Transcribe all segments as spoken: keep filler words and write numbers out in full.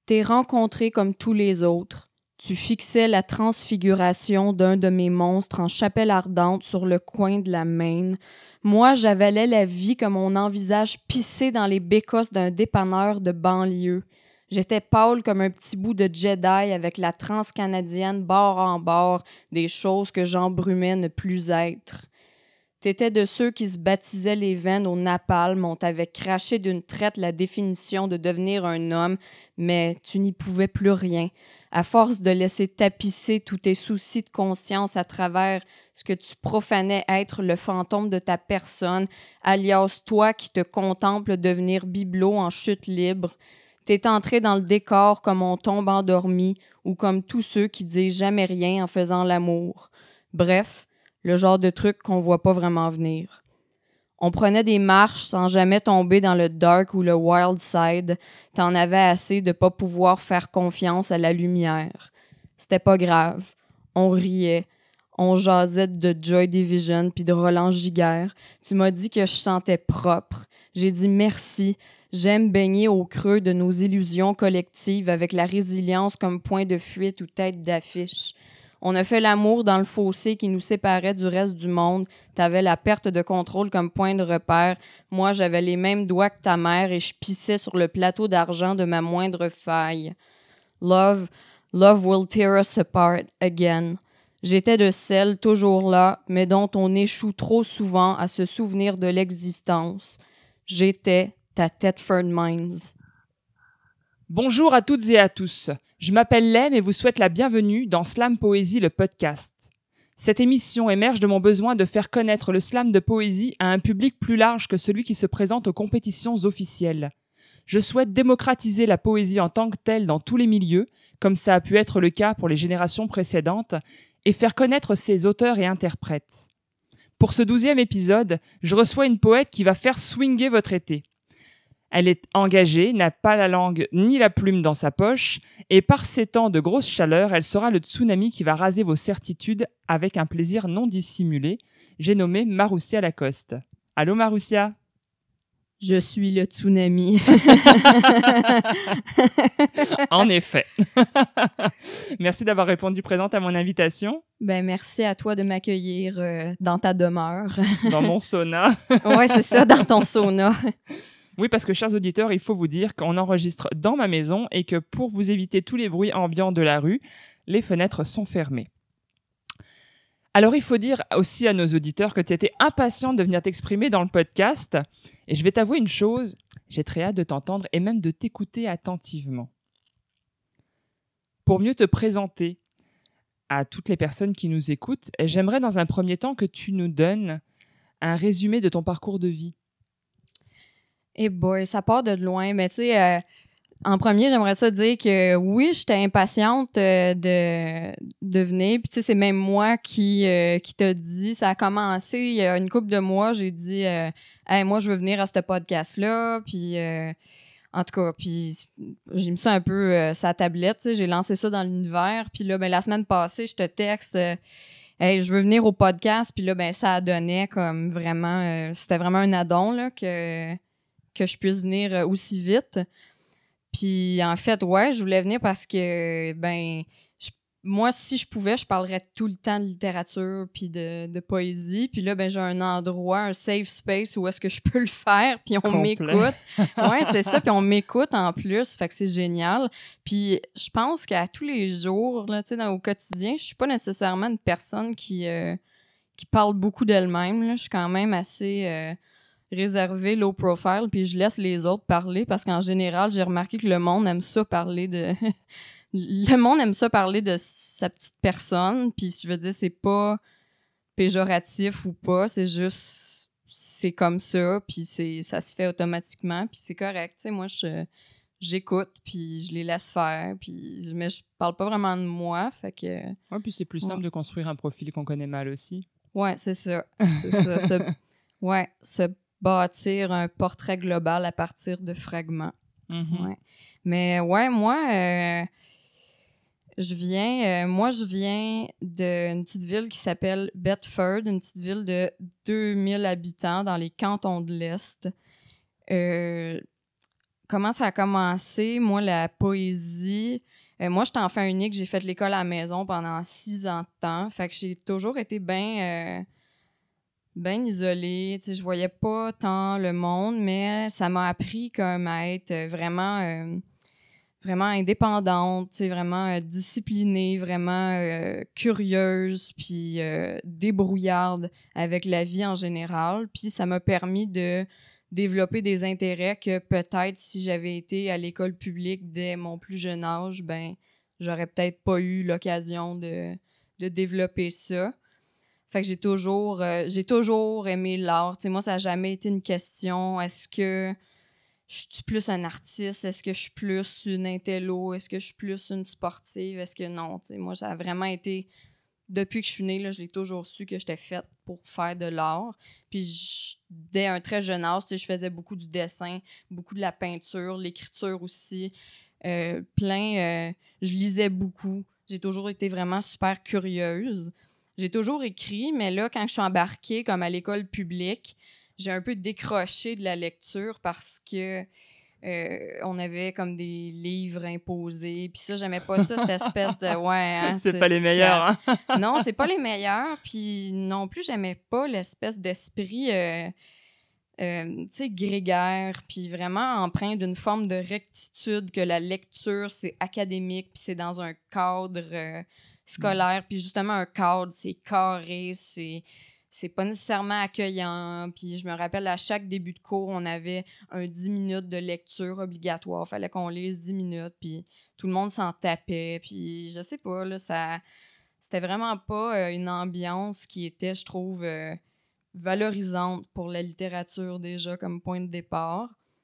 t'es rencontré comme tous les autres. Tu fixais la transfiguration d'un de mes monstres en chapelle ardente sur le coin de la Maine. Moi, j'avalais la vie comme on envisage pisser dans les bécosses d'un dépanneur de banlieue. J'étais pâle comme un petit bout de Jedi avec la transcanadienne bord en bord, des choses que j'embrumais ne plus être. T'étais de ceux qui se baptisaient les veines au napalm, on t'avait craché d'une traite la définition de devenir un homme, mais tu n'y pouvais plus rien. À force de laisser tapisser tous tes soucis de conscience à travers ce que tu profanais être le fantôme de ta personne, alias toi qui te contemple devenir bibelot en chute libre, t'es entré dans le décor comme on tombe endormi ou comme tous ceux qui disent jamais rien en faisant l'amour. Bref, le genre de truc qu'on voit pas vraiment venir. On prenait des marches sans jamais tomber dans le dark ou le wild side. T'en avais assez de pas pouvoir faire confiance à la lumière. C'était pas grave. On riait. On jasait de Joy Division puis de Roland Giguère. Tu m'as dit que je sentais propre. J'ai dit merci. J'aime baigner au creux de nos illusions collectives avec la résilience comme point de fuite ou tête d'affiche. On a fait l'amour dans le fossé qui nous séparait du reste du monde. T'avais la perte de contrôle comme point de repère. Moi, j'avais les mêmes doigts que ta mère et je pissais sur le plateau d'argent de ma moindre faille. Love, love will tear us apart again. J'étais de celle, toujours là, mais dont on échoue trop souvent à se souvenir de l'existence. J'étais ta Thetford Mines. Bonjour à toutes et à tous. Je m'appelle Lem et vous souhaite la bienvenue dans Slam Poésie, le podcast. Cette émission émerge de mon besoin de faire connaître le slam de poésie à un public plus large que celui qui se présente aux compétitions officielles. Je souhaite démocratiser la poésie en tant que telle dans tous les milieux, comme ça a pu être le cas pour les générations précédentes, et faire connaître ses auteurs et interprètes. Pour ce douzième épisode, je reçois une poète qui va faire swinger votre été. Elle est engagée, n'a pas la langue ni la plume dans sa poche, et par ces temps de grosse chaleur, elle sera le tsunami qui va raser vos certitudes avec un plaisir non dissimulé. J'ai nommé Maroussia Lacoste. Allô Maroussia? Je suis le tsunami. En effet. Merci d'avoir répondu présente à mon invitation. Ben merci à toi de m'accueillir euh, dans ta demeure. Dans mon sauna. Ouais, c'est ça, dans ton sauna. Oui, parce que, chers auditeurs, il faut vous dire qu'on enregistre dans ma maison et que pour vous éviter tous les bruits ambiants de la rue, les fenêtres sont fermées. Alors, il faut dire aussi à nos auditeurs que tu étais impatiente de venir t'exprimer dans le podcast. Et je vais t'avouer une chose, j'ai très hâte de t'entendre et même de t'écouter attentivement. Pour mieux te présenter à toutes les personnes qui nous écoutent, j'aimerais dans un premier temps que tu nous donnes un résumé de ton parcours de vie. Eh boy, ça part de loin. Mais tu sais, euh, en premier, j'aimerais ça dire que oui, j'étais impatiente euh, de, de venir. Puis tu sais, c'est même moi qui, euh, qui t'a dit, ça a commencé il y a une couple de mois, j'ai dit euh, « Hey, moi, je veux venir à ce podcast-là. » Puis euh, en tout cas, puis j'ai mis ça un peu euh, sa tablette, tu sais, j'ai lancé ça dans l'univers. Puis là, ben la semaine passée, je te texte euh, Hey, je veux venir au podcast. Puis là, ben ça donnait comme vraiment... Euh, c'était vraiment un addon, là, que... que je puisse venir aussi vite. Puis en fait, ouais, je voulais venir parce que, ben, je, moi, si je pouvais, je parlerais tout le temps de littérature puis de, de poésie. Puis là, ben, j'ai un endroit, un safe space où est-ce que je peux le faire, puis on Complet. m'écoute. Ouais, c'est ça, puis on m'écoute en plus, fait que c'est génial. Puis je pense qu'à tous les jours, là, tu sais, au quotidien, je suis pas nécessairement une personne qui, euh, qui parle beaucoup d'elle-même, là. Je suis quand même assez... Euh, réservé, low profile, puis je laisse les autres parler parce qu'en général, j'ai remarqué que le monde aime ça parler de... le monde aime ça parler de sa petite personne, puis je veux dire, c'est pas péjoratif ou pas, c'est juste... c'est comme ça, puis c'est ça se fait automatiquement, puis c'est correct, tu sais, moi, je j'écoute, puis je les laisse faire, puis mais je parle pas vraiment de moi, fait que... Ouais, puis c'est plus simple ouais. de construire un profil qu'on connaît mal aussi. Ouais, c'est ça, c'est ça, ce... ouais, ce bâtir un portrait global à partir de fragments. Mm-hmm. Ouais. Mais ouais, moi, euh, je viens, euh, moi, je viens d'une petite ville qui s'appelle Bedford, une petite ville de deux mille habitants dans les cantons de l'Est. Euh, comment ça a commencé? Moi, la poésie... Euh, moi, j'étais enfant unique. J'ai fait l'école à la maison pendant six ans de temps. Fait que j'ai toujours été bien... Euh, bien isolée. Tu sais, je voyais pas tant le monde, mais ça m'a appris comme à être vraiment... Euh, vraiment indépendante, tu sais, vraiment euh, disciplinée, vraiment euh, curieuse, puis euh, débrouillarde avec la vie en général. Puis ça m'a permis de développer des intérêts que peut-être si j'avais été à l'école publique dès mon plus jeune âge, ben j'aurais peut-être pas eu l'occasion de, de développer ça. Fait que j'ai toujours, euh, j'ai toujours aimé l'art. Tu sais, moi, ça n'a jamais été une question, est-ce que je suis plus un artiste? Est-ce que je suis plus une intello? Est-ce que je suis plus une sportive? Est-ce que non? T'sais, moi, ça a vraiment été... Depuis que je suis née, là, je l'ai toujours su que j'étais faite pour faire de l'art. Puis je, dès un très jeune âge, je faisais beaucoup du dessin, beaucoup de la peinture, l'écriture aussi. Euh, plein... Euh, je lisais beaucoup. J'ai toujours été vraiment super curieuse. J'ai toujours écrit, mais là, quand je suis embarquée comme à l'école publique, j'ai un peu décroché de la lecture parce que euh, on avait comme des livres imposés. Puis ça, j'aimais pas ça, cette espèce de... Ouais, hein, c'est pas les meilleurs. Hein? Non, c'est pas les meilleurs. Puis non plus, j'aimais pas l'espèce d'esprit... Euh, euh, tu sais, grégaire, puis vraiment empreint d'une forme de rectitude que la lecture, c'est académique, puis c'est dans un cadre euh, scolaire. Puis justement, un cadre, c'est carré, c'est... c'est pas nécessairement accueillant. Puis je me rappelle, à chaque début de cours, on avait un dix minutes de lecture obligatoire. Fallait qu'on lise dix minutes, puis tout le monde s'en tapait. Puis je sais pas, là, ça... C'était vraiment pas euh, une ambiance qui était, je trouve, euh, valorisante pour la littérature déjà comme point de départ.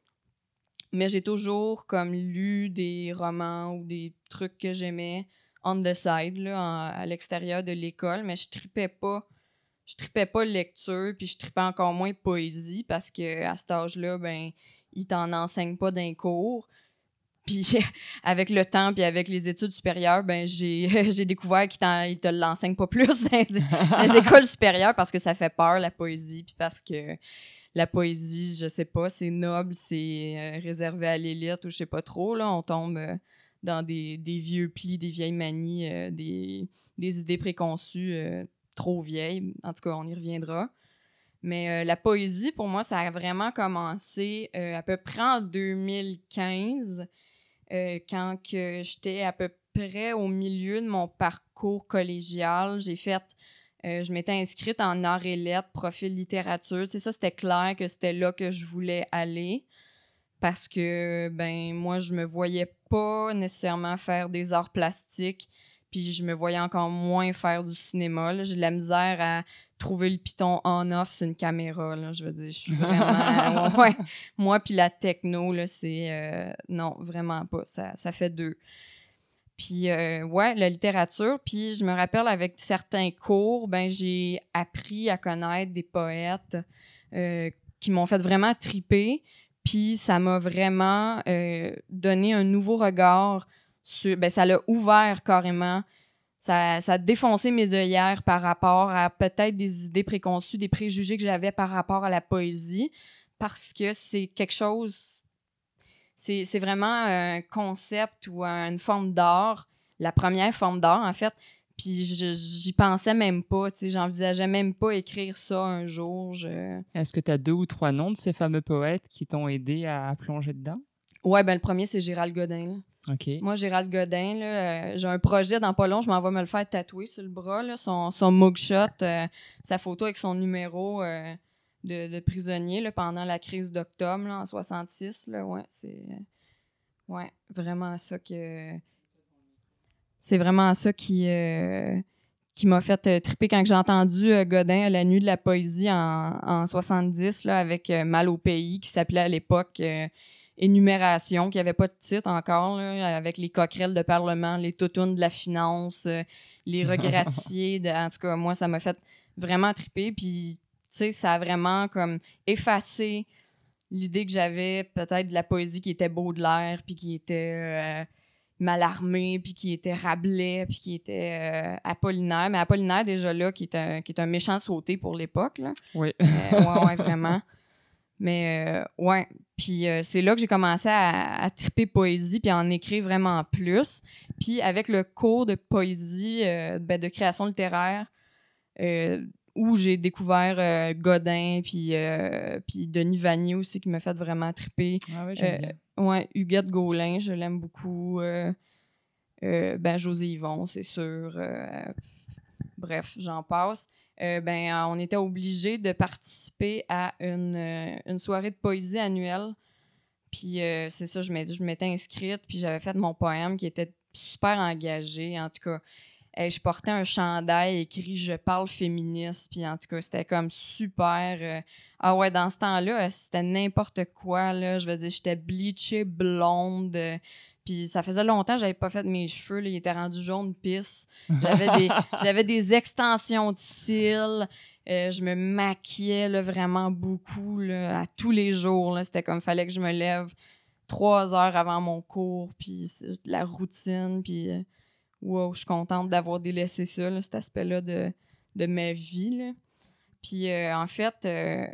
Mais j'ai toujours comme lu des romans ou des trucs que j'aimais on the side, là, en, à l'extérieur de l'école, mais je tripais pas Je tripais pas lecture, puis je tripais encore moins poésie parce qu'à cet âge-là, ben, ils t'en enseignent pas d'un cours. Puis avec le temps, puis avec les études supérieures, ben j'ai, j'ai découvert qu'ils ils te l'enseignent pas plus dans les, dans les écoles supérieures parce que ça fait peur, la poésie, puis parce que la poésie, je sais pas, c'est noble, c'est euh, réservé à l'élite ou je sais pas trop, là, on tombe... Euh, dans des, des vieux plis, des vieilles manies, euh, des, des idées préconçues euh, trop vieilles. En tout cas, on y reviendra. Mais euh, la poésie, pour moi, ça a vraiment commencé euh, à peu près en deux mille quinze, euh, quand que j'étais à peu près au milieu de mon parcours collégial. J'ai fait... Euh, je m'étais inscrite en arts et lettres, profil littérature. C'est ça, c'était clair que c'était là que je voulais aller. Parce que, ben, moi, je me voyais pas nécessairement faire des arts plastiques, puis je me voyais encore moins faire du cinéma. Là. J'ai de la misère à trouver le piton on-off sur une caméra. Là. Je veux dire, je suis vraiment... ouais, ouais. Moi, puis la techno, là, c'est... Euh, non, vraiment pas. Ça, ça fait deux. Puis, euh, ouais, la littérature. Puis, je me rappelle, avec certains cours, ben, j'ai appris à connaître des poètes euh, qui m'ont fait vraiment triper. Puis ça m'a vraiment euh, donné un nouveau regard sur... Ben, ça l'a ouvert carrément. Ça, ça a défoncé mes œillères par rapport à peut-être des idées préconçues, des préjugés que j'avais par rapport à la poésie. Parce que c'est quelque chose... C'est, c'est vraiment un concept ou une forme d'art. La première forme d'art, en fait. Puis je, j'y pensais même pas, tu sais, j'envisageais même pas écrire ça un jour. Je... Est-ce que tu as deux ou trois noms de ces fameux poètes qui t'ont aidé à, à plonger dedans? Ouais, ben le premier, c'est Gérald Godin. Là. OK. Moi, Gérald Godin, là, euh, j'ai un projet dans pas long, je m'en vais me le faire tatouer sur le bras, là, son, son mugshot, euh, sa photo avec son numéro euh, de, de prisonnier là, pendant la crise d'octobre là, en soixante-six. Là, ouais, c'est euh, ouais, vraiment ça que... C'est vraiment ça qui, euh, qui m'a fait euh, triper quand j'ai entendu euh, Godin à la nuit de la poésie en, en soixante-dix là, avec euh, Mal au pays, qui s'appelait à l'époque euh, Énumération, qui n'avait pas de titre encore, là, avec les coquerelles de parlement, les toutounes de la finance, euh, les regrettiers. De, en tout cas, moi, ça m'a fait vraiment triper. Puis, tu sais, ça a vraiment comme effacé l'idée que j'avais peut-être de la poésie qui était Baudelaire, puis qui était... Euh, Mallarmé, puis qui était Rabelais, puis qui était euh, Apollinaire. Mais Apollinaire, déjà là, qui est un, qui est un méchant sauté pour l'époque. Là. Oui. Euh, ouais, ouais, vraiment. Mais euh, ouais, puis euh, c'est là que j'ai commencé à, à triper poésie puis à en écrire vraiment plus. Puis avec le cours de poésie, euh, ben, de création littéraire, euh, où j'ai découvert euh, Godin puis euh, puis Denis Vanier aussi qui m'a fait vraiment triper. Ah ouais, j'aime Euh, bien. ouais, Huguette Gaulin, je l'aime beaucoup. Euh, euh, ben José Yvon, c'est sûr. Euh, bref, j'en passe. Euh, ben, euh, on était obligés de participer à une, euh, une soirée de poésie annuelle. Puis euh, c'est ça, je m'étais, je m'étais inscrite, puis j'avais fait mon poème qui était super engagé. En tout cas, hey, je portais un chandail écrit Je parle féministe, puis en tout cas, c'était comme super. euh, Ah ouais, dans ce temps-là, c'était n'importe quoi, là. Je veux dire, j'étais bleachée blonde. euh, Puis ça faisait longtemps que j'avais pas fait mes cheveux, là, ils étaient rendus jaune pisse. J'avais des, j'avais des extensions de cils. euh, je me maquillais là, vraiment beaucoup là, à tous les jours. Là. C'était comme fallait que je me lève trois heures avant mon cours, puis c'est la routine, puis euh, wow, je suis contente d'avoir délaissé ça, là, cet aspect-là de, de ma vie. Là. Puis euh, en fait, euh,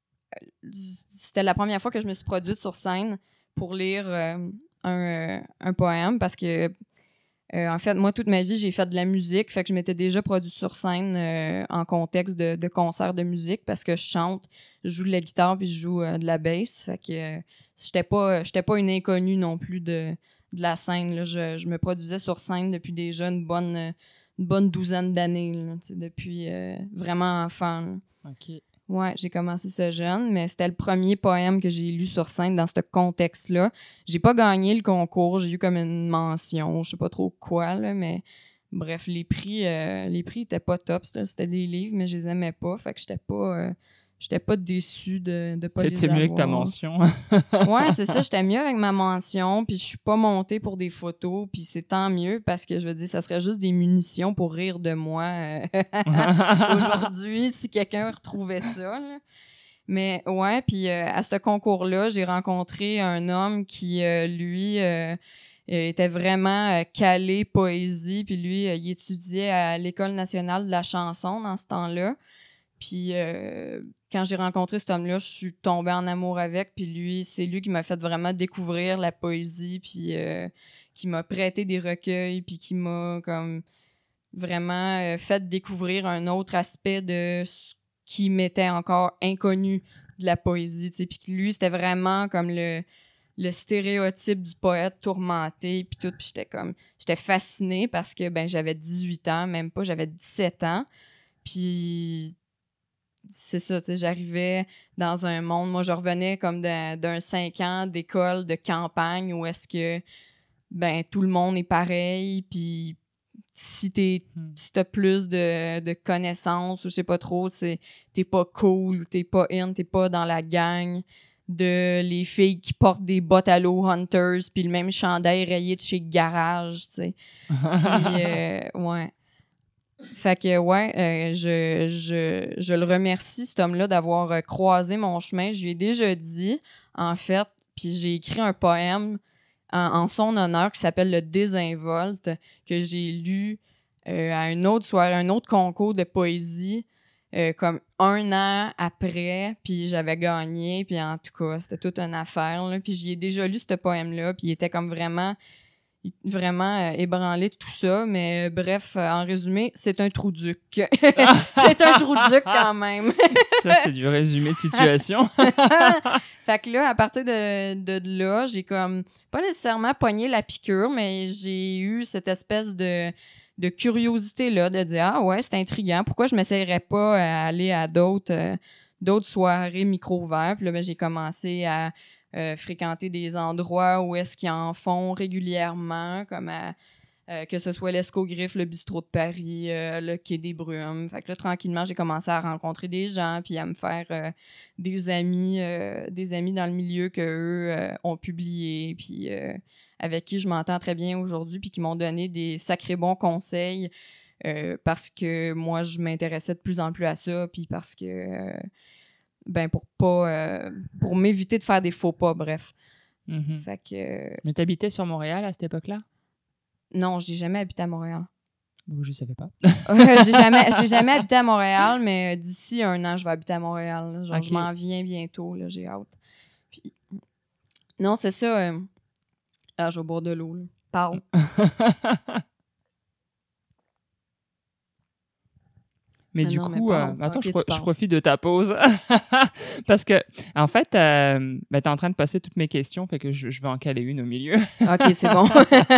c'était la première fois que je me suis produite sur scène pour lire euh, un, euh, un poème parce que, euh, en fait, moi, toute ma vie, j'ai fait de la musique. Fait que je m'étais déjà produite sur scène euh, en contexte de, de concert de musique parce que je chante, je joue de la guitare puis je joue euh, de la bass. Fait que euh, j'étais pas, j'étais pas une inconnue non plus de, de la scène. Là. Je, je me produisais sur scène depuis déjà une bonne, une bonne douzaine d'années, là, depuis euh, vraiment enfant. Là. OK. Ouais, j'ai commencé ça jeune, mais c'était le premier poème que j'ai lu sur scène dans ce contexte-là. J'ai pas gagné le concours, j'ai eu comme une mention, je sais pas trop quoi, là, mais bref, les prix, euh, les prix étaient pas top, c'était, c'était des livres, mais je les aimais pas, fait que j'étais pas, euh, j'étais pas déçue de, de pas les avoir. C'était mieux avec ta mention. Ouais, c'est ça, j'étais mieux avec ma mention, puis je suis pas montée pour des photos, puis c'est tant mieux parce que je veux dire, ça serait juste des munitions pour rire de moi euh, aujourd'hui si quelqu'un retrouvait ça. Là. Mais ouais, puis euh, à ce concours-là, j'ai rencontré un homme qui, euh, lui, euh, était vraiment euh, calé poésie, puis lui, euh, il étudiait à l'École nationale de la chanson dans ce temps-là. Puis euh, quand j'ai rencontré cet homme-là, je suis tombée en amour avec. Puis lui, c'est lui qui m'a fait vraiment découvrir la poésie, puis euh, qui m'a prêté des recueils, puis qui m'a comme vraiment euh, fait découvrir un autre aspect de ce qui m'était encore inconnu de la poésie. T'sais. Puis lui, c'était vraiment comme le, le stéréotype du poète tourmenté, puis tout. Puis j'étais comme, j'étais fascinée parce que ben j'avais dix-huit ans, même pas, j'avais dix-sept ans. Puis c'est ça, tu sais, j'arrivais dans un monde, moi je revenais comme d'un, d'un cinq ans d'école de campagne où est-ce que ben tout le monde est pareil, puis si t'es Hmm. si t'as plus de, de connaissances ou je sais pas trop, c'est t'es pas cool ou t'es pas in, t'es pas dans la gang de les filles qui portent des bottes à l'eau Hunters puis le même chandail rayé de chez Garage, tu sais. Puis euh, ouais. Fait que, ouais, euh, je, je, je le remercie, cet homme-là, d'avoir euh, croisé mon chemin. Je lui ai déjà dit, en fait, puis j'ai écrit un poème en, en son honneur qui s'appelle Le Désinvolte, que j'ai lu euh, à une autre soirée, un autre concours de poésie, euh, comme un an après, puis j'avais gagné, puis en tout cas, c'était toute une affaire, là. Puis j'y ai déjà lu ce poème-là, puis il était comme vraiment... vraiment euh, ébranlé de tout ça, mais euh, bref, euh, en résumé, c'est un trou-duc. C'est un trou-duc quand même. Ça, c'est du résumé de situation. Fait que là, à partir de, de, de là, j'ai comme pas nécessairement pogné la piqûre, mais j'ai eu cette espèce de, de curiosité-là, de dire « Ah ouais, c'est intriguant, pourquoi je m'essayerais pas à aller à d'autres, euh, d'autres soirées micro-ouvertes? » Puis là, ben, j'ai commencé à Euh, fréquenter des endroits où est-ce qu'ils en font régulièrement, comme à, euh, que ce soit l'Escogriffe, le Bistrot de Paris, euh, le Quai des Brumes. Fait que là, tranquillement, j'ai commencé à rencontrer des gens puis à me faire euh, des amis euh, des amis dans le milieu qu'eux euh, ont publié puis euh, avec qui je m'entends très bien aujourd'hui puis qui m'ont donné des sacrés bons conseils euh, parce que moi, je m'intéressais de plus en plus à ça puis parce que... Euh, ben pour pas euh, pour m'éviter de faire des faux pas, bref. Mm-hmm. Fait que Mais t'habitais sur Montréal à cette époque-là? non, j'ai jamais habité à Montréal. Je savais pas. euh, j'ai jamais, j'ai jamais habité à Montréal, mais d'ici un an, je vais habiter à Montréal. Là. Genre, okay. Je m'en viens bientôt, là, j'ai hâte. Puis... Non, c'est ça. Euh... Ah, je vais boire de l'eau. Là. Parle. Mais ah du non, coup, mais euh, attends, okay, je, pro- je profite de ta pause. Parce que, en fait, euh, ben, tu es en train de passer toutes mes questions, fait que je, je vais en caler une au milieu. OK, c'est bon.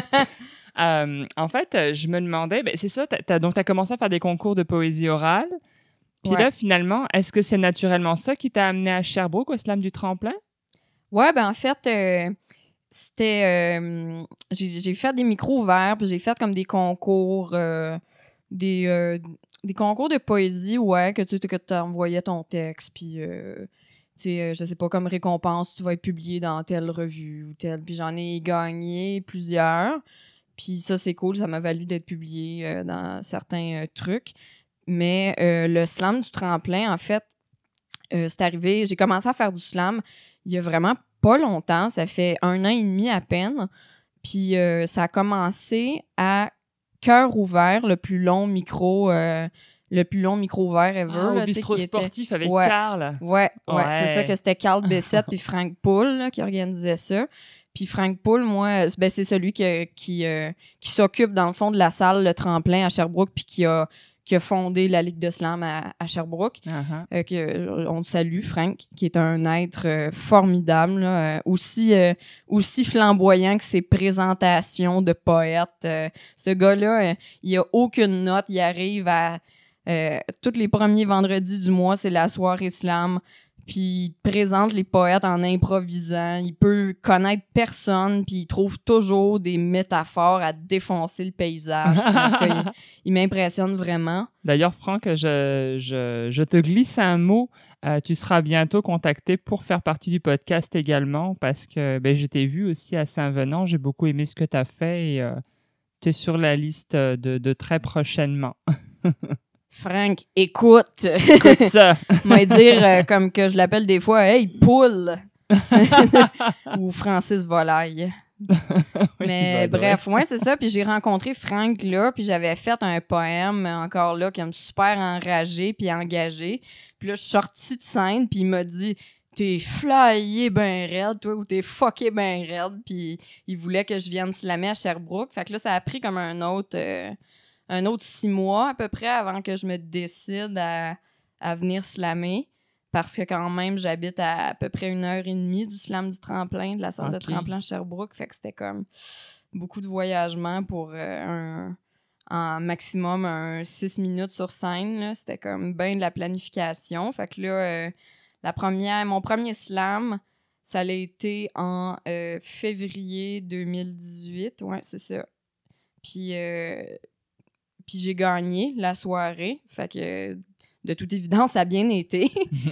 euh, en fait, je me demandais, ben, c'est ça, t'as, t'as, donc tu as commencé à faire des concours de poésie orale. Puis ouais. là, finalement, est-ce que c'est naturellement ça qui t'a amené à Sherbrooke, au Slam du Tremplin? Ouais, ben en fait, euh, c'était... Euh, j'ai, j'ai fait des micros ouverts, puis j'ai fait comme des concours... Euh, des... Euh, Des concours de poésie, ouais, que tu que t'envoyais ton texte, puis, euh, tu sais, euh, je sais pas, comme récompense, tu vas être publié dans telle revue ou telle. Puis j'en ai gagné plusieurs. Puis ça, c'est cool, ça m'a valu d'être publié euh, dans certains euh, trucs. Mais euh, le slam du tremplin, en fait, euh, c'est arrivé, j'ai commencé à faire du slam il y a vraiment pas longtemps, ça fait un an et demi à peine. Puis euh, ça a commencé à Cœur ouvert, le plus long micro, euh, le plus long micro ouvert ever. Ah, là, au bistrot qui sportif était... avec ouais. Carl. Ouais, ouais, ouais. c'est ça que c'était Carl Bessette puis Frank Poul là, qui organisait ça. Puis Frank Poul, moi, ben, c'est celui qui, qui, euh, qui s'occupe dans le fond de la salle, le tremplin à Sherbrooke, puis qui a, qui a fondé la Ligue de slam à, à Sherbrooke. Uh-huh. Euh, que, on te salue, Frank, qui est un être euh, formidable, là, euh, aussi, euh, aussi flamboyant que ses présentations de poète. Euh, ce gars-là, euh, il a aucune note, il arrive à... Euh, tous les premiers vendredis du mois, c'est la soirée slam. Puis il présente les poètes en improvisant. Il peut connaître personne, puis il trouve toujours des métaphores à défoncer le paysage. En tout cas, il, il m'impressionne vraiment. D'ailleurs, Franck, je, je, je te glisse un mot. Euh, tu seras bientôt contacté pour faire partie du podcast également, parce que ben, je t'ai vu aussi à Saint-Venant. J'ai beaucoup aimé ce que tu as fait et euh, tu es sur la liste de, de très prochainement. Frank, écoute. Écoute ça. Moi dire, euh, comme que je l'appelle des fois, « Hey, poule! » ou Francis Volaille. Oui, Mais bah, bref, ouais, c'est ça. Puis j'ai rencontré Frank là, puis j'avais fait un poème encore là qui me super enragé puis engagé. Puis là, je suis sortie de scène, puis il m'a dit « T'es flyé ben raide, toi, ou t'es fucké ben raide. » Puis il voulait que je vienne slammer à Sherbrooke. Fait que là, ça a pris comme un autre... Euh, un autre six mois à peu près avant que je me décide à, à venir slammer. Parce que quand même, j'habite à à peu près une heure et demie du slam du tremplin, de la salle okay. de tremplin Sherbrooke. Fait que c'était comme beaucoup de voyagement pour euh, un, en maximum un six minutes sur scène. Là. C'était comme bien de la planification. Fait que là, euh, la première, mon premier slam, ça a été en euh, février deux mille dix-huit. Ouais, c'est ça. Puis... Euh, Puis j'ai gagné la soirée. Fait que, de toute évidence, ça a bien été.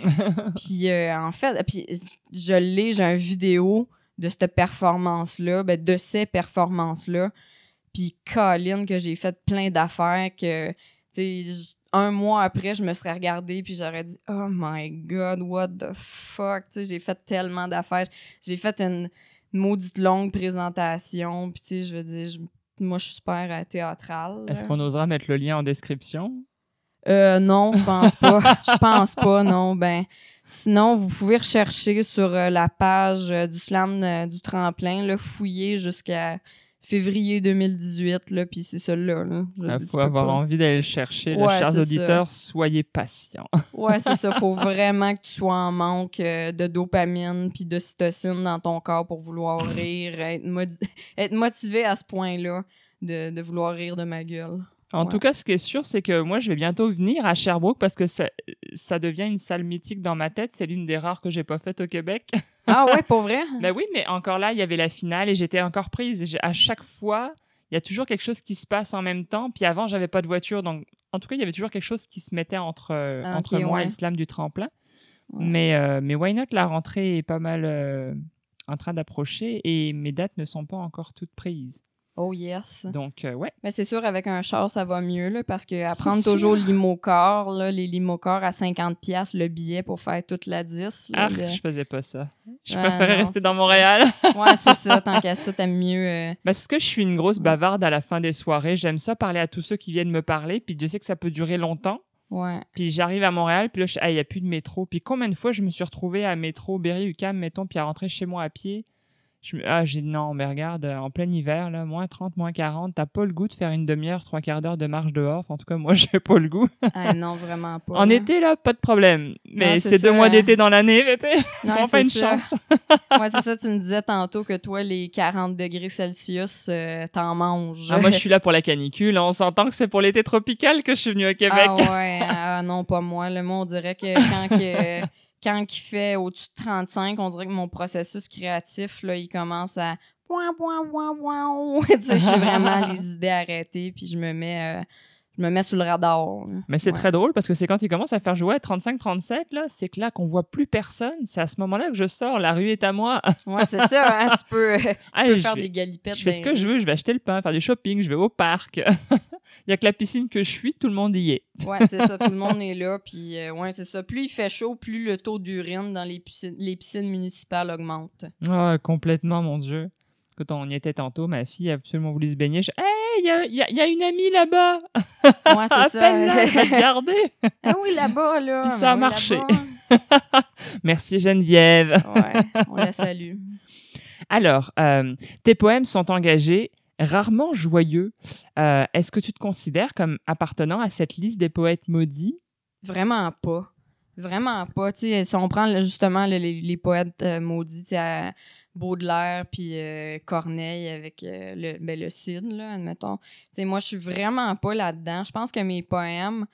Puis euh, en fait, puis je l'ai, j'ai une vidéo de cette performance-là, ben de ces performances-là. Puis Colin, que j'ai fait plein d'affaires que, tu sais, un mois après, je me serais regardée puis j'aurais dit « Oh my God, what the fuck? » Tu sais, j'ai fait tellement d'affaires. J'ai fait une maudite longue présentation. Puis tu sais, je veux dire... Je, Moi, je suis super euh, théâtrale. Est-ce qu'on osera mettre le lien en description? Euh, non, je pense pas. Je pense pas, non. Ben, sinon, vous pouvez rechercher sur euh, la page euh, du slam euh, du tremplin, là, fouiller jusqu'à février deux mille dix-huit, là, puis c'est celui-là. Il faut avoir pas. envie d'aller le chercher. Ouais, là, chers auditeurs, ça. Soyez patients. Ouais, c'est ça. Faut vraiment que tu sois en manque euh, de dopamine puis de cytocine dans ton corps pour vouloir rire, être, modi- être motivé à ce point-là de, de vouloir rire de ma gueule. En ouais. tout cas, ce qui est sûr, c'est que moi, je vais bientôt venir à Sherbrooke parce que ça, ça devient une salle mythique dans ma tête. C'est l'une des rares que j'ai pas faites au Québec. Ah ouais, pour vrai? Ben oui, mais encore là, il y avait la finale et j'étais encore prise. J'ai, à chaque fois, il y a toujours quelque chose qui se passe en même temps. Puis avant, j'avais pas de voiture. Donc, en tout cas, il y avait toujours quelque chose qui se mettait entre, euh, ah, entre okay, moi ouais. et le slam du tremplin. Ouais. Mais, euh, mais why not? La rentrée est pas mal euh, en train d'approcher et mes dates ne sont pas encore toutes prises. Oh yes. Donc, euh, ouais. Mais c'est sûr, avec un char, ça va mieux, là, parce que à prendre toujours l'Imocar, là, les Limocars à cinquante dollars le billet pour faire toute la dix. Là, Ah, le... je faisais pas ça. Je Ah, préférais non, rester c'est dans ça. Montréal. Ouais, c'est ça. Tant qu'à ça, t'aimes mieux... euh, Bah, parce que je suis une grosse bavarde à la fin des soirées. J'aime ça parler à tous ceux qui viennent me parler. Puis je sais que ça peut durer longtemps. Ouais. Puis j'arrive à Montréal, puis là, il ah, n'y a plus de métro. Puis combien de fois je me suis retrouvée à métro Berry-UQAM, mettons, puis à rentrer chez moi à pied. Je me... Ah, j'ai dit non, mais regarde, en plein hiver, là, moins trente, moins quarante, t'as pas le goût de faire une demi-heure, trois quarts d'heure de marche dehors. Enfin, en tout cas, moi, j'ai pas le goût. Ah, non, vraiment pas. En là. été, là, pas de problème. Mais Non, c'est c'est deux ça, mois hein. d'été dans l'année, mais tu sais, Non, faut c'est pas une ça. chance. Ouais, c'est ça. Tu me disais tantôt que toi, les quarante degrés Celsius, euh, t'en manges. Ah, moi, je suis là pour la canicule. On s'entend que c'est pour l'été tropical que je suis venue au Québec. Ah ouais, ah non, pas moi. Le moi, on dirait que quand, que, quand il fait au-dessus de trente-cinq, on dirait que mon processus créatif, là, il commence à... Point, point, point, point. Tu sais, je suis vraiment les idées arrêtées, puis je me mets, euh, je me mets sous le radar. là. Mais c'est Ouais. très drôle parce que c'est quand il commence à faire jouer à trente-cinq trente-sept, là, c'est que là qu'on voit plus personne. C'est à ce moment-là que je sors, la rue est à moi. Ouais, c'est ça, hein, tu peux, tu Ah, peux je faire vais- des galipettes. Je fais ce dans que les je veux, je vais acheter le pain, faire du shopping, je vais au parc. Il y a que la piscine que je fuis, tout le monde y est. rues. Ouais, c'est ça, tout le monde est là, puis euh, ouais, c'est ça. Plus il fait chaud, plus le taux d'urine dans les piscines, les piscines municipales augmente. Ah, complètement, mon Dieu. Quand on y était tantôt, ma fille a absolument voulu se baigner. Je... Hey, il y a, y a- y a une amie là-bas. Ouais, c'est ça. Appelle-la, je vais te garder. Ah oui, là-bas, là. Puis ça Ben a oui, marché. là-bas. Merci Geneviève. Ouais, on la salue. Alors, euh, tes poèmes sont engagés, rarement joyeux. Euh, est-ce que tu te considères comme appartenant à cette liste des poètes maudits? Vraiment pas. Vraiment pas. Tu sais, si on prend là, justement là, les, les poètes euh, maudits, tu sais, à Baudelaire puis euh, Corneille avec euh, le, ben, le Cid, là, admettons. Tu sais, moi, je suis vraiment pas là-dedans. Je pense que mes poèmes,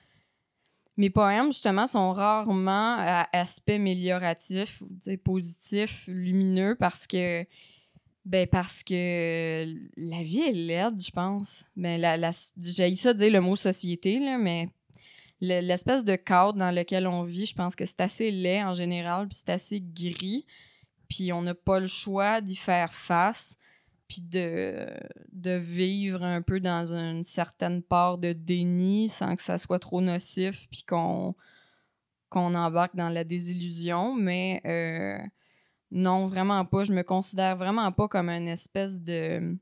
mes poèmes, justement, sont rarement à aspect amélioratif, tu sais, positif, lumineux, parce que ben parce que la vie est laide, je pense. Ben la, la, j'ai ça de dire le mot société, là, mais le- l'espèce de cadre dans lequel on vit, je pense que c'est assez laid en général, puis c'est assez gris, puis on n'a pas le choix d'y faire face, puis de, de vivre un peu dans une certaine part de déni sans que ça soit trop nocif, puis qu'on, qu'on embarque dans la désillusion, mais euh, non, vraiment pas. Je me considère vraiment pas comme une espèce de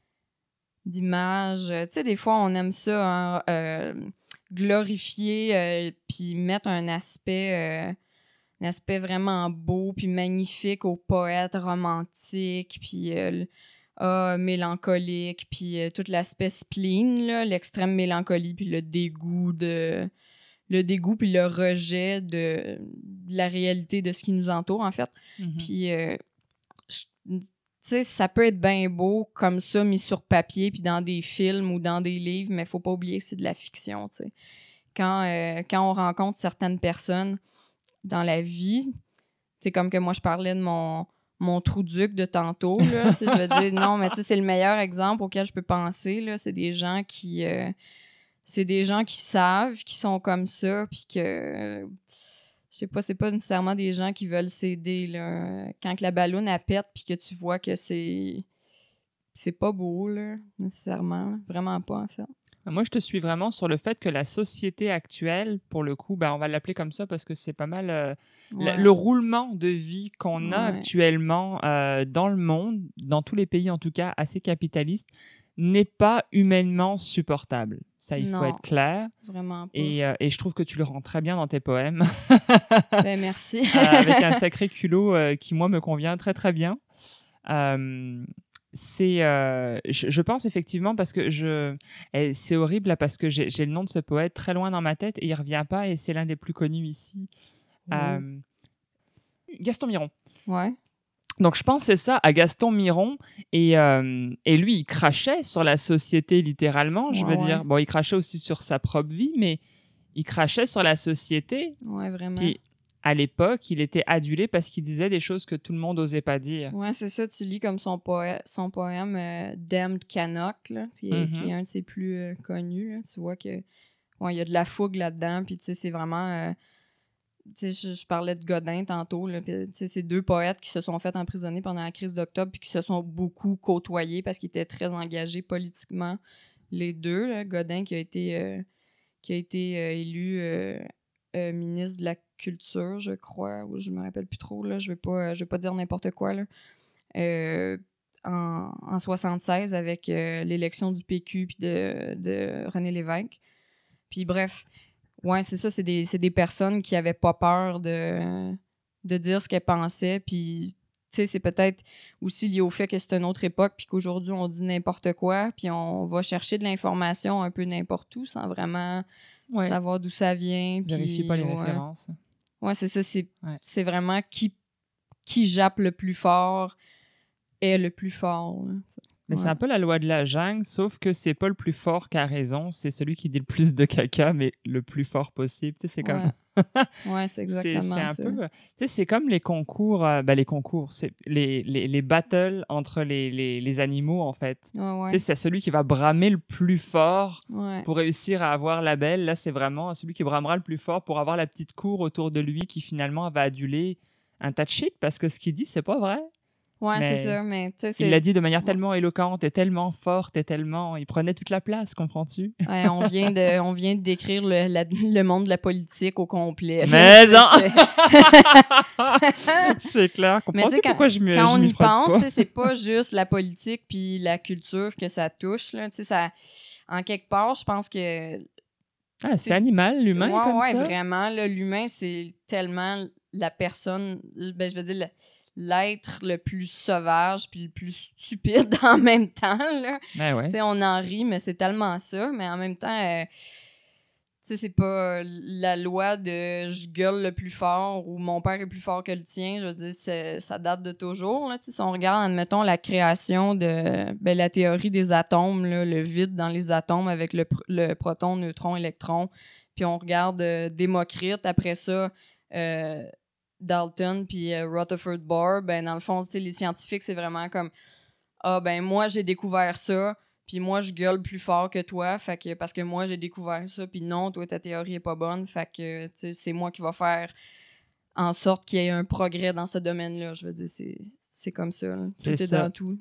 d'image. Tu sais, des fois, on aime ça, hein, euh, glorifier euh, puis mettre un aspect, euh, un aspect vraiment beau puis magnifique au poète romantique puis euh, le- ah, mélancolique puis euh, tout l'aspect spleen, là, l'extrême mélancolie puis le dégoût de le dégoût puis le rejet de, de la réalité de ce qui nous entoure, en fait. Mhm. Puis, euh, je- tu sais, ça peut être bien beau comme ça, mis sur papier, puis dans des films ou dans des livres, mais faut pas oublier que c'est de la fiction, tu sais. Quand, euh, quand on rencontre certaines personnes dans la vie, c'est comme que moi, je parlais de mon, mon trou-duc de tantôt, là, tu sais, je veux dire, non, mais tu sais, c'est le meilleur exemple auquel je peux penser, là, c'est des gens qui... euh, c'est des gens qui savent, qui sont comme ça, puis que... euh, je sais pas, c'est pas nécessairement des gens qui veulent s'aider, là. Quand que la balloune, elle pète, puis que tu vois que c'est... C'est pas beau, là, nécessairement. Là. Vraiment pas, en fait. Moi, je te suis vraiment sur le fait que la société actuelle, pour le coup, ben, on va l'appeler comme ça parce que c'est pas mal euh, Ouais. le, le roulement de vie qu'on a Ouais. actuellement euh, dans le monde, dans tous les pays en tout cas, assez capitalistes, n'est pas humainement supportable. Ça, il faut Non. être clair. Vraiment pas. Et, euh, et je trouve que tu le rends très bien dans tes poèmes, Ben, merci. euh, avec un sacré culot euh, qui, moi, me convient très, très bien. Euh, c'est, euh, je, je pense effectivement parce que je, et c'est horrible là parce que j'ai, j'ai le nom de ce poète très loin dans ma tête et il revient pas et c'est l'un des plus connus ici. Oh. Euh, Gaston Miron. Ouais. Donc je pensais ça à Gaston Miron et, euh, et lui il crachait sur la société littéralement, je Ouais, veux ouais. dire. Bon, il crachait aussi sur sa propre vie, mais il crachait sur la société. Ouais, vraiment. Puis à l'époque, il était adulé parce qu'il disait des choses que tout le monde n'osait pas dire. Ouais, c'est ça. Tu lis comme son, poè- son poème euh, Damned Canuck, là, qui est, Mhm. qui est un de ses plus euh, connus. Là. Tu vois que ouais, il y a de la fougue là-dedans. Puis, tu sais, c'est vraiment... euh, tu sais, je, je parlais de Godin tantôt. Là, puis, tu sais, c'est deux poètes qui se sont fait emprisonner pendant la crise d'octobre puis qui se sont beaucoup côtoyés parce qu'ils étaient très engagés politiquement, les deux. Là. Godin qui a été, euh, qui a été euh, élu... euh, euh, ministre de la Culture, je crois, ou je me rappelle plus trop, là, je vais pas, je vais pas dire n'importe quoi, là. Euh, en, en soixante-seize, avec euh, l'élection du P Q puis de, de René Lévesque. Puis bref, ouais, c'est ça, c'est des, c'est des personnes qui avaient pas peur de, de dire ce qu'elles pensaient, puis tu sais, c'est peut-être aussi lié au fait que c'est une autre époque, puis qu'aujourd'hui, on dit n'importe quoi, puis on va chercher de l'information un peu n'importe où, sans vraiment ouais. savoir d'où ça vient. Vérifie pas les ouais. références. Ouais, c'est ça, c'est, ouais. c'est vraiment qui, qui jappe le plus fort est le plus fort. Là. Mais ouais. c'est un peu la loi de la jungle, sauf que c'est pas le plus fort qui a raison, c'est celui qui dit le plus de caca, mais le plus fort possible. Tu sais, c'est comme... Ouais, ouais c'est exactement c'est, c'est un ça. Peu, tu sais, c'est comme les concours, euh, ben les concours, c'est les, les, les battles entre les, les, les animaux, en fait. Ouais, ouais. Tu sais, c'est celui qui va bramer le plus fort ouais. pour réussir à avoir la belle. Là, c'est vraiment celui qui bramera le plus fort pour avoir la petite cour autour de lui qui, finalement, va aduler un tas de shit, parce que ce qu'il dit, c'est pas vrai. Ouais, mais c'est ça, mais tu sais, c'est... il l'a dit de manière ouais. tellement éloquente et tellement forte et tellement... Il prenait toute la place, comprends-tu? Ouais, on vient de, on vient de décrire le, la, le monde de la politique au complet. Mais non! C'est clair. Comprends-tu quand, pourquoi je me Quand je on y pense, pas? C'est pas juste la politique puis la culture que ça touche. Là. Ça, en quelque part, je pense que... Ah, c'est animal, l'humain, ouais, comme ouais, ça? Ouais, vraiment. Là, l'humain, c'est tellement la personne... Ben, je veux dire... l'être le plus sauvage puis le plus stupide en même temps, là. Ben ouais. T'sais, on en rit, mais c'est tellement ça. Mais en même temps, euh, c'est pas la loi de « je gueule le plus fort » ou « mon père est plus fort que le tien ». Je veux dire, c'est, ça date de toujours. Là. Si on regarde, admettons, la création de ben, la théorie des atomes, là, le vide dans les atomes avec le, pr- le proton, neutron, électron, puis on regarde euh, Démocrite, après ça... Euh, Dalton puis euh, Rutherford Bohr, ben dans le fond, les scientifiques, c'est vraiment comme ah ben moi j'ai découvert ça, puis moi je gueule plus fort que toi, fait que parce que moi j'ai découvert ça, puis non, toi ta théorie est pas bonne, fait que c'est moi qui va faire en sorte qu'il y ait un progrès dans ce domaine-là. Je veux dire, c'est, c'est comme ça. Là. Tout c'est est ça. dans tout.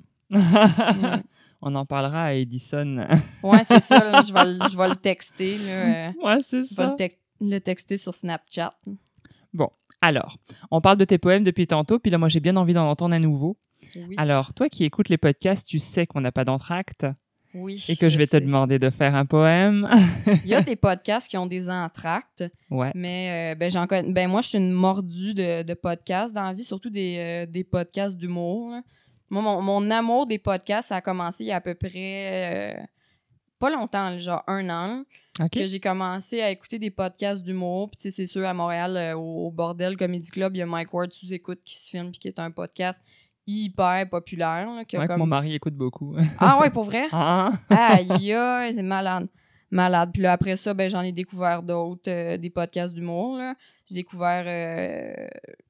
ouais. On en parlera à Edison. ouais, c'est ça. Là. Je, vais le, je vais le texter. Là. Ouais, c'est je ça. Je vais le, te- le texter sur Snapchat. Bon. Alors, on parle de tes poèmes depuis tantôt, puis là, moi, j'ai bien envie d'en entendre à nouveau. Oui. Alors, toi qui écoutes les podcasts, tu sais qu'on n'a pas d'entracte. Oui. Et que je, je vais sais. te demander de faire un poème. Il y a des podcasts qui ont des entractes. Ouais. Mais euh, ben, j'en connais, ben, moi, je suis une mordue de, de podcasts dans la vie, surtout des, euh, des podcasts d'humour. Là. Moi, mon, mon amour des podcasts, ça a commencé il y a à peu près... Euh, pas longtemps, genre un an. Okay. Que j'ai commencé à écouter des podcasts d'humour. Puis, tu sais, c'est sûr, à Montréal, euh, au, au Bordel Comedy Club, il y a Mike Ward sous-écoute qui se filme, puis qui est un podcast hyper populaire. Là, qui a ouais, comme... que mon mari écoute beaucoup. Ah ouais, pour vrai? Ah! Aïe, aïe, c'est malade. Malade. Puis là, après ça, ben, j'en ai découvert d'autres, euh, des podcasts d'humour. Là. J'ai découvert euh,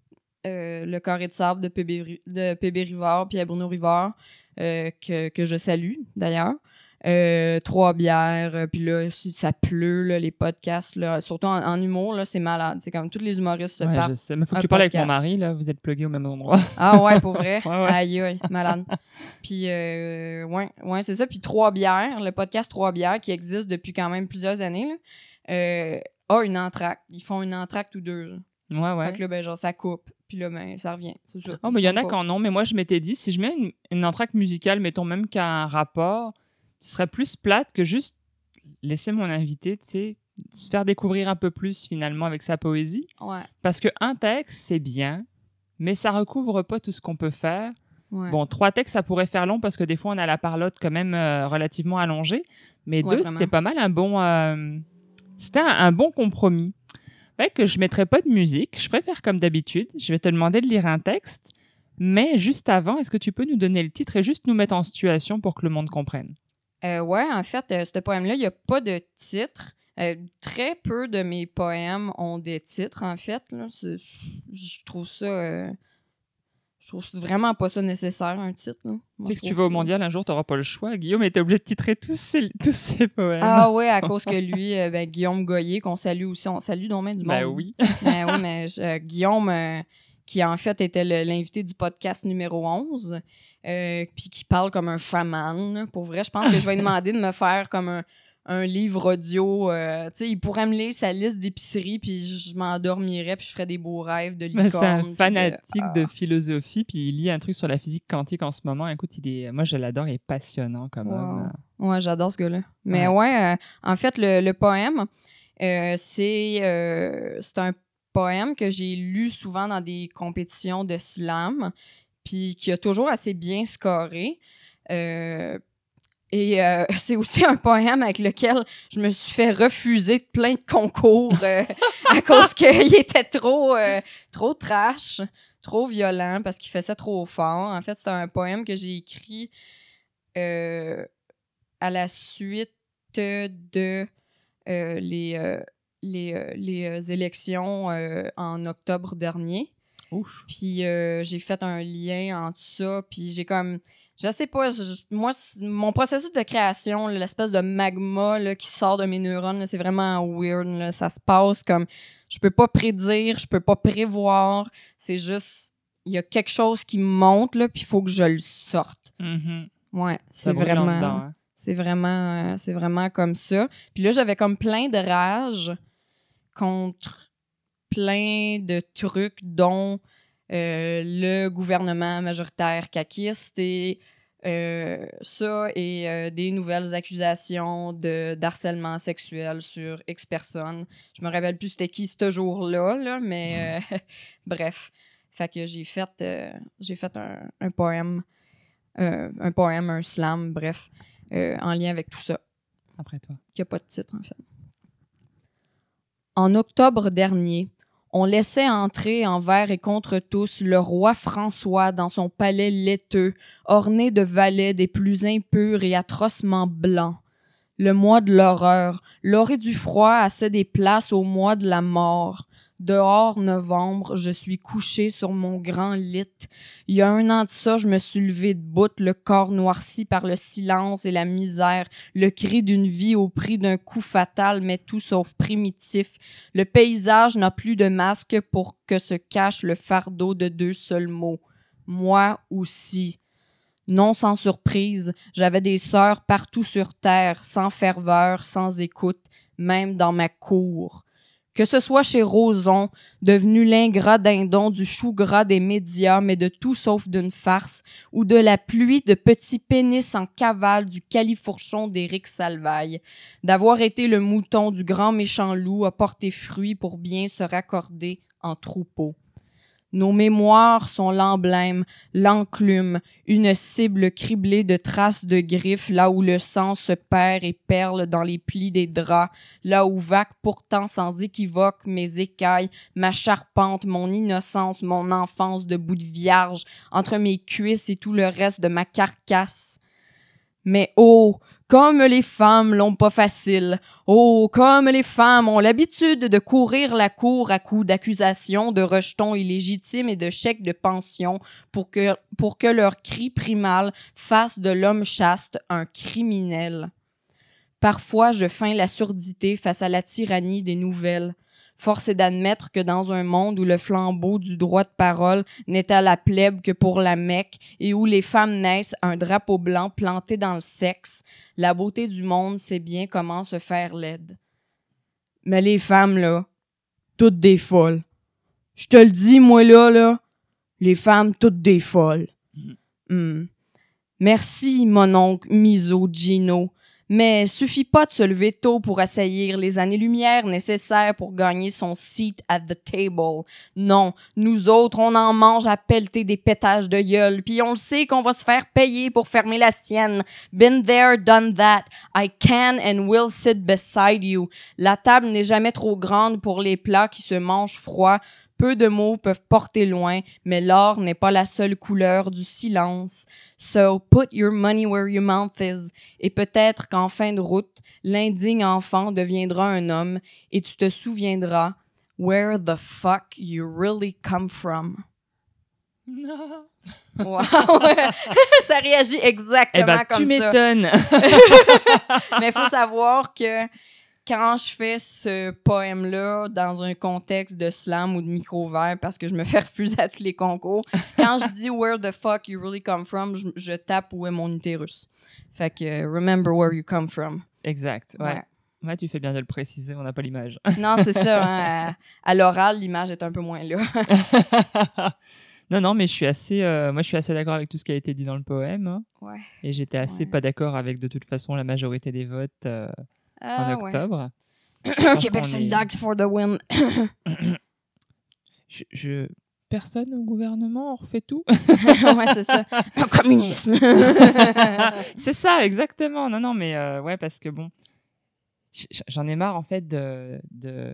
euh, Le Carré de sable de P B, de P B Rivard, puis à Bruno Rivard, euh, que, que je salue, d'ailleurs. Euh, trois bières, euh, puis là, ça pleut, là, les podcasts, là, surtout en, en humour, là, c'est malade. C'est comme tous les humoristes se ouais, partent. Je sais, mais faut que tu parles avec mon mari, là, vous êtes plugués au même endroit. Ah ouais, pour vrai? ouais, ouais. Aïe, aïe, malade. Puis, euh, ouais, ouais, c'est ça. Puis Trois bières, le podcast Trois bières, qui existe depuis quand même plusieurs années, là, euh, a une entracte. Ils font une entracte ou deux. Là. Ouais, ouais. Fait que là, ben, genre, ça coupe. Puis là, ben, ça revient. C'est ça. Oh, mais il y en a qui en ont, mais moi, je m'étais dit, si je mets une, une entracte musicale, mettons même qu'il y a un rapport, ce serait plus plate que juste laisser mon invité, tu sais, se faire découvrir un peu plus finalement avec sa poésie. Ouais. Parce qu'un texte, c'est bien, mais ça recouvre pas tout ce qu'on peut faire. Ouais. Bon, trois textes, ça pourrait faire long parce que des fois, on a la parlotte quand même euh, relativement allongée. Mais ouais, deux, vraiment. C'était pas mal un bon... Euh, c'était un, un bon compromis. Fait que je mettrais pas de musique. Je préfère comme d'habitude. Je vais te demander de lire un texte. Mais juste avant, est-ce que tu peux nous donner le titre et juste nous mettre en situation pour que le monde comprenne? Euh, ouais, en fait, euh, ce poème-là, il n'y a pas de titre. Euh, très peu de mes poèmes ont des titres, en fait. Là. C'est, je trouve ça... Euh, je trouve vraiment pas ça nécessaire, un titre. Là. Moi, tu sais que si tu que... vas au mondial, un jour, tu n'auras pas le choix. Guillaume était obligé de titrer tous ses, tous ses poèmes. Ah oui, à cause que lui, euh, ben, Guillaume Goyer, qu'on salue aussi, on salue donc bien du monde. Ben oui. ben oui, mais euh, Guillaume, euh, qui en fait était le, l'invité du podcast numéro onze, euh, puis qui parle comme un chaman. Là. Pour vrai, je pense que je vais lui demander de me faire comme un, un livre audio. Euh, tu sais, il pourrait me lire sa liste d'épicerie, puis je, je m'endormirais, puis je ferais des beaux rêves de licorne. Ben, c'est un fanatique de, de ah. philosophie, puis il lit un truc sur la physique quantique en ce moment. Écoute, il est, moi, je l'adore, il est passionnant comme wow. homme. Ouais, j'adore ce gars-là. Mais ouais, ouais, euh, en fait, le, le poème, euh, c'est, euh, c'est un poème que j'ai lu souvent dans des compétitions de slam, puis qui a toujours assez bien scoré. Euh, Et euh, c'est aussi un poème avec lequel je me suis fait refuser de plein de concours euh, à cause qu'il était trop, euh, trop trash, trop violent, parce qu'il faisait trop fort. En fait, c'est un poème que j'ai écrit euh, à la suite de euh, les, euh, les, euh, les euh, élections euh, en octobre dernier. Ouf. Puis euh, j'ai fait un lien entre ça, puis j'ai comme... Je sais pas, je, moi, mon processus de création, là, l'espèce de magma là, qui sort de mes neurones, là, c'est vraiment weird. Là, ça se passe comme... Je peux pas prédire, je peux pas prévoir. C'est juste... Il y a quelque chose qui monte, là, puis il faut que je le sorte. Mm-hmm. Ouais, c'est vraiment... Dedans, hein? C'est vraiment... C'est vraiment comme ça. Puis là, j'avais comme plein de rage contre plein de trucs, dont... Euh, le gouvernement majoritaire caquiste et euh, ça et euh, des nouvelles accusations de d'harcèlement sexuel sur X personnes. Je me rappelle plus c'était qui ce jour-là, là, mais euh, bref. Fait que j'ai fait, euh, j'ai fait un, un poème, euh, un poème, un slam, bref, euh, en lien avec tout ça. Après toi. Qui a pas de titre, en fait. En octobre dernier, on laissait entrer envers et contre tous le roi François dans son palais laiteux, orné de valets des plus impurs et atrocement blancs. Le mois de l'horreur, l'orée du froid a cédé place au mois de la mort. Dehors, novembre, je suis couché sur mon grand lit. Il y a un an de ça, je me suis levé debout, le corps noirci par le silence et la misère, le cri d'une vie au prix d'un coup fatal, mais tout sauf primitif. Le paysage n'a plus de masque pour que se cache le fardeau de deux seuls mots. Moi aussi. Non sans surprise, j'avais des sœurs partout sur terre, sans ferveur, sans écoute, même dans ma cour. Que ce soit chez Roson, devenu l'ingrat dindon du chou gras des médias, mais de tout sauf d'une farce, ou de la pluie de petits pénis en cavale du califourchon d'Éric Salvaille, d'avoir été le mouton du grand méchant loup a porté fruit pour bien se raccorder en troupeau. Nos mémoires sont l'emblème, l'enclume, une cible criblée de traces de griffes, là où le sang se perd et perle dans les plis des draps, là où vaquent pourtant sans équivoque mes écailles, ma charpente, mon innocence, mon enfance debout de vierge, entre mes cuisses et tout le reste de ma carcasse. Mais oh, comme les femmes l'ont pas facile. Oh, comme les femmes ont l'habitude de courir la cour à coups d'accusations, de rejetons illégitimes et de chèques de pension pour que, pour que leur cri primal fasse de l'homme chaste un criminel. Parfois, je feins la surdité face à la tyrannie des nouvelles. Force est d'admettre que dans un monde où le flambeau du droit de parole n'est à la plèbe que pour la Mecque et où les femmes naissent un drapeau blanc planté dans le sexe, la beauté du monde sait bien comment se faire laide. Mais les femmes, là, toutes des folles. Je te le dis, moi, là, là, les femmes, toutes des folles. Mm. Mm. Merci, mon oncle Miso Gino. Mais suffit pas de se lever tôt pour assaillir les années-lumière nécessaires pour gagner son seat at the table. Non, nous autres, on en mange à pelleter des pétages de gueule, puis on le sait qu'on va se faire payer pour fermer la sienne. Been there, done that. I can and will sit beside you. La table n'est jamais trop grande pour les plats qui se mangent froid. Peu de mots peuvent porter loin, mais l'or n'est pas la seule couleur du silence. So, put your money where your mouth is. Et peut-être qu'en fin de route, l'indigne enfant deviendra un homme et tu te souviendras where the fuck you really come from. Wow! Ça réagit exactement eh ben, comme tu ça. Tu m'étonnes! Mais il faut savoir que quand je fais ce poème-là dans un contexte de slam ou de micro-verre, parce que je me fais refuser à tous les concours, quand je dis « Where the fuck you really come from », je, je tape « Où est mon utérus ». Fait que « Remember where you come from ». Exact, ouais. Ouais. Ouais, tu fais bien de le préciser, on n'a pas l'image. Non, c'est ça. Hein, à, à l'oral, l'image est un peu moins là. non, non, mais je suis assez, euh, moi, je suis assez d'accord avec tout ce qui a été dit dans le poème. Hein, ouais. et j'étais assez Ouais. pas d'accord avec, de toute façon, la majorité des votes euh, Ah, en octobre. Ouais. Québec solidaire est... for the win. je, je... Personne au gouvernement, on refait tout. ouais, c'est ça. Un communisme. c'est ça, exactement. Non, non, mais euh, ouais, parce que bon, j'en ai marre, en fait, de, de,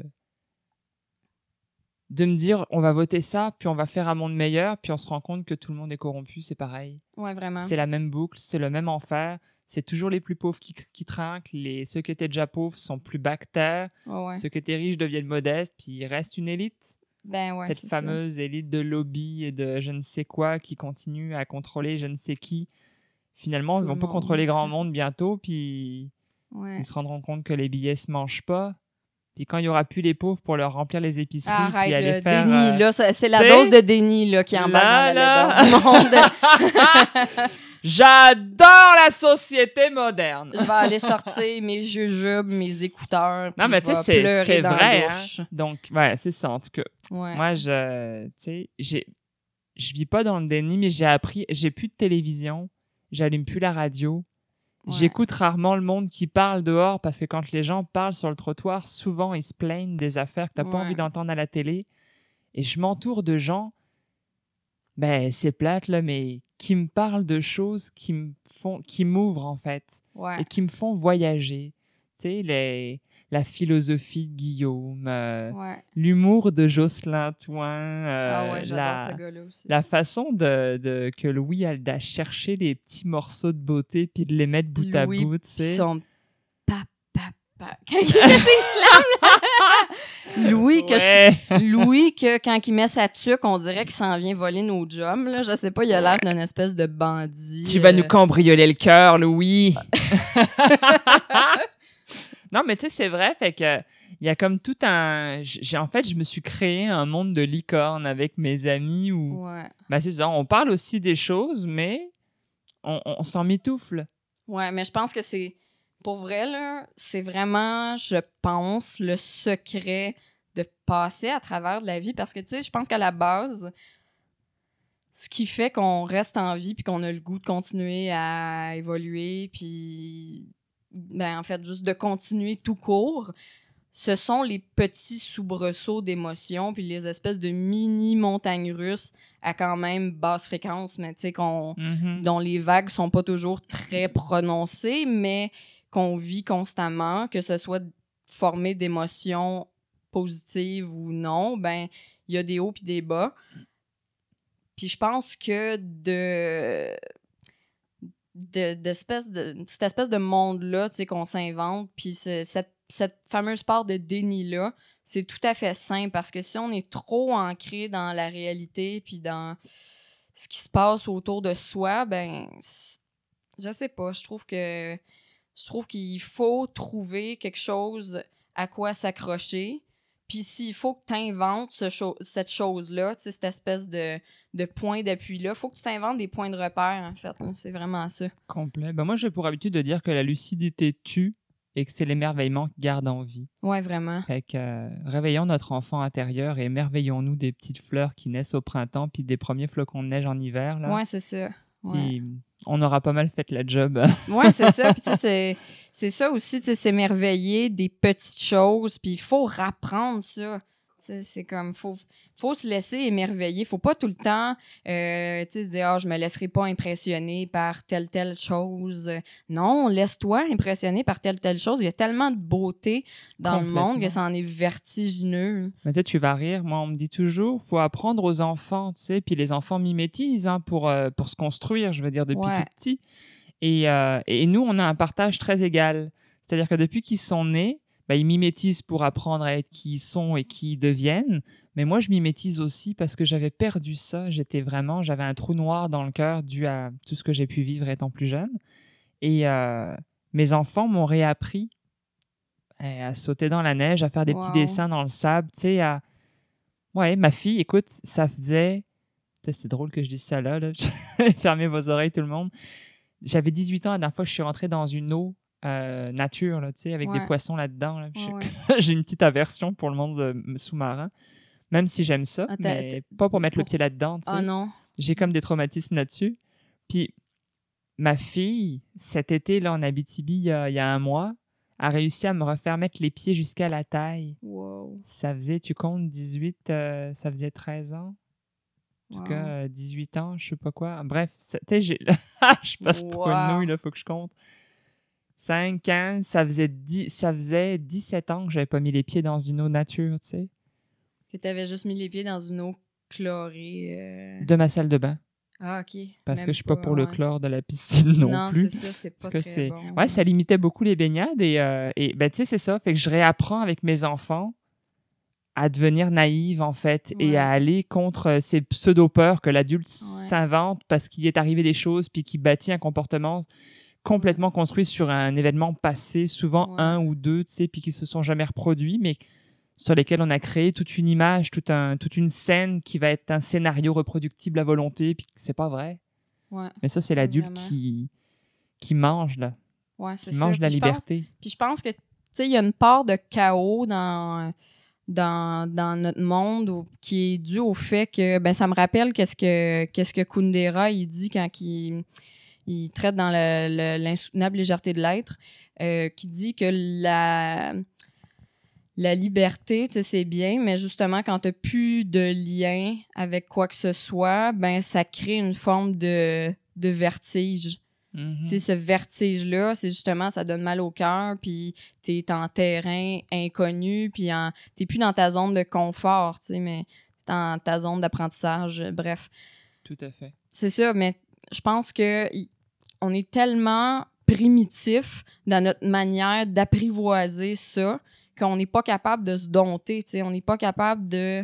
de me dire, on va voter ça, puis on va faire un monde meilleur, puis on se rend compte que tout le monde est corrompu, c'est pareil. Ouais, vraiment. C'est la même boucle, c'est le même enfer. C'est toujours les plus pauvres qui, qui trinquent. Les, ceux qui étaient déjà pauvres sont plus bas que terre. Ouais, ouais. Ceux qui étaient riches deviennent modestes, puis il reste une élite. Ben ouais, Cette fameuse ça. élite de lobby et de je ne sais quoi qui continue à contrôler je ne sais qui. Finalement, tout ils vont pas monde. contrôler grand monde bientôt, puis ouais. ils se rendront compte que les billets se mangent pas. Puis quand il y aura plus les pauvres pour leur remplir les épiceries, Arrête, puis aller le faire... déni, euh... là, ça, c'est la t'sais? dose de déni là, qui embarque dans la laideur du monde. J'adore la société moderne. Je vais aller sortir mes jujubes, mes écouteurs. Non, mais tu sais, c'est, c'est vrai. Hein? Donc, ouais, c'est ça, en tout cas. Ouais. Moi, je, tu sais, j'ai, je vis pas dans le déni, mais j'ai appris, j'ai plus de télévision, j'allume plus la radio. Ouais. J'écoute rarement le monde qui parle dehors parce que quand les gens parlent sur le trottoir, souvent, ils se plaignent des affaires que t'as ouais. pas envie d'entendre à la télé. Et je m'entoure de gens, ben, c'est plate, là, mais qui me parlent de choses qui me font, qui m'ouvrent, en fait. Ouais. Et qui me font voyager. Tu sais, les, la philosophie de Guillaume, euh, ouais. l'humour de Jocelyn Touin, euh, ah ouais, j'adore la, ce gars-là aussi. La façon de, de, que Louis a de chercher les petits morceaux de beauté puis de les mettre bout Louis à bout, tu sais. Son papa. Quand il fait ses slams, Louis, que ouais. je, Louis, que quand il met sa tuque, on dirait qu'il s'en vient voler nos jobs. Là. Je sais pas, il a l'air d'une espèce de bandit. Tu euh... vas nous cambrioler le cœur, Louis. non, mais tu sais, c'est vrai, fait que il y a comme tout un... J'ai, en fait, je me suis créé un monde de licorne avec mes amis où... Ouais. Ben, c'est ça, on parle aussi des choses, mais on, on s'en mitoufle. Ouais, mais je pense que c'est... Pour vrai, là, c'est vraiment, je pense, le secret de passer à travers de la vie. Parce que, tu sais, je pense qu'à la base, ce qui fait qu'on reste en vie puis qu'on a le goût de continuer à évoluer puis, ben, en fait, juste de continuer tout court, ce sont les petits soubresauts d'émotions puis les espèces de mini-montagnes russes à quand même basse fréquence, mais tu sais, qu'on, mm-hmm. dont les vagues sont pas toujours très prononcées, mais qu'on vit constamment, que ce soit formé d'émotions positives ou non, ben il y a des hauts puis des bas. Puis je pense que de, de d'espèce de cette espèce de monde-là, tu sais, qu'on s'invente, puis cette, cette fameuse part de déni-là, c'est tout à fait sain parce que si on est trop ancré dans la réalité puis dans ce qui se passe autour de soi, ben je sais pas, je trouve que Je trouve qu'il faut trouver quelque chose à quoi s'accrocher. Puis s'il faut que tu inventes ce cho- cette chose-là, cette espèce de, de point d'appui-là, il faut que tu t'inventes des points de repère, en fait. Hein. C'est vraiment ça. Complet. Ben moi, j'ai pour habitude de dire que la lucidité tue et que c'est l'émerveillement qui garde en vie. Ouais, vraiment. Fait que euh, réveillons notre enfant intérieur et émerveillons-nous des petites fleurs qui naissent au printemps puis des premiers flocons de neige en hiver. Là. Ouais, c'est ça. Ouais. On aura pas mal fait la job. ouais, c'est ça. Puis, tu sais, c'est, c'est ça aussi, tu sais, s'émerveiller des petites choses. Puis, il faut rapprendre ça. Tu sais, c'est comme, faut, faut se laisser émerveiller. Faut pas tout le temps, euh, tu sais, se dire, ah, oh, je me laisserai pas impressionner par telle, telle chose. Non, laisse-toi impressionner par telle, telle chose. Il y a tellement de beauté dans le monde que ça en est vertigineux. Mais tu sais, tu vas rire. Moi, on me dit toujours, faut apprendre aux enfants, tu sais. Puis les enfants mimétisent, hein, pour, euh, pour se construire, je veux dire, depuis ouais. tout petit. Et, euh, et nous, on a un partage très égal. C'est-à-dire que depuis qu'ils sont nés, bah, ils mimétisent pour apprendre à être qui ils sont et qui ils deviennent. Mais moi, je mimétise aussi parce que j'avais perdu ça. J'étais vraiment, j'avais un trou noir dans le cœur dû à tout ce que j'ai pu vivre étant plus jeune. Et euh, mes enfants m'ont réappris à sauter dans la neige, à faire des wow. petits dessins dans le sable. Tu sais, à... Ouais, ma fille, écoute, ça faisait... C'est drôle que je dise ça là. là. Fermez vos oreilles, tout le monde. J'avais dix-huit ans la dernière fois que je suis rentrée dans une eau euh, nature, là, tu sais, avec Ouais. des poissons là-dedans. Là. Ouais, Je- ouais. J'ai une petite aversion pour le monde euh, sous-marin, même si j'aime ça, Ah, t'as- mais t'as- pas pour mettre le pour- pied là-dedans, tu sais. Ah non. J'ai comme des traumatismes là-dessus. Puis ma fille, cet été, là, en Abitibi, il y a, il y a un mois, a réussi à me refaire mettre les pieds jusqu'à la taille. Wow. Ça faisait, tu comptes, dix-huit, euh, ça faisait treize ans. En tout Wow. cas, euh, dix-huit ans, je sais pas quoi. Bref, ça- tu sais, j'ai... je passe pour une Wow. nouille, là, faut que je compte. cinq ans, ça faisait, dix, ça faisait dix-sept ans que j'avais pas mis les pieds dans une eau nature, tu sais, Que t'avais juste mis les pieds dans une eau chlorée. euh. de ma salle de bain. Ah, OK. Parce Même que je suis pas pour le ouais. chlore de la piscine non, Non, plus. c'est ça, c'est pas Parce que très c'est... bon. Ouais, ça limitait beaucoup les baignades et, euh, et ben, tu sais, c'est ça. Fait que je réapprends avec mes enfants à devenir naïve, en fait, Ouais. et à aller contre ces pseudo-peurs que l'adulte s'invente parce qu'il est arrivé des choses puis qu'il bâtit un comportement complètement construit sur un événement passé, souvent Ouais. un ou deux, tu sais, puis qui se sont jamais reproduits, mais sur lesquels on a créé toute une image, tout un, toute une scène qui va être un scénario reproductible à volonté, puis c'est pas vrai. Ouais. Mais ça, c'est l'adulte Vraiment. qui, qui mange, là. Ouais, c'est Qui ça. mange la Puis je pense- liberté. Puis je pense que, tu sais, il y a une part de chaos dans, dans, dans notre monde où- qui est due au fait que, ben, ça me rappelle qu'est-ce que, qu'est-ce que Kundera, il dit quand il, il traite dans le- le- l'insoutenable légèreté de l'être, euh, qui dit que la, la liberté, tu sais, c'est bien, mais justement, quand t'as plus de lien avec quoi que ce soit, ben, ça crée une forme de, de vertige. Mhm. Tu sais, ce vertige-là, c'est justement, ça donne mal au cœur, puis t'es en terrain inconnu, puis en, t'es plus dans ta zone de confort, tu sais, mais t'es dans ta zone d'apprentissage, bref. Tout à fait. C'est ça, mais je pense que y- on est tellement primitif dans notre manière d'apprivoiser ça qu'on n'est pas capable de se dompter, tu sais, on n'est pas capable de...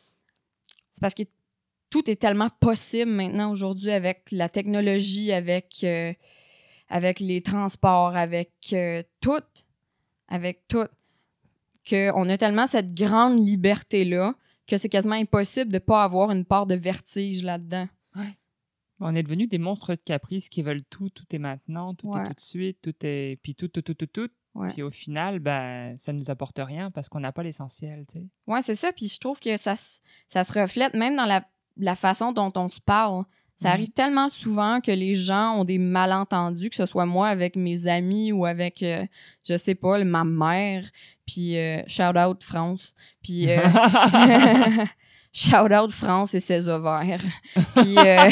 C'est parce que tout est tellement possible maintenant aujourd'hui avec la technologie, avec, euh, avec les transports, avec euh, tout, avec tout, qu'on a tellement cette grande liberté-là que c'est quasiment impossible de ne pas avoir une part de vertige là-dedans. On est devenus des monstres de caprice qui veulent tout, tout est maintenant, tout Ouais. est tout de suite, tout est... Puis tout, tout, tout, tout, tout. Ouais. Puis au final, ben, ça ne nous apporte rien parce qu'on n'a pas l'essentiel, tu sais. Ouais, c'est ça. Puis je trouve que ça, s- ça se reflète même dans la, la façon dont on se parle. Ça Mhm. arrive tellement souvent que les gens ont des malentendus, que ce soit moi avec mes amis ou avec, euh, je sais pas, le- ma mère. Puis euh, shout out France. Puis euh, shout out France et ses ovaires. Puis euh,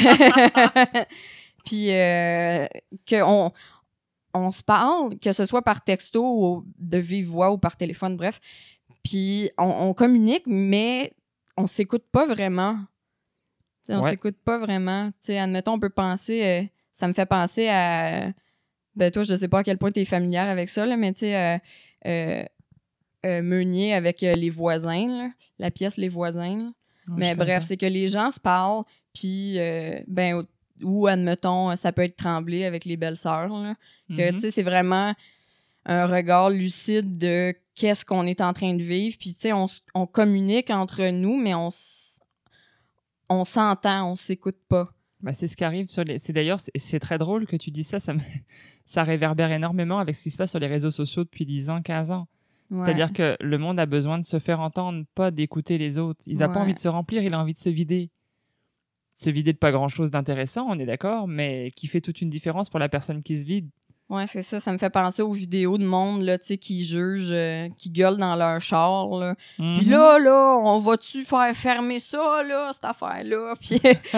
puis euh, que on on se parle, que ce soit par texto ou de vive voix ou par téléphone, bref. Puis on, on communique, mais on s'écoute pas vraiment. T'sais, on Ouais. s'écoute pas vraiment. T'sais, admettons, on peut penser... euh, ça me fait penser à... Ben toi, je sais pas à quel point t'es familière avec ça, là, mais tu sais, euh, euh, euh, Meunier avec euh, les voisins, là, la pièce Les voisins. Là. Ouais, Mais je connais bref, pas. c'est que les gens se parlent, puis, euh, ben, ou- ou admettons, ça peut être Tremblay avec les belles-sœurs, là, que, Mhm. tu sais, c'est vraiment un regard lucide de qu'est-ce qu'on est en train de vivre, puis, tu sais, on, s- on communique entre nous, mais on, s- on s'entend, on s'écoute pas. Bah, c'est ce qui arrive sur les. C'est d'ailleurs, c'est, c'est très drôle que tu dis ça. Ça, me... ça réverbère énormément avec ce qui se passe sur les réseaux sociaux depuis dix ans, quinze ans. Ouais. C'est-à-dire que le monde a besoin de se faire entendre, pas d'écouter les autres. Il n'a pas Ouais. envie de se remplir, il a envie de se vider. Se vider de pas grand-chose d'intéressant, on est d'accord, mais qui fait toute une différence pour la personne qui se vide. Ouais, c'est ça. Ça me fait penser aux vidéos de monde, là, tu sais, qui jugent, euh, qui gueulent dans leur char, là. Mhm. Puis là, là, on va-tu faire fermer ça, là, cette affaire-là? Puis...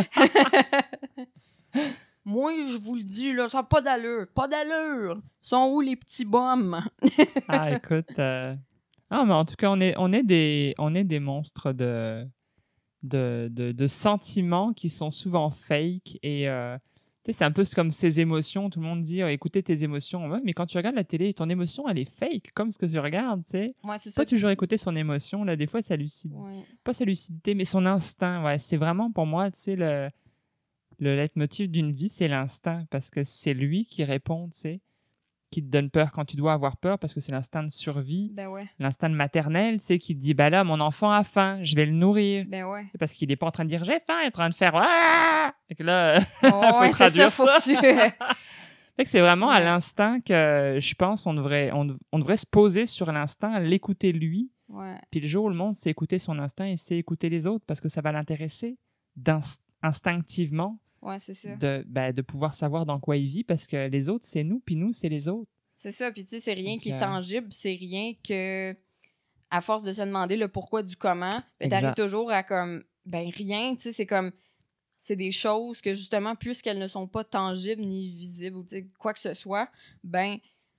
Moi, je vous le dis, là, ça n'a pas d'allure. Pas d'allure. Sont où les petits bums? Ah, écoute. euh, Ah, mais en tout cas, on est, on est, des, on est des monstres de, de, de, de sentiments qui sont souvent fake. Et euh, tu sais, c'est un peu comme ces émotions. Tout le monde dit, oh, écoutez tes émotions. Ouais, mais quand tu regardes la télé, ton émotion, elle est fake, comme ce que tu regardes, tu sais. Ouais, c'est ça. Pas toujours écouter son émotion. Là, des fois, sa lucidité. Ouais. Pas sa lucidité, mais son instinct. Ouais, c'est vraiment pour moi, tu sais, le, le leitmotiv d'une vie, c'est l'instinct. Parce que c'est lui qui répond, tu sais, qui te donne peur quand tu dois avoir peur, parce que c'est l'instinct de survie. Ben ouais. L'instinct maternel, c'est qui te dit, bah là, mon enfant a faim, je vais le nourrir. Ben ouais. C'est parce qu'il n'est pas en train de dire, j'ai faim, il est en train de faire, ah! Et que là, Oh, faut ouais, c'est ça, traduire faut ça. que tu... Fait que c'est vraiment Ouais. à l'instinct que je pense on devrait, on, on devrait se poser sur l'instinct, l'écouter lui. Ouais. Puis le jour où le monde sait écouter son instinct, il sait écouter les autres parce que ça va l'intéresser d'inst- instinctivement Ouais, c'est ça. de, ben, de pouvoir savoir dans quoi il vit parce que les autres, c'est nous, puis nous, c'est les autres. C'est ça. Puis, tu sais, c'est rien Donc, qui est euh, tangible. C'est rien que, à force de se demander le pourquoi du comment, ben, t'arrives Exact. toujours à comme, ben, rien. Tu sais, c'est comme, c'est des choses que, justement, puisqu'elles ne sont pas tangibles ni visibles ou, tu sais, quoi que ce soit, ben,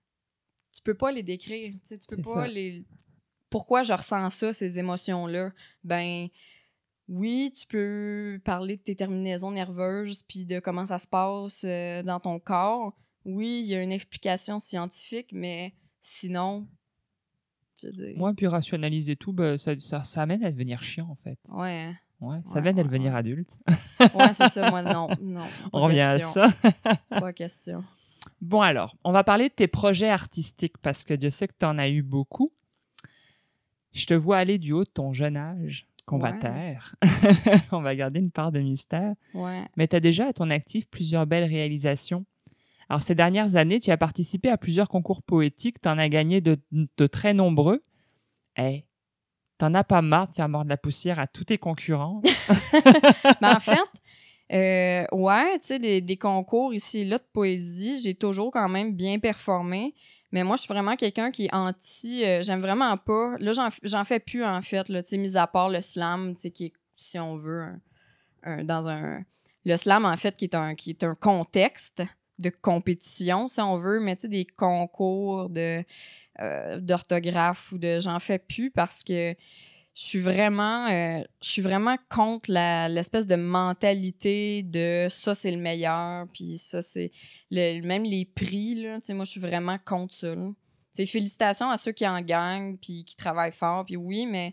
tu peux pas les décrire. Tu sais, tu peux C'est pas ça. les. Pourquoi je ressens ça, ces émotions-là? Ben, oui, tu peux parler de tes terminaisons nerveuses puis de comment ça se passe euh, dans ton corps. Oui, il y a une explication scientifique, mais sinon, je veux dire... Moi, puis rationaliser tout, ben, ça, ça, ça amène à devenir chiant, en fait. Ouais, hein. Ouais, ça Ouais, amène à ouais, devenir ouais. adulte. Ouais, c'est ça, moi, non, non, On pas revient à question. ça. Pas question. Bon, alors, on va parler de tes projets artistiques parce que Dieu sait que tu en as eu beaucoup. Je te vois aller du haut de ton jeune âge, qu'on va Ouais. taire. On va garder une part de mystère. Ouais. Mais tu as déjà à ton actif plusieurs belles réalisations. Alors, ces dernières années, tu as participé à plusieurs concours poétiques, tu en as gagné de, de très nombreux. Hey, t'en as pas marre de faire mordre la poussière à tous tes concurrents? Ben, en fait, euh, ouais, tu sais, des, des concours ici et là de poésie, j'ai toujours quand même bien performé. Mais moi, je suis vraiment quelqu'un qui est anti... euh, j'aime vraiment pas... Là, j'en, j'en fais plus, en fait, là, tu sais, mis à part le slam, tu sais, qui est, si on veut, un, un- dans un... Le slam, en fait, qui est un, qui est un contexte de compétition, si on veut, mais tu sais, des concours de, euh, d'orthographe ou de... J'en fais plus parce que je suis vraiment euh, je suis vraiment contre la, l'espèce de mentalité de ça c'est le meilleur puis ça c'est le, même les prix là, tu sais, moi je suis vraiment contre ça là. Tu sais, félicitations à ceux qui en gagnent puis qui travaillent fort puis oui mais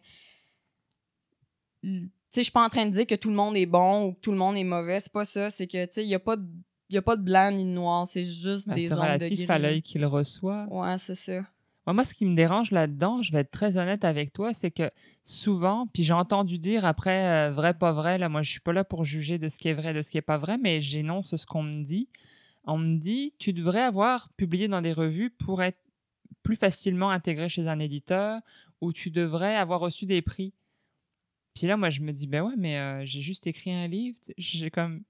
tu sais je suis pas en train de dire que tout le monde est bon ou que tout le monde est mauvais, c'est pas ça, c'est que tu sais il y a pas de il y a pas de blanc ni de noir, c'est juste Ben, des c'est ondes de relatif gris. à l'œil qu'il reçoit. Ouais, c'est ça. Moi, moi, ce qui me dérange là-dedans, je vais être très honnête avec toi, c'est que souvent, puis j'ai entendu dire après, euh, vrai, pas vrai, là, moi, je suis pas là pour juger de ce qui est vrai, de ce qui est pas vrai, mais j'énonce ce qu'on me dit. On me dit, tu devrais avoir publié dans des revues pour être plus facilement intégré chez un éditeur ou tu devrais avoir reçu des prix. Puis là, moi, je me dis, ben ouais, mais euh, j'ai juste écrit un livre. J'ai comme.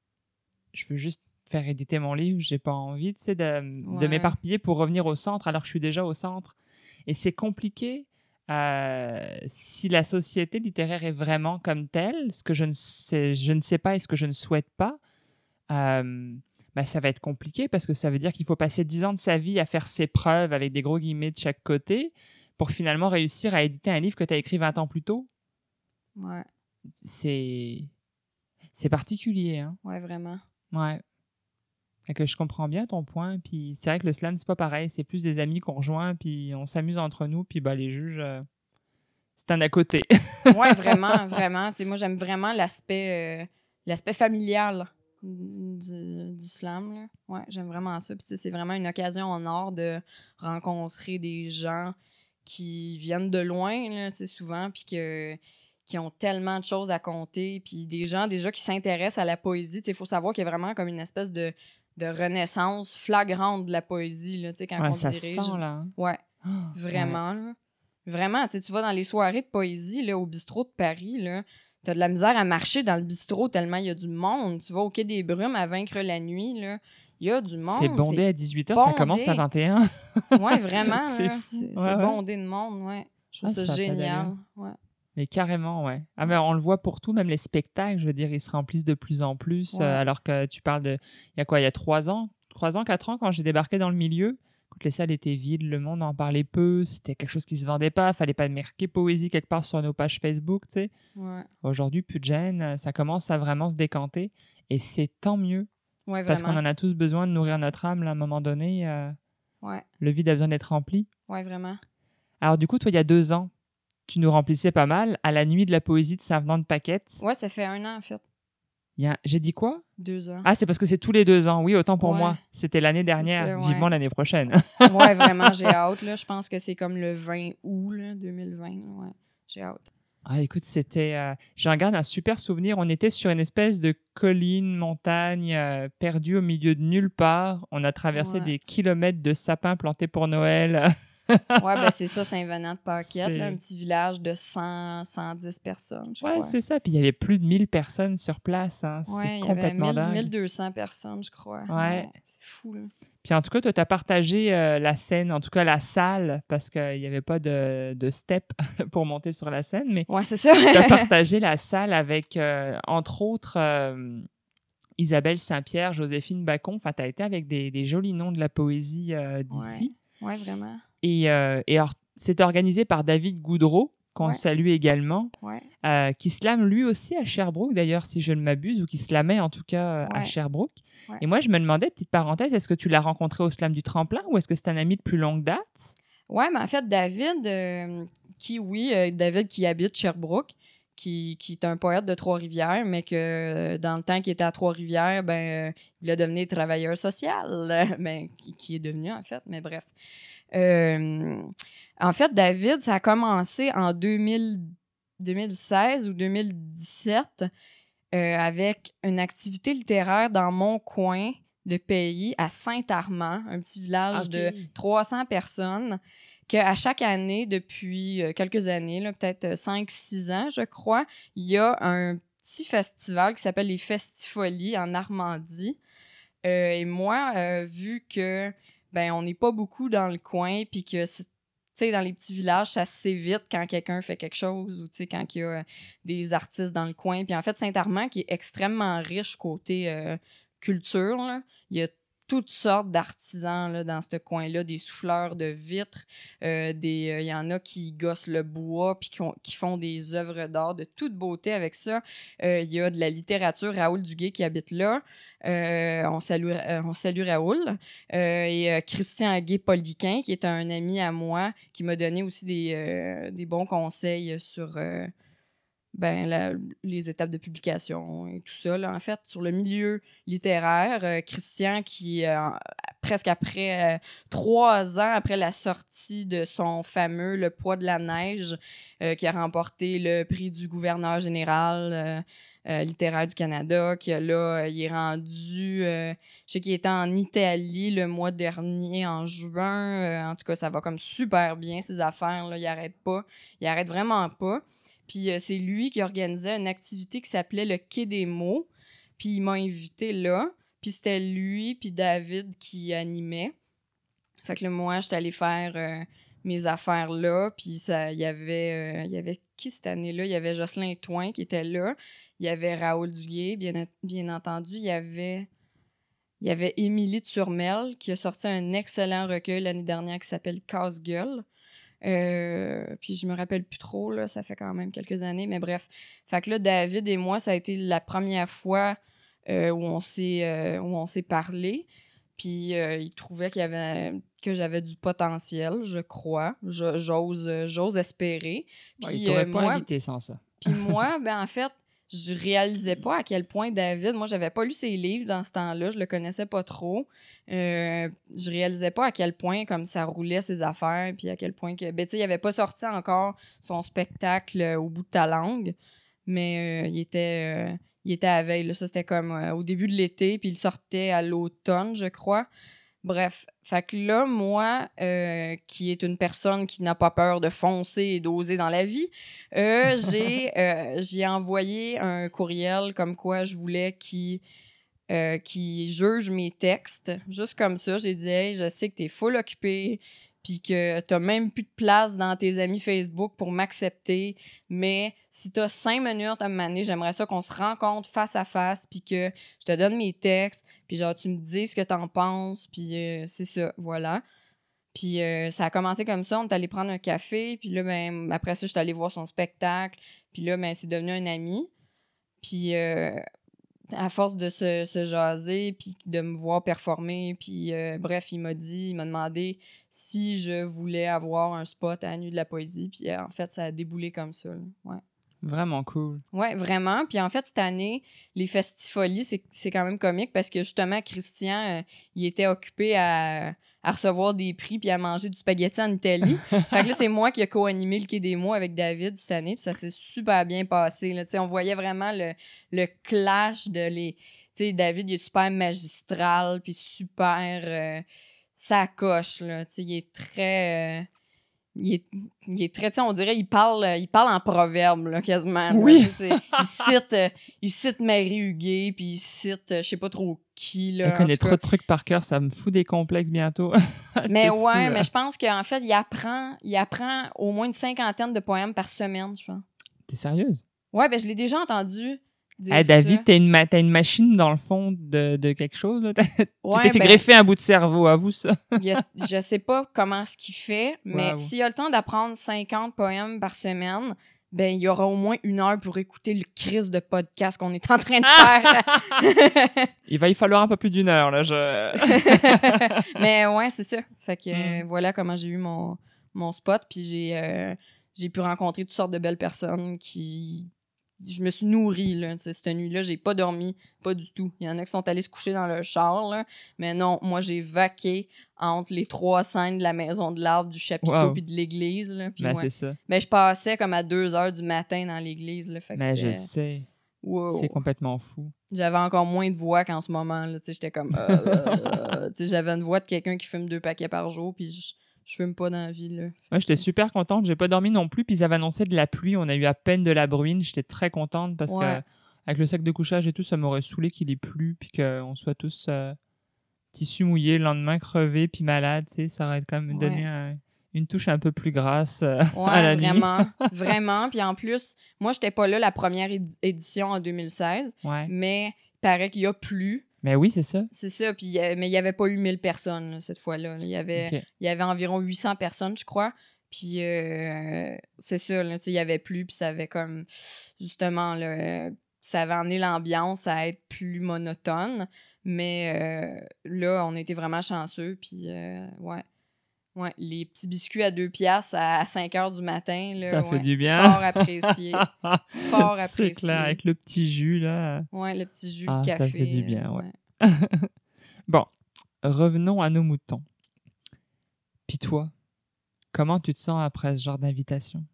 Je veux juste faire éditer mon livre. J'ai pas envie, tu sais, de, Ouais. de m'éparpiller pour revenir au centre alors que je suis déjà au centre. Et c'est compliqué euh, si la société littéraire est vraiment comme telle, ce que je ne sais, je ne sais pas et ce que je ne souhaite pas. Euh, ben, ça va être compliqué parce que ça veut dire qu'il faut passer dix ans de sa vie à faire ses preuves avec des gros guillemets de chaque côté pour finalement réussir à éditer un livre que tu as écrit vingt ans plus tôt. Ouais. C'est, c'est particulier, hein? Ouais, vraiment. Ouais. Fait que je comprends bien ton point. Puis c'est vrai que le slam, c'est pas pareil. C'est plus des amis qu'on rejoint, puis on s'amuse entre nous, puis bah, les juges, euh, c'est un à côté. Ouais, vraiment, vraiment. Tu sais, moi, j'aime vraiment l'aspect, euh, l'aspect familial du, du slam. Là. Ouais, j'aime vraiment ça. Puis, tu sais, c'est vraiment une occasion en or de rencontrer des gens qui viennent de loin, là, tu sais, souvent, puis que, qui ont tellement de choses à compter. Puis des gens déjà qui s'intéressent à la poésie. Tu sais, il faut savoir qu'il y a vraiment comme une espèce de, de renaissance flagrante de la poésie, là, tu sais, quand Ouais, on ça se dirige. sent, là. Hein? Ouais, Oh, vraiment, là. Vraiment, tu sais, tu vas dans les soirées de poésie là, au bistrot de Paris, là, t'as de la misère à marcher dans le bistrot tellement il y a du monde. Tu vas au Quai des Brumes à Vaincre la nuit, là, il y a du monde. C'est bondé c'est à dix-huit heures, bondé. ça commence à vingt et un. Ouais, vraiment, c'est là, fou. c'est, Ouais, c'est ouais. bondé de monde, ouais. Je trouve Ah, ça, ça a pas génial. d'allure. Ouais. Mais carrément, ouais. Ah, mais on le voit pour tout, même les spectacles, je veux dire, ils se remplissent de plus en plus. Ouais. euh, alors que tu parles de. Il y a quoi, il y a trois ans, trois ans, quatre ans, quand j'ai débarqué dans le milieu, quand les salles étaient vides, le monde en parlait peu, c'était quelque chose qui se vendait pas, fallait pas marquer poésie quelque part sur nos pages Facebook, tu sais. Ouais. Aujourd'hui, plus de gêne, ça commence à vraiment se décanter. Et c'est tant mieux, Ouais, parce qu'on vraiment. en a tous besoin de nourrir notre âme, là, à un moment donné. euh, Ouais. le vide a besoin d'être rempli. Ouais, vraiment. Alors, du coup, toi, il y a deux ans, tu nous remplissais pas mal à la nuit de la poésie de Saint-Venant-de-Paquette. Ouais, ça fait un an, en fait. Il y a... J'ai dit quoi? Deux ans. Ah, c'est parce que c'est tous les deux ans. Oui, autant pour Ouais. moi. C'était l'année C'est dernière. ça, ouais. Vivement l'année prochaine. Ouais, vraiment, j'ai hâte, là. Je pense que c'est comme le vingt août, là, deux mille vingt. Ouais, j'ai hâte. Ah, écoute, c'était... Euh, j'en garde un super souvenir. On était sur une espèce de colline, montagne, euh, perdue au milieu de nulle part. On a traversé Ouais. des kilomètres de sapins plantés pour Noël. Ouais, ben c'est ça, Saint-Venant-de-Paquette, là, un C'est... petit village de cent, cent dix personnes, je Ouais, crois. c'est ça. Puis il y avait plus de mille personnes sur place. Hein. C'est Ouais, il y avait complètement mille, dingue. mille deux cents personnes, je crois. Ouais. Ouais, c'est fou, là. Puis en tout cas, toi, tu as partagé euh, la scène, en tout cas la salle, parce qu'il n'y avait pas de, de step pour monter sur la scène, mais Ouais, c'est ça. tu as partagé la salle avec, euh, entre autres, euh, Isabelle Saint-Pierre, Joséphine Bacon. Enfin, tu as été avec des, des jolis noms de la poésie euh, d'ici. Ouais, ouais, vraiment. Et, euh, et alors, c'est organisé par David Goudreau, qu'on Ouais. salue également, Ouais. euh, qui slame lui aussi à Sherbrooke, d'ailleurs, si je ne m'abuse, ou qui slamait en tout cas euh, à Ouais. Sherbrooke. Ouais. Et moi, je me demandais, petite parenthèse, est-ce que tu l'as rencontré au slam du tremplin ou est-ce que c'est un ami de plus longue date? Ouais, mais en fait, David, euh, qui, oui, euh, David qui habite Sherbrooke, qui, qui est un poète de Trois-Rivières, mais que euh, dans le temps qu'il était à Trois-Rivières, ben, euh, il a devenu travailleur social, ben, qui, qui est devenu, en fait, mais bref. Euh, en fait, David, ça a commencé en deux mille, deux mille seize ou deux mille dix-sept euh, avec une activité littéraire dans mon coin de pays, à Saint-Armand, un petit village Ok. de trois cents personnes, qu'à chaque année, depuis euh, quelques années, là, peut-être cinq six ans, je crois, il y a un petit festival qui s'appelle les Festifolies en Normandie. Euh, et moi, euh, vu que ben on n'est pas beaucoup dans le coin, puis que c'est tu sais, dans les petits villages, ça se sait vite quand quelqu'un fait quelque chose ou, tu sais, quand il y a euh, des artistes dans le coin. Puis en fait, Saint-Armand, qui est extrêmement riche côté euh, culture, là, il y a toutes sortes d'artisans là, dans ce coin-là, des souffleurs de vitres, euh, des, euh, il y en a qui gossent le bois puis qui, ont- qui font des œuvres d'art de toute beauté avec ça. Euh, il y a de la littérature, Raoul Duguay qui habite là. Euh, on, salue, euh, on salue Raoul. Euh, et euh, Christian Gué-Poliquin, qui est un ami à moi, qui m'a donné aussi des, euh, des bons conseils sur euh, ben, la- les étapes de publication et tout ça. Là, en fait, sur le milieu littéraire, euh, Christian, qui, euh, presque après euh, trois ans après la sortie de son fameux Le poids de la neige, euh, qui a remporté le prix du gouverneur général euh, euh, littéraire du Canada, qui là, il est rendu... euh, je sais qu'il était en Italie le mois dernier, en juin. Euh, en tout cas, ça va comme super bien, ces affaires. Là. Il arrête pas. Il arrête vraiment pas. Puis euh, c'est lui qui organisait une activité qui s'appelait le Quai des mots. Puis il m'a invité là. Puis c'était lui puis David qui animait. Fait que là, moi, j'étais allée faire euh, mes affaires là. Puis ça, il y avait... euh, il y avait qui cette année-là? Il y avait Jocelyn Toin qui était là. Il y avait Raoul Duguay, bien, bien entendu. Il y avait... Il y avait Émilie Turmel qui a sorti un excellent recueil l'année dernière qui s'appelle Casse-gueule. Euh, puis je me rappelle plus trop, là, ça fait quand même quelques années, mais bref. Fait que là, David et moi, ça a été la première fois euh, où on s'est euh, où on s'est parlé. Puis euh, il trouvait qu'il y avait que j'avais du potentiel, je crois. Je- j'ose j'ose espérer. Ouais, Puis il t'aurait euh, pas moi, invité sans ça. puis moi, ben en fait, je réalisais pas à quel point David, moi j'avais pas lu ses livres dans ce temps-là, je le connaissais pas trop. Euh, je réalisais pas à quel point comme ça roulait ses affaires, puis à quel point que ben tu sais, il avait pas sorti encore son spectacle euh, Au bout de ta langue, mais euh, il était euh, il était à veille là, ça c'était comme euh, au début de l'été, puis il sortait à l'automne, je crois. Bref, fait que là, moi, euh, qui est une personne qui n'a pas peur de foncer et d'oser dans la vie, euh, j'ai euh, j'ai envoyé un courriel comme quoi je voulais qu'il euh, qu'il juge mes textes. Juste comme ça, j'ai dit « Hey, je sais que t'es full occupé, puis que t'as même plus de place dans tes amis Facebook pour m'accepter, mais si t'as cinq minutes à me maner, j'aimerais ça qu'on se rencontre face à face, puis que je te donne mes textes, puis genre tu me dis ce que t'en penses, puis euh, c'est ça, voilà. » Puis euh, ça a commencé comme ça, on est allé prendre un café, puis là, ben, après ça, je suis allée voir son spectacle, puis là, ben, c'est devenu un ami. Puis euh, à force de se, se jaser, puis de me voir performer, puis euh, bref, il m'a dit, il m'a demandé si je voulais avoir un spot à la Nuit de la Poésie, puis euh, en fait, ça a déboulé comme ça, là. Ouais. Vraiment cool. Ouais, vraiment. Puis en fait, cette année, les Festifolies, c'est, c'est quand même comique parce que justement, Christian, euh, il était occupé à, à recevoir des prix puis à manger du spaghetti en Italie. Fait que là, c'est moi qui ai co-animé le Quai des mots avec David cette année, puis ça s'est super bien passé. Là. On voyait vraiment le, le clash de les... Tu sais, David, il est super magistral, puis super... Euh, ça coche, là. Tu sais, il est très... Euh, il est, il est très, tu sais, on dirait, il parle, il parle en proverbe, là, quasiment. Là. Oui. il cite, euh, il cite Marie Huguet, puis il cite, euh, je sais pas trop qui, là. Elle connaît trop de trucs par cœur, ça me fout des complexes bientôt. mais fou, ouais, là. mais je pense qu'en fait, il apprend, il apprend au moins une cinquantaine de poèmes par semaine, je pense. T'es sérieuse? Ouais, ben je l'ai déjà entendu dire hey, David, ça. t'as une, ma- t'as une machine dans le fond de, de quelque chose, là? tu Ouais, t'es fait ben, greffer un bout de cerveau, avoue ça. il a, je sais pas comment ce qu'il fait, mais Wow. s'il a le temps d'apprendre cinquante poèmes par semaine, ben il y aura au moins une heure pour écouter le crise de podcast qu'on est en train de faire. Il va y falloir un peu plus d'une heure, là. Je... mais ouais, c'est ça. Fait que Mm. euh, voilà comment j'ai eu mon, mon spot, puis j'ai, euh, j'ai pu rencontrer toutes sortes de belles personnes qui... Je me suis nourrie, là, cette nuit-là. J'ai pas dormi, pas du tout. Il y en a qui sont allés se coucher dans leur char, là. Mais non, moi, j'ai vaqué entre les trois scènes de la Maison de l'Arbre, du chapiteau Wow. puis de l'église, là. Puis Ben, ouais. c'est ça. Mais je passais comme à deux heures du matin dans l'église, là. Fait que Mais je c'était... sais. Wow. C'est complètement fou. J'avais encore moins de voix qu'en ce moment, là. Tu sais, j'étais comme... Euh, euh, tu sais, j'avais une voix de quelqu'un qui fume deux paquets par jour, puis je... Je fume pas dans la vie, là. Moi, j'étais super contente. J'ai pas dormi non plus. Puis ils avaient annoncé de la pluie. On a eu à peine de la bruine. J'étais très contente parce Ouais. que avec le sac de couchage et tout, ça m'aurait saoulé qu'il ait plu puis qu'on soit tous euh, tissus mouillés, le lendemain crevés puis malades. Tu sais, ça aurait quand même Ouais. donné un- une touche un peu plus grasse euh, Ouais, à la vraiment, nuit. vraiment. Puis en plus, moi, j'étais pas là la première éd- édition en deux mille seize, Ouais. mais il paraît qu'il y a plus. Mais oui, c'est ça. C'est ça, puis, euh, mais il y avait pas eu mille personnes là, cette fois-là. Il y avait, Ok. il y avait environ huit cents personnes, je crois. Puis euh, c'est ça, là, tu sais, il y avait plus, puis ça avait comme, justement, là, ça avait amené l'ambiance à être plus monotone. Mais euh, là, on était vraiment chanceux, puis euh, ouais. Ouais, les petits biscuits à deux piastres à cinq heures du matin, là, Ça ouais, fait du bien. fort apprécié. Fort C'est apprécié. clair, avec le petit jus, là. Ouais, le petit jus Ah, de ça café. fait du bien, euh, ouais. Bon, revenons à nos moutons. Puis toi, comment tu te sens après ce genre d'invitation?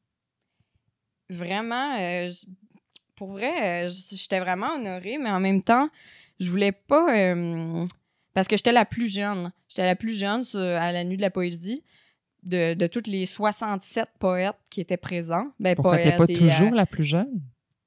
Vraiment, euh, j- pour vrai, euh, j- j'étais vraiment honorée, mais en même temps, je voulais pas... euh, parce que j'étais la plus jeune. J'étais la plus jeune sur- à la Nuit de la poésie de, de tous les soixante-sept poètes qui étaient présents. Ben, Pourquoi t'es poètes pas et, toujours euh, la plus jeune?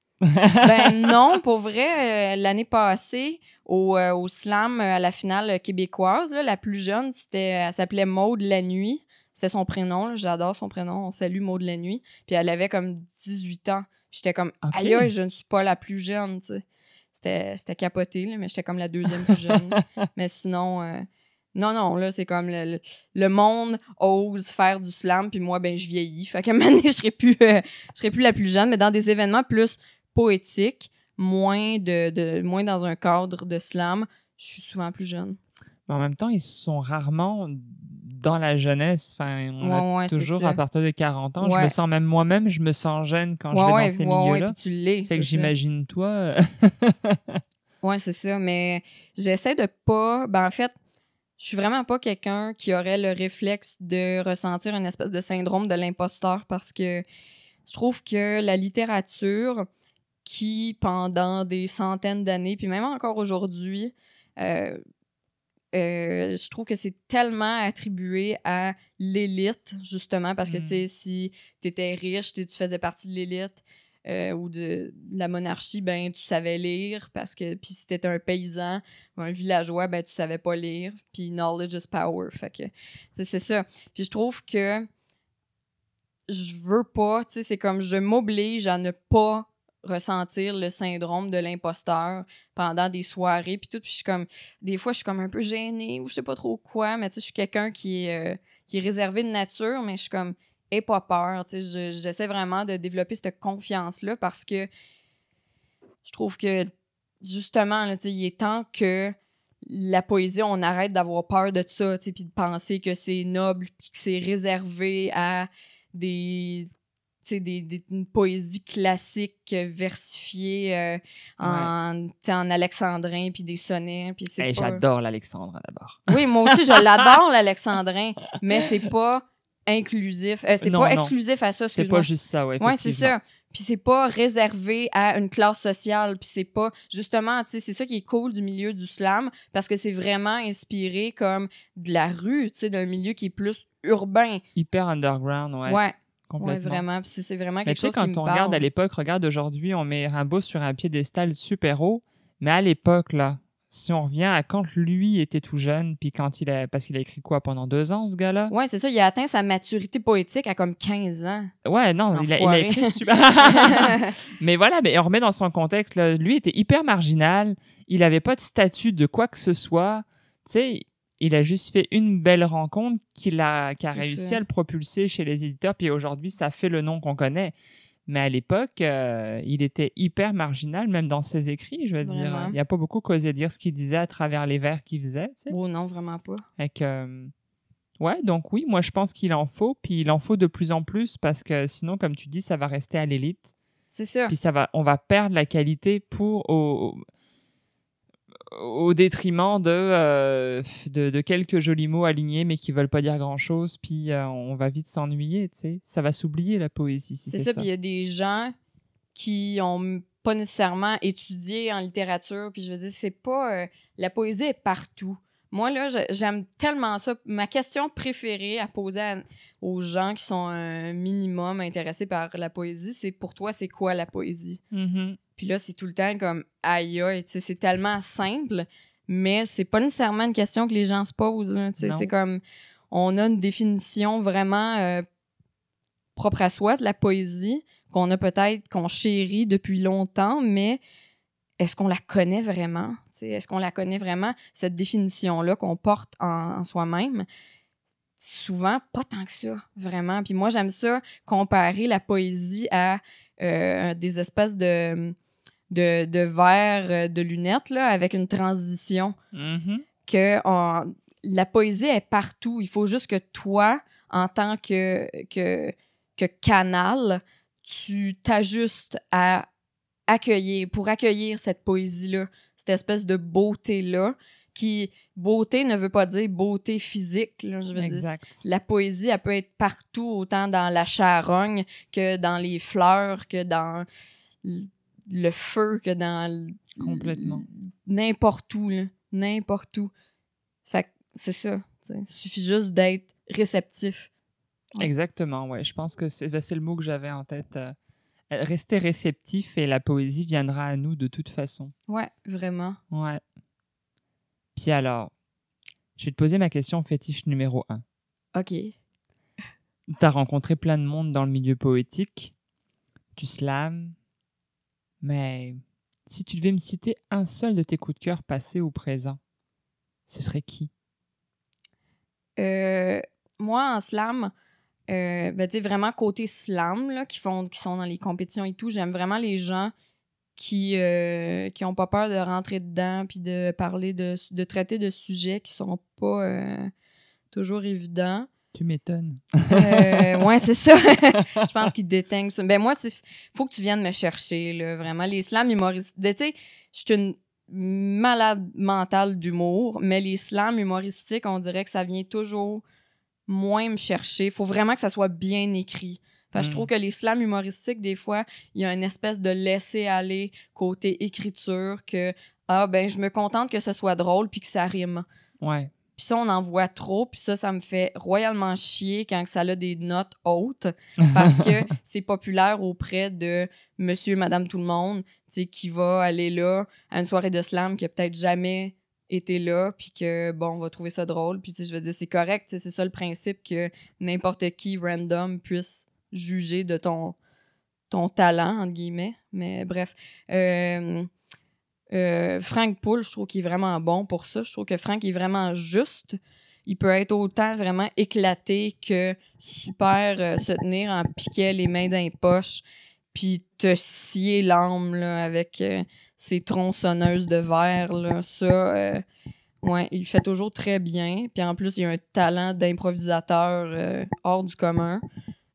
Ben non, pour vrai, euh, l'année passée, au, euh, au slam, euh, à la finale québécoise, là, la plus jeune, c'était, elle s'appelait Maude la Nuit. C'était son prénom, là, j'adore son prénom. On salue Maude la Nuit. Puis elle avait comme dix-huit ans. J'étais comme, Ok. aïe, aïe, je ne suis pas la plus jeune, tu sais. C'était, c'était capoté, là, mais j'étais comme la deuxième plus jeune. Mais sinon, euh, non, non, là, c'est comme le, le, le monde ose faire du slam, puis moi, ben, je vieillis. Fait qu'à un moment donné, je serais plus, euh, je serais plus la plus jeune, mais dans des événements plus poétiques, moins, de, de, moins dans un cadre de slam, je suis souvent plus jeune. Mais en même temps, ils sont rarement dans la jeunesse. Enfin, on Ouais, a ouais, c'est toujours ça. à partir de quarante ans. Je Ouais. me sens même moi-même, je me sens jeune quand je Ouais, vais ouais, dans ces ouais, ouais, milieux-là. puis tu l'es, Fait c'est que ça. j'imagine toi. euh, Ouais, c'est ça, mais j'essaie de pas... Ben, en fait, je suis vraiment pas quelqu'un qui aurait le réflexe de ressentir une espèce de syndrome de l'imposteur parce que je trouve que la littérature qui, pendant des centaines d'années, puis même encore aujourd'hui, euh, euh, je trouve que c'est tellement attribué à l'élite, justement, parce que, Mm. tu sais, si t'étais riche, tu faisais partie de l'élite euh, ou de, de la monarchie, ben, tu savais lire, parce que, puis si t'étais un paysan ou un villageois, ben, tu savais pas lire, puis knowledge is power, fait que, c'est c'est ça. Puis je trouve que je veux pas, tu sais, c'est comme je m'oblige à ne pas ressentir le syndrome de l'imposteur pendant des soirées puis tout, puis je suis comme des fois je suis comme un peu gênée ou je sais pas trop quoi, mais tu sais je suis quelqu'un qui est euh, qui est réservé de nature, mais je suis comme aie pas peur, tu sais je- j'essaie vraiment de développer cette confiance là parce que je trouve que justement là, tu sais il est temps que la poésie, on arrête d'avoir peur de ça, tu sais, puis de penser que c'est noble puis que c'est réservé à des sais, des, des, une poésie classique euh, versifiée euh, en, ouais. en alexandrin, puis des sonnets. Puis c'est hey, pas... J'adore l'alexandrin, d'abord. Oui, moi aussi, je l'adore, l'alexandrin, mais c'est pas inclusif. Euh, c'est non, pas non. exclusif à ça, excuse-moi. C'est pas juste ça, ouais, effectivement. Ouais, c'est ça. Puis c'est pas réservé à une classe sociale, puis c'est pas... Justement, tu sais, c'est ça qui est cool du milieu du slam, parce que c'est vraiment inspiré comme de la rue, tu sais, d'un milieu qui est plus urbain. Hyper underground, ouais. Ouais. Complètement. Ouais, vraiment. Puis c'est, c'est vraiment quelque mais chose qui me parle. Quand on regarde à l'époque, regarde aujourd'hui, on met Rimbaud sur un piédestal super haut, mais à l'époque, là, si on revient à quand lui était tout jeune, puis quand il a... Parce qu'il a écrit quoi pendant deux ans, ce gars-là? Ouais, c'est ça. Il a atteint sa maturité poétique à comme quinze ans. Ouais, non, il a, il a écrit super... mais voilà, mais on remet dans son contexte, là. Lui était hyper marginal. Il avait pas de statut de quoi que ce soit. Tu sais, il a juste fait une belle rencontre qui a, qui a réussi ça. à le propulser chez les éditeurs, puis aujourd'hui, ça fait le nom qu'on connaît. Mais à l'époque, euh, il était hyper marginal, même dans ses écrits, je veux vraiment. dire. Il n'y a pas beaucoup qu'osé dire ce qu'il disait à travers les vers qu'il faisait. Tu sais. Oh non, vraiment pas. Et que, euh, ouais, donc oui, moi je pense qu'il en faut, puis il en faut de plus en plus, parce que sinon, comme tu dis, ça va rester à l'élite. C'est sûr. Puis ça va, on va perdre la qualité pour... Au, au détriment de, euh, de, de quelques jolis mots alignés, mais qui veulent pas dire grand-chose, puis euh, on va vite s'ennuyer, tu sais. Ça va s'oublier, la poésie, si c'est, c'est ça. ça, puis il y a des gens qui ont pas nécessairement étudié en littérature, puis je veux dire, c'est pas... Euh, la poésie est partout. Moi, là, je, j'aime tellement ça. Ma question préférée à poser à, aux gens qui sont un minimum intéressés par la poésie, c'est pour toi, c'est quoi la poésie? Mm-hmm. Puis là, c'est tout le temps comme aïe aïe, tu sais, c'est tellement simple, mais c'est pas nécessairement une question que les gens se posent. Tu sais, c'est comme, on a une définition vraiment euh, propre à soi de la poésie, qu'on a peut-être, qu'on chérit depuis longtemps, mais est-ce qu'on la connaît vraiment? Tu sais, est-ce qu'on la connaît vraiment, cette définition-là qu'on porte en, en soi-même? Souvent, pas tant que ça, vraiment. Puis moi, j'aime ça, comparer la poésie à euh, des espèces de... de, de verres, de lunettes, là, avec une transition. Mm-hmm. Que on, la poésie est partout. Il faut juste que toi, en tant que, que, que canal, tu t'ajustes à accueillir, pour accueillir cette poésie-là, cette espèce de beauté-là, qui, beauté ne veut pas dire beauté physique, là, je veux exact. dire. La poésie, elle peut être partout, autant dans la charogne que dans les fleurs, que dans... le feu que dans l- complètement l- n'importe où là, n'importe où. Fait que c'est ça, t'sais. Il suffit juste d'être réceptif. Ouais. Exactement, ouais, je pense que c'est, ben, c'est le mot que j'avais en tête. Euh, rester réceptif et la poésie viendra à nous de toute façon. Ouais, vraiment. Ouais. Puis alors, je vais te poser ma question fétiche numéro un. OK. T'as rencontré plein de monde dans le milieu poétique, tu slams. Mais si tu devais me citer un seul de tes coups de cœur passés ou présents, ce serait qui? Euh, moi, en slam, euh, ben, tu sais, vraiment côté slam, là, qui, font, qui sont dans les compétitions et tout, j'aime vraiment les gens qui euh, qui ont pas peur de rentrer dedans puis de parler, de, de traiter de sujets qui sont pas euh, toujours évidents. Tu m'étonnes. euh, ouais, c'est ça. Je pense qu'ils déteignent ça. Ben moi, il faut que tu viennes me chercher, là, vraiment. Les slams humoristes... Tu sais, je suis une malade mentale d'humour, mais les slams humoristiques, on dirait que ça vient toujours moins me chercher. Faut vraiment que ça soit bien écrit. Fait que mm. je trouve que les slams humoristiques, des fois, il y a une espèce de laisser-aller côté écriture que, ah, ben, je me contente que ce soit drôle puis que ça rime. Ouais. Puis ça, on en voit trop, puis ça, ça me fait royalement chier quand ça a des notes hautes, parce que c'est populaire auprès de monsieur, madame, tout le monde, tu sais, qui va aller là à une soirée de slam qui a peut-être jamais été là, puis que, bon, on va trouver ça drôle, puis tu sais, je veux dire, c'est correct, tu sais, c'est ça le principe, que n'importe qui, random, puisse juger de ton, ton talent, entre guillemets, mais bref. Euh... Euh, Frank Poul, je trouve qu'il est vraiment bon pour ça. Je trouve que Frank est vraiment juste. Il peut être autant vraiment éclaté que super euh, se tenir en piquet, les mains dans les poches, puis te scier l'âme là, avec euh, ses tronçonneuses de verre. Là. Ça, euh, ouais, il fait toujours très bien. Puis en plus, il a un talent d'improvisateur euh, hors du commun.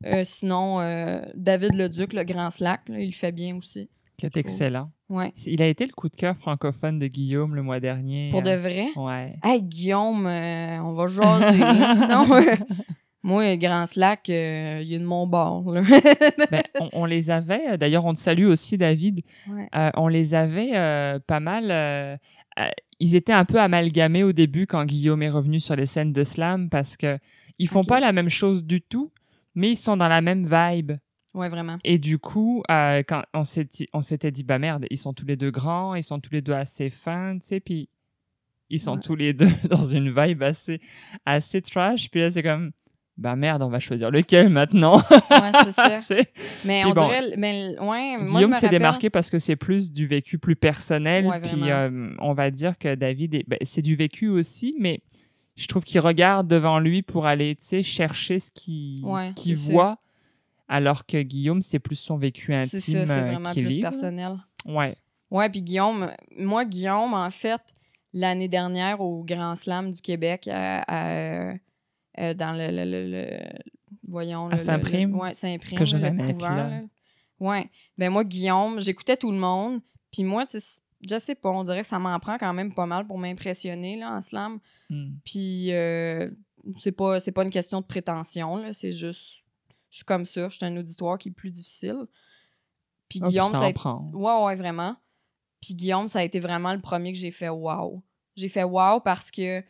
Euh, sinon, euh, David Leduc, le Grand Slack, là, il le fait bien aussi. Qui est excellent. Ouais. Il a été le coup de cœur francophone de Guillaume le mois dernier. Pour de euh, vrai? Ouais. Hey, Guillaume, euh, on va jaser. Hein? Non, euh, moi, Grand Slack, euh, il est de mon bord. Là. Ben, on, on les avait, d'ailleurs, on te salue aussi, David. Ouais. Euh, on les avait euh, pas mal. Euh, euh, ils étaient un peu amalgamés au début quand Guillaume est revenu sur les scènes de slam parce que ils font Ok. pas la même chose du tout, mais ils sont dans la même vibe. Ouais, vraiment. Et du coup, euh, quand on s'était, on s'était dit, bah merde, ils sont tous les deux grands, ils sont tous les deux assez fins, tu sais, puis ils sont Ouais. tous les deux dans une vibe assez, assez trash. Puis là, c'est comme, bah merde, on va choisir lequel maintenant. Ouais, c'est ça. T'sais? Mais Puis on bon, dirait... Mais, ouais, moi, je Guillaume me s'est rappelle... démarqué parce que c'est plus du vécu plus personnel. Ouais, puis vraiment. euh, on va dire que David, est, ben, c'est du vécu aussi, mais je trouve qu'il regarde devant lui pour aller, tu sais, chercher ce qu'il, Ouais, ce qu'il c'est voit. Alors que Guillaume, c'est plus son vécu intime C'est ça, c'est euh, vraiment qu'il plus livre. personnel. Ouais. Ouais, puis Guillaume... Moi, Guillaume, en fait, l'année dernière au Grand Slam du Québec, à, à, euh, dans le, le, le, le... Voyons... À le, Saint-Prime? Le, ouais, Parce Saint-Prime, que là, j'aurais le aimé être couvent. là. Là. Ouais. Ben moi, Guillaume, j'écoutais tout le monde. Puis moi, tu sais, je sais pas, on dirait que ça m'en prend quand même pas mal pour m'impressionner là, en slam. Hmm. Puis euh, c'est pas, c'est pas une question de prétention, là, c'est juste... Je suis comme ça, je suis un auditoire qui est plus difficile. Puis Oh, puis Guillaume, ça ça a en été... prend. Ouais, ouais, vraiment. Puis Guillaume, ça a été vraiment le premier que j'ai fait « wow ». J'ai fait « wow » parce que,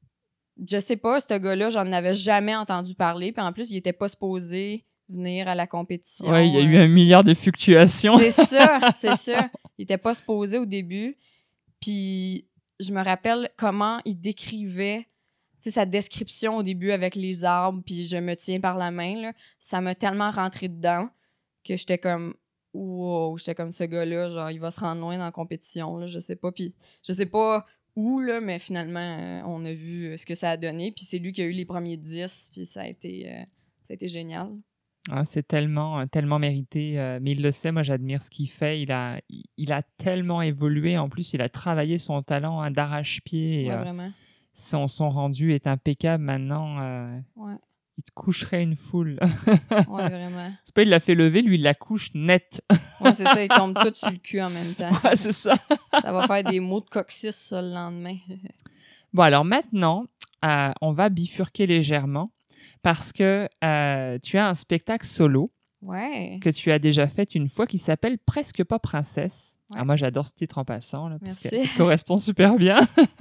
je sais pas, ce gars-là, j'en avais jamais entendu parler. Puis en plus, il était pas supposé venir à la compétition. Ouais, il y a eu euh, un milliard de fluctuations. C'est ça, c'est ça. Il était pas supposé au début. Puis je me rappelle comment il décrivait, tu sais, sa description au début avec les arbres, puis je me tiens par la main, là. Ça m'a tellement rentré dedans que j'étais comme, wow, j'étais comme ce gars-là, genre, il va se rendre loin dans la compétition, là, je sais pas. Puis je sais pas où, là, mais finalement, euh, on a vu ce que ça a donné. Puis c'est lui qui a eu les premiers dix, puis ça a été, euh, ça a été génial. Ah, c'est tellement, tellement mérité. euh, mais il le sait, moi j'admire ce qu'il fait. Il a, il, il a tellement évolué. En plus, il a travaillé son talent hein, d'arrache-pied. et, Ouais, euh, vraiment. son, son rendu est impeccable maintenant. euh, Ouais, il te coucherait une foule. ouais, vraiment. C'est pas il l'a fait lever, lui il la couche net. Ouais, c'est ça, ils tombent tous sur le cul en même temps. Ouais, c'est ça. Ça va faire des mots de coccyx, ça, le lendemain. Bon, alors maintenant, euh, on va bifurquer légèrement parce que euh, tu as un spectacle solo Ouais. que tu as déjà fait une fois qui s'appelle Presque pas princesse. Ouais. Alors moi, j'adore ce titre en passant là, parce Merci. qu'il correspond super bien.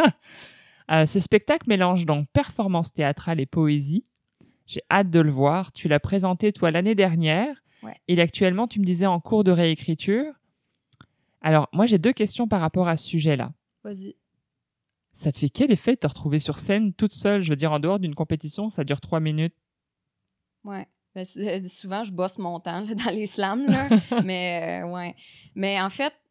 euh, ce spectacle mélange donc performance théâtrale et poésie. J'ai hâte de le voir. Tu l'as présenté, toi, l'année dernière. Ouais. Et actuellement, tu me disais en cours de réécriture. Alors, moi, j'ai deux questions par rapport à ce sujet-là. Vas-y. Ça te fait quel effet de te retrouver sur scène toute seule? Je veux dire, en dehors d'une compétition, ça dure trois minutes. Ouais. Ben, souvent, je bosse mon temps là, dans les slams, là. Mais, euh, ouais. Mais en fait,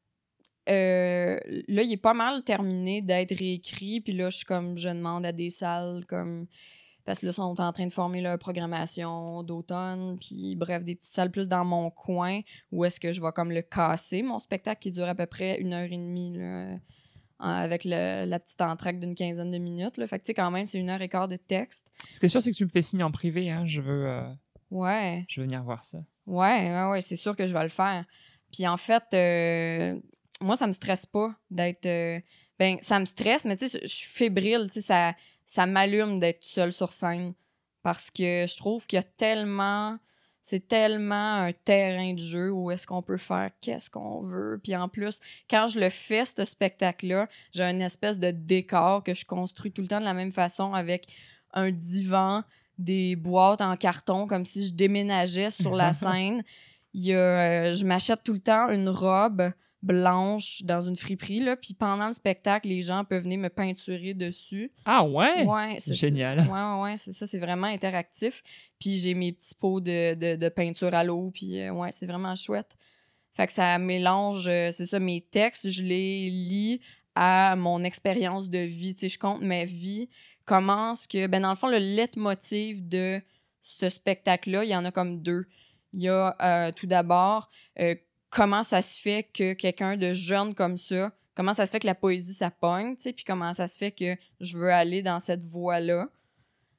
euh, là, il est pas mal terminé d'être réécrit. Puis là, je suis comme, je demande à des salles, comme... Parce que là, ils sont en train de former leur programmation d'automne. Puis bref, des petites salles plus dans mon coin où est-ce que je vais comme le casser, mon spectacle qui dure à peu près une heure et demie, là, avec le, la petite entracte d'une quinzaine de minutes. Là. Fait que tu sais, quand même, c'est une heure et quart de texte. Ce qui est sûr, c'est que tu me fais signe en privé. Hein. Je veux... Euh... Ouais. Je veux venir voir ça. Ouais, ouais, ouais, c'est sûr que je vais le faire. Puis en fait, euh, moi, ça me stresse pas d'être... Euh, ben, ça me stresse, mais tu sais, je suis fébrile, tu sais, ça, ça m'allume d'être seule sur scène parce que je trouve qu'il y a tellement... C'est tellement un terrain de jeu où est-ce qu'on peut faire qu'est-ce qu'on veut. Puis en plus, quand je le fais, ce spectacle-là, j'ai une espèce de décor que je construis tout le temps de la même façon avec un divan, des boîtes en carton comme si je déménageais sur la scène. Il y a, euh, je m'achète tout le temps une robe blanche dans une friperie, là, puis pendant le spectacle, les gens peuvent venir me peinturer dessus. Ah ouais? Ouais, c'est génial. Ça. Ouais, ouais, ouais, c'est ça, c'est vraiment interactif. Puis j'ai mes petits pots de, de, de peinture à l'eau, puis euh, ouais, c'est vraiment chouette. Fait que ça mélange, euh, c'est ça, mes textes, je les lis à mon expérience de vie. Tu sais, je compte ma vie. Comment est-ce que... Ben, dans le fond, le leitmotiv de ce spectacle-là, il y en a comme deux. Il y a euh, tout d'abord euh, comment ça se fait que quelqu'un de jeune comme ça, comment ça se fait que la poésie, ça pogne, tu sais, puis comment ça se fait que je veux aller dans cette voie-là.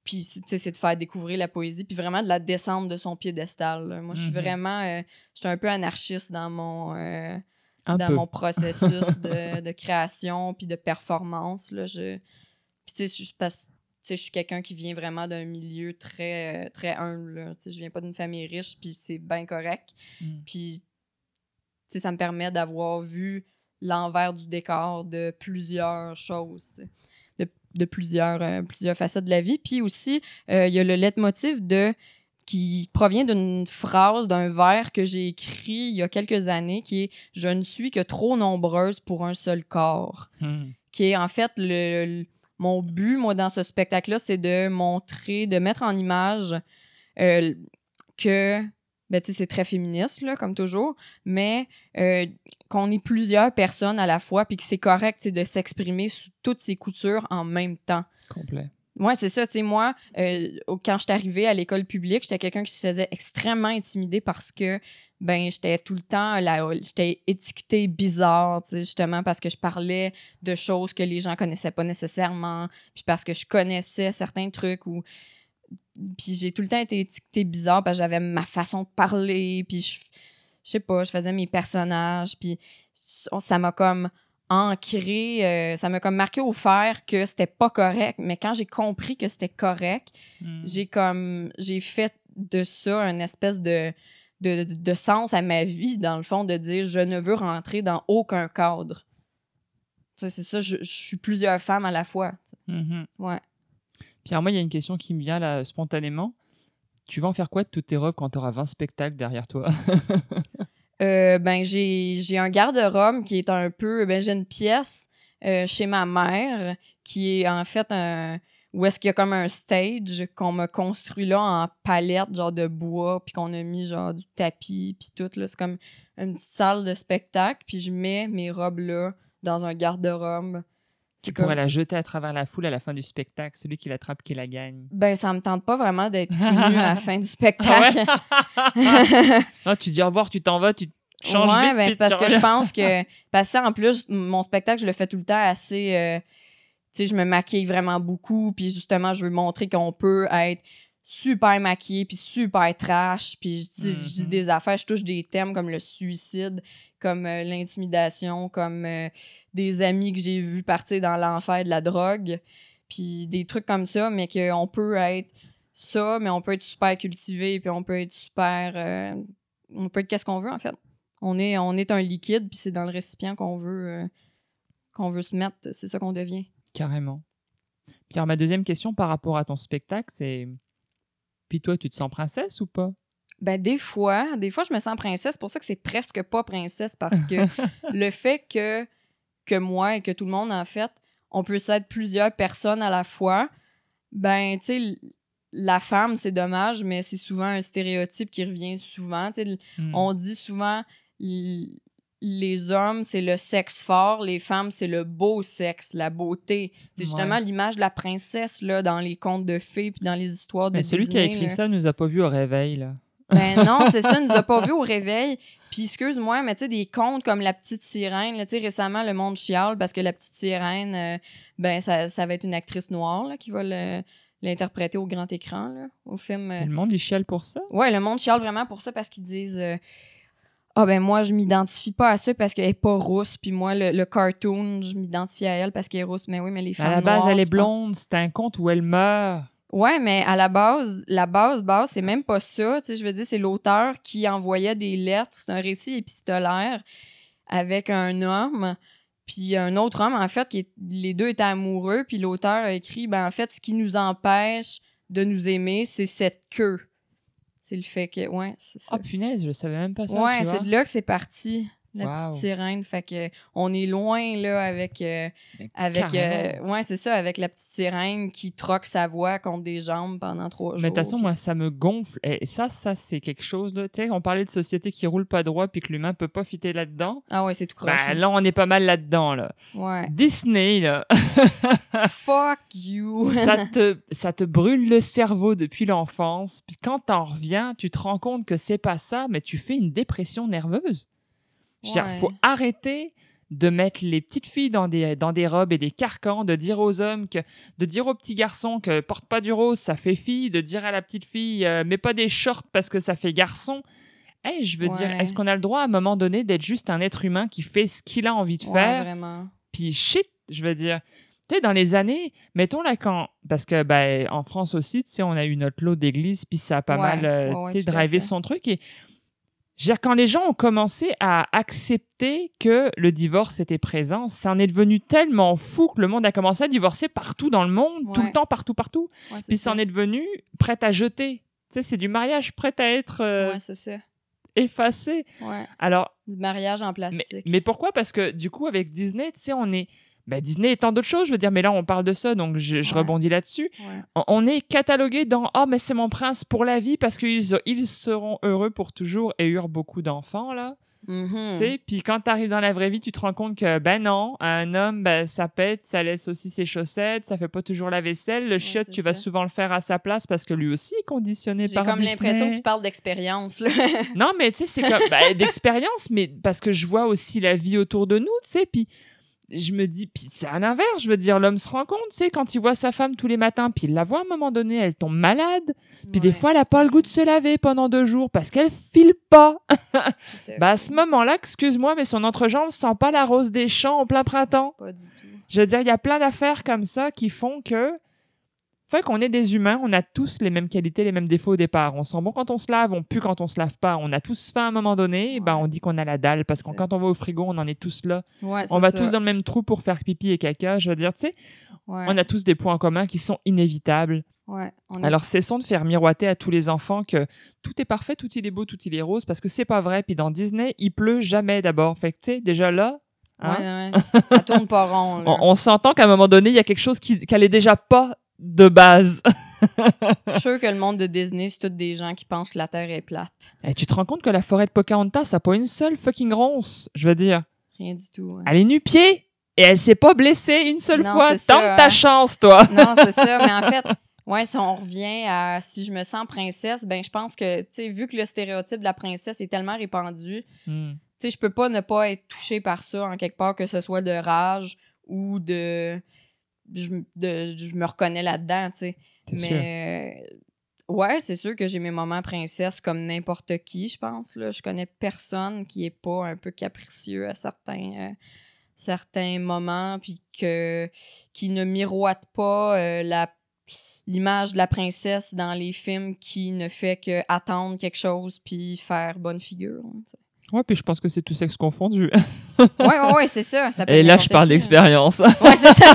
Puis, tu sais, c'est de faire découvrir la poésie, puis vraiment de la descendre de son piédestal. Là. Moi, je suis Mhm. vraiment... Euh, je suis un peu anarchiste dans mon... Euh, Un dans peu. mon processus de, de création puis de performance. Là, je... Puis, tu sais, je, parce, tu sais, je suis quelqu'un qui vient vraiment d'un milieu très, très humble. Là. Tu sais, je viens pas d'une famille riche, puis c'est bien correct. Mm. Puis, tu sais, ça me permet d'avoir vu l'envers du décor de plusieurs choses, de, de plusieurs, euh, plusieurs facettes de la vie. Puis aussi, euh, il y a le leitmotiv de qui provient d'une phrase, d'un vers que j'ai écrit il y a quelques années, qui est « Je ne suis que trop nombreuse pour un seul corps Mm. », qui est en fait le, le- mon but, moi, dans ce spectacle-là, c'est de montrer, de mettre en image euh, que, ben, tu sais, c'est très féministe, là, comme toujours, mais euh, qu'on est plusieurs personnes à la fois, puis que c'est correct, tu sais, de s'exprimer sous toutes ces coutures en même temps. Complet. Ouais, c'est ça. Tu sais, moi, euh, quand j'étais arrivée à l'école publique, j'étais quelqu'un qui se faisait extrêmement intimider parce que, ben, j'étais tout le temps, là, j'étais étiquetée bizarre, tu sais, justement, parce que je parlais de choses que les gens connaissaient pas nécessairement, puis parce que je connaissais certains trucs ou... Puis j'ai tout le temps été étiquetée bizarre parce que j'avais ma façon de parler, puis je, je sais pas, je faisais mes personnages, puis ça m'a comme ancré, euh, ça m'a comme marqué au fer que c'était pas correct, mais quand j'ai compris que c'était correct, Mm. j'ai comme, j'ai fait de ça une espèce de, de, de sens à ma vie, dans le fond, de dire je ne veux rentrer dans aucun cadre. Tu sais, c'est ça, je, je suis plusieurs femmes à la fois. Mhm. Ouais. Pierre, moi, il y a une question qui me vient là spontanément. Tu vas en faire quoi de toutes tes robes quand tu auras vingt spectacles derrière toi? Euh, ben, j'ai, j'ai un garde-robe qui est un peu... Ben, j'ai une pièce euh, chez ma mère qui est en fait un... Où est-ce qu'il y a comme un stage qu'on m'a construit là en palette, genre de bois, puis qu'on a mis genre du tapis, puis tout. Là, c'est comme une petite salle de spectacle, puis je mets mes robes là dans un garde-robe. C'est Tu comme... pourrais la jeter à travers la foule à la fin du spectacle. Celui qui l'attrape, qui la gagne. Ben, ça me tente pas vraiment d'être cul nu à la fin du spectacle. Ah ouais? Non, tu dis au revoir, tu t'en vas, tu changes ouais, vite. ben puis c'est parce tu que je reviens. pense que... Parce que ça, en plus, mon spectacle, je le fais tout le temps assez... euh, tu sais, je me maquille vraiment beaucoup, puis justement, je veux montrer qu'on peut être super maquillé, puis super trash, puis je dis, Mm-hmm. je dis des affaires, je touche des thèmes comme le suicide, comme euh, l'intimidation, comme euh, des amis que j'ai vus partir dans l'enfer de la drogue, puis des trucs comme ça, mais qu'on peut être ça, mais on peut être super cultivé, puis on peut être super... euh, on peut être qu'est-ce qu'on veut, en fait. On est, on est un liquide, puis c'est dans le récipient qu'on veut, euh, qu'on veut se mettre, c'est ça qu'on devient. Carrément. Pierre, ma deuxième question par rapport à ton spectacle, c'est... Puis toi, tu te sens princesse ou pas? Ben, des fois, des fois, je me sens princesse. C'est pour ça que c'est presque pas princesse, parce que le fait que, que moi et que tout le monde, en fait, on peut être plusieurs personnes à la fois, ben, tu sais, la femme, c'est dommage, mais c'est souvent un stéréotype qui revient souvent. Tu sais, Mm. on dit souvent... l- les hommes, c'est le sexe fort, les femmes, c'est le beau sexe, la beauté. C'est justement Ouais. l'image de la princesse là, dans les contes de fées puis dans les histoires de Mais celui qui a Disney, écrit là. ça nous a pas vu au réveil, là. Ben non, c'est ça, il nous a pas vu au réveil. Puis excuse-moi, mais tu sais, des contes comme La Petite Sirène, là, tu sais, récemment, le monde chiale parce que La Petite Sirène, euh, ben ça, ça va être une actrice noire là, qui va le, l'interpréter au grand écran, là, au film. euh. Et le monde, il chiale pour ça? Ouais, le monde chiale vraiment pour ça parce qu'ils disent... euh, ah ben moi, je m'identifie pas à ça parce qu'elle est pas rousse. Puis moi, le, le cartoon, je m'identifie à elle parce qu'elle est rousse. Mais oui, mais les À femmes la base, noires, elle est tu penses- blonde. C'est un conte où elle meurt. Ouais, mais à la base, la base, base, c'est même pas ça. Tu sais, je veux dire, c'est l'auteur qui envoyait des lettres. C'est un récit épistolaire avec un homme, puis un autre homme, en fait, qui est- les deux étaient amoureux. Puis l'auteur a écrit, ben en fait, ce qui nous empêche de nous aimer, c'est cette queue. C'est le fait que, ouais, c'est ça. Oh punaise, je savais même pas ça, Ouais, tu c'est vois. de là que c'est parti, la Wow. petite sirène. Fait que on est loin là avec euh, Mais avec carrément. euh, ouais, c'est ça, avec la petite sirène qui troque sa voix contre des jambes pendant trois Mais jours. de toute façon, moi, ça me gonfle. Et ça, ça, c'est quelque chose, là. Tu sais, on parlait de société qui roule pas droit puis que l'humain peut pas fitter là-dedans. Ah ouais, c'est tout croche. Bah, là, on est pas mal là-dedans, là. Ouais. Disney, là, Fuck you. ça te, ça te brûle le cerveau depuis l'enfance. Puis quand t'en reviens, tu te rends compte que c'est pas ça, mais tu fais une dépression nerveuse. Je veux dire, Ouais. faut arrêter de mettre les petites filles dans des, dans des robes et des carcans, de dire aux hommes, que, de dire aux petits garçons que porte pas du rose, ça fait fille, de dire à la petite fille, euh, mets pas des shorts parce que ça fait garçon. Hey, je veux Ouais. dire, est-ce qu'on a le droit à un moment donné d'être juste un être humain qui fait ce qu'il a envie de Ouais, faire? vraiment. Puis shit, je veux dire, tu sais, dans les années, mettons là quand, parce que ben en France aussi, tu sais, on a eu notre lot d'église, puis ça a pas Ouais, mal, euh, ouais, tu ouais, sais, tout à drivé fait. son truc. Et je veux dire, quand les gens ont commencé à accepter que le divorce était présent, ça en est devenu tellement fou que le monde a commencé à divorcer partout dans le monde, tout le Ouais. temps, partout, partout. Ouais, c'est Puis ça ça. en est devenu prêt à jeter. Tu sais, c'est du mariage prêt à être euh, Ouais, c'est ça. effacé. Ouais. Alors, Du mariage en mais, plastique. mais pourquoi? Parce que du coup, avec Disney, tu sais, on est... Ben, Disney étant d'autres choses, je veux dire, mais là, on parle de ça, donc je, je Ouais. rebondis là-dessus. Ouais. On, on est catalogué dans « Ah, oh, mais c'est mon prince pour la vie parce qu'ils ils seront heureux pour toujours et eurent beaucoup d'enfants, là. Mm-hmm. Tu sais, puis quand t'arrives dans la vraie vie, tu te rends compte que, ben non, un homme, ben, ça pète, ça laisse aussi ses chaussettes, ça fait pas toujours la vaisselle. Le chiotte, c'est tu vas ça. souvent le faire à sa place parce que lui aussi est conditionné J'ai par comme Disney. l'impression que tu parles d'expérience, là. Non, mais tu sais, c'est comme ben, d'expérience, mais parce que je vois aussi la vie autour de nous, tu sais, puis je me dis, puis c'est à l'inverse, je veux dire, l'homme se rend compte, tu sais, quand il voit sa femme tous les matins, puis il la voit à un moment donné, elle tombe malade, puis Ouais, des fois, elle a tout pas à le goût de se laver pendant deux jours parce qu'elle file pas. fait, tout à Bah, à fait. ce moment-là, excuse-moi, mais son entrejambe sent pas la rose des champs en plein printemps. Pas du tout. Je veux dire, il y a plein d'affaires comme ça qui font que, fait qu'on est des humains, on a tous les mêmes qualités, les mêmes défauts au départ. On sent bon quand on se lave, on pue quand on se lave pas. On a tous faim à un moment donné, et ben Ouais. on dit qu'on a la dalle parce que C'est ça. quand on va au frigo, on en est tous là. Ouais, On c'est va ça. tous dans le même trou pour faire pipi et caca. Je veux dire, tu sais, Ouais. on a tous des points en commun qui sont inévitables. Ouais. On a- Alors cessons de faire miroiter à tous les enfants que tout est parfait, tout il est beau, tout il est rose, parce que c'est pas vrai. Puis dans Disney, il pleut jamais d'abord. Fait que tu sais, déjà là, hein, Ouais, ouais, ça tourne pas rond, là. on, on s'entend qu'à un moment donné, il y a quelque chose qui qu'elle est déjà pas de base. Je suis sûre que le monde de Disney, c'est tous des gens qui pensent que la Terre est plate. Et tu te rends compte que la forêt de Pocahontas, ça n'a pas une seule fucking ronce, je veux dire. Rien du tout. hein. Elle est nu-pied et elle s'est pas blessée une seule Non, fois. c'est ça, Tente ta hein. chance, toi. Non, c'est ça. Mais en fait, ouais, si on revient à si je me sens princesse, ben je pense que, tu sais, vu que le stéréotype de la princesse est tellement répandu, Hmm. tu sais, je peux pas ne pas être touchée par ça en quelque part, que ce soit de rage ou de. Je, de, je me reconnais là-dedans, tu sais. C'est sûr. Mais. euh, Ouais, c'est sûr que j'ai mes moments princesse comme n'importe qui, je pense. Là. Je connais personne qui est pas un peu capricieux à certains, euh, certains moments, puis que, qui ne miroite pas euh, la, l'image de la princesse dans les films qui ne fait que attendre quelque chose puis faire bonne figure. hein, tu sais. Ouais, puis je pense que c'est tout sexe confondu. Ouais, ouais, ouais, c'est ça. ça peut Et être là, je n'importe parle qui, hein. d'expérience. Ouais, c'est ça.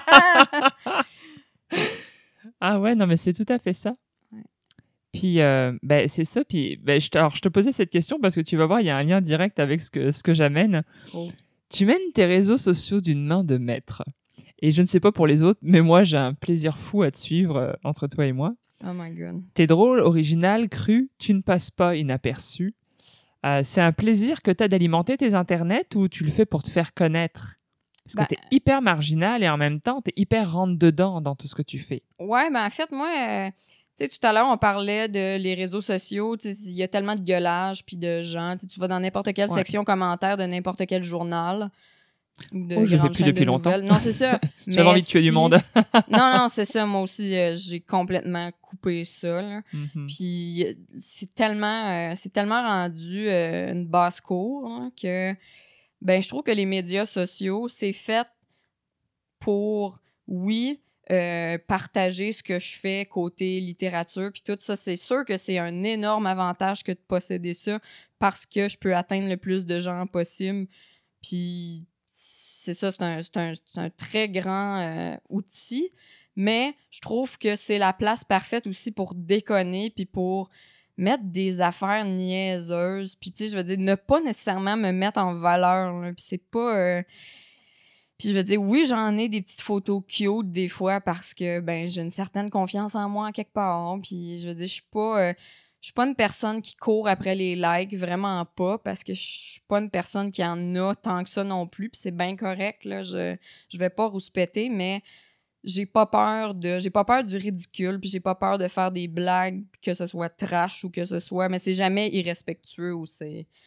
Ah ouais, non, mais c'est tout à fait ça. Ouais. Puis, euh, ben, c'est ça. Puis, ben, je, te, alors, je te posais cette question parce que tu vas voir, il y a un lien direct avec ce que, ce que j'amène. Oh. Tu mènes tes réseaux sociaux d'une main de maître. Et je ne sais pas pour les autres, mais moi, j'ai un plaisir fou à te suivre euh, entre toi et moi. Oh my God. T'es drôle, original, cru, tu ne passes pas inaperçu. Euh, c'est un plaisir que tu as d'alimenter tes internets ou tu le fais pour te faire connaître? Parce Ben, que tu es hyper marginal et en même temps, tu es hyper rentre-dedans dans tout ce que tu fais. Ouais, ben en fait, moi, euh, tu sais, tout à l'heure, on parlait de les réseaux sociaux. Tu sais, il y a tellement de gueulage puis de gens. Tu sais, tu vas dans n'importe quelle Ouais. section commentaire de n'importe quel journal. Ou de Oh, je le fais grandes plus chaînes depuis de longtemps. nouvelles. Non, c'est ça. J'avais Mais envie de tuer du si- monde. non, non, c'est ça. Moi aussi, euh, j'ai complètement coupé ça. Là. Mhm. Puis euh, c'est tellement, euh, c'est tellement rendu euh, une basse-cour hein, que ben je trouve que les médias sociaux, c'est fait pour, oui, euh, partager ce que je fais côté littérature, puis tout ça. C'est sûr que c'est un énorme avantage que de posséder ça parce que je peux atteindre le plus de gens possible. Puis c'est ça, c'est un, c'est un, c'est un très grand euh, outil. Mais je trouve que c'est la place parfaite aussi pour déconner puis pour mettre des affaires niaiseuses. Puis tu sais, je veux dire, ne pas nécessairement me mettre en valeur. Là. Puis c'est pas... euh, Puis je veux dire, oui, j'en ai des petites photos cute des fois parce que ben j'ai une certaine confiance en moi en quelque part. Puis je veux dire, je suis pas... euh, je suis pas une personne qui court après les likes, vraiment pas, parce que je suis pas une personne qui en a tant que ça non plus, puis c'est bien correct, là, je, je vais pas rouspéter, mais j'ai pas peur de j'ai pas peur du ridicule, puis j'ai pas peur de faire des blagues, que ce soit trash ou que ce soit, mais c'est jamais irrespectueux ou c'est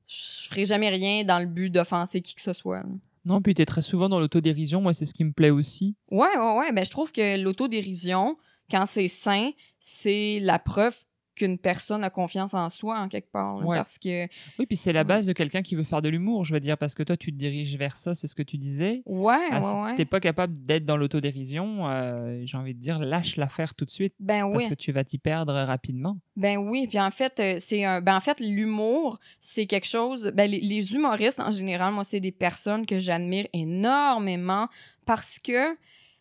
je ferai jamais rien dans le but d'offenser qui que ce soit. Là. Non, puis t'es très souvent dans l'autodérision. Moi, c'est ce qui me plaît aussi. Ouais, ouais, ouais. Ben, je trouve que l'autodérision, quand c'est sain, c'est la preuve qu'une personne a confiance en soi, en quelque part. Là, Ouais. Parce que... Oui, puis c'est la Ouais. base de quelqu'un qui veut faire de l'humour, je veux dire, parce que toi, tu te diriges vers ça, c'est ce que tu disais. Ouais, Ah, ouais, si ouais. t'es pas capable d'être dans l'autodérision, euh, j'ai envie de dire, lâche l'affaire tout de suite, Ben parce oui. que tu vas t'y perdre rapidement. Ben oui, puis en fait, euh, c'est un... ben en fait, l'humour, c'est quelque chose... Ben les, les humoristes, en général, moi, c'est des personnes que j'admire énormément parce que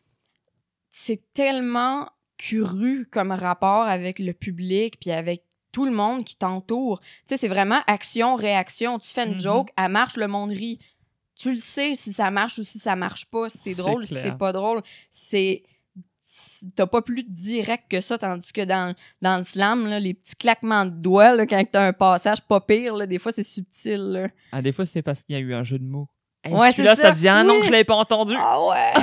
c'est tellement cru comme rapport avec le public puis avec tout le monde qui t'entoure. Tu sais, c'est vraiment action-réaction. Tu fais une Mhm. joke, elle marche, le monde rit. Tu le sais si ça marche ou si ça marche pas, si c'est C'est drôle, si clair. t'es pas drôle. C'est... T'as pas plus direct que ça, tandis que dans, dans le slam, là, les petits claquements de doigts, là, quand t'as un passage pas pire, là, des fois, c'est subtil. Là. Ah, des fois, c'est parce qu'il y a eu un jeu de mots. Hey, Ouais, celui-là, c'est ça ça. faisait un Oui. an que je l'avais pas entendu. Ah ouais!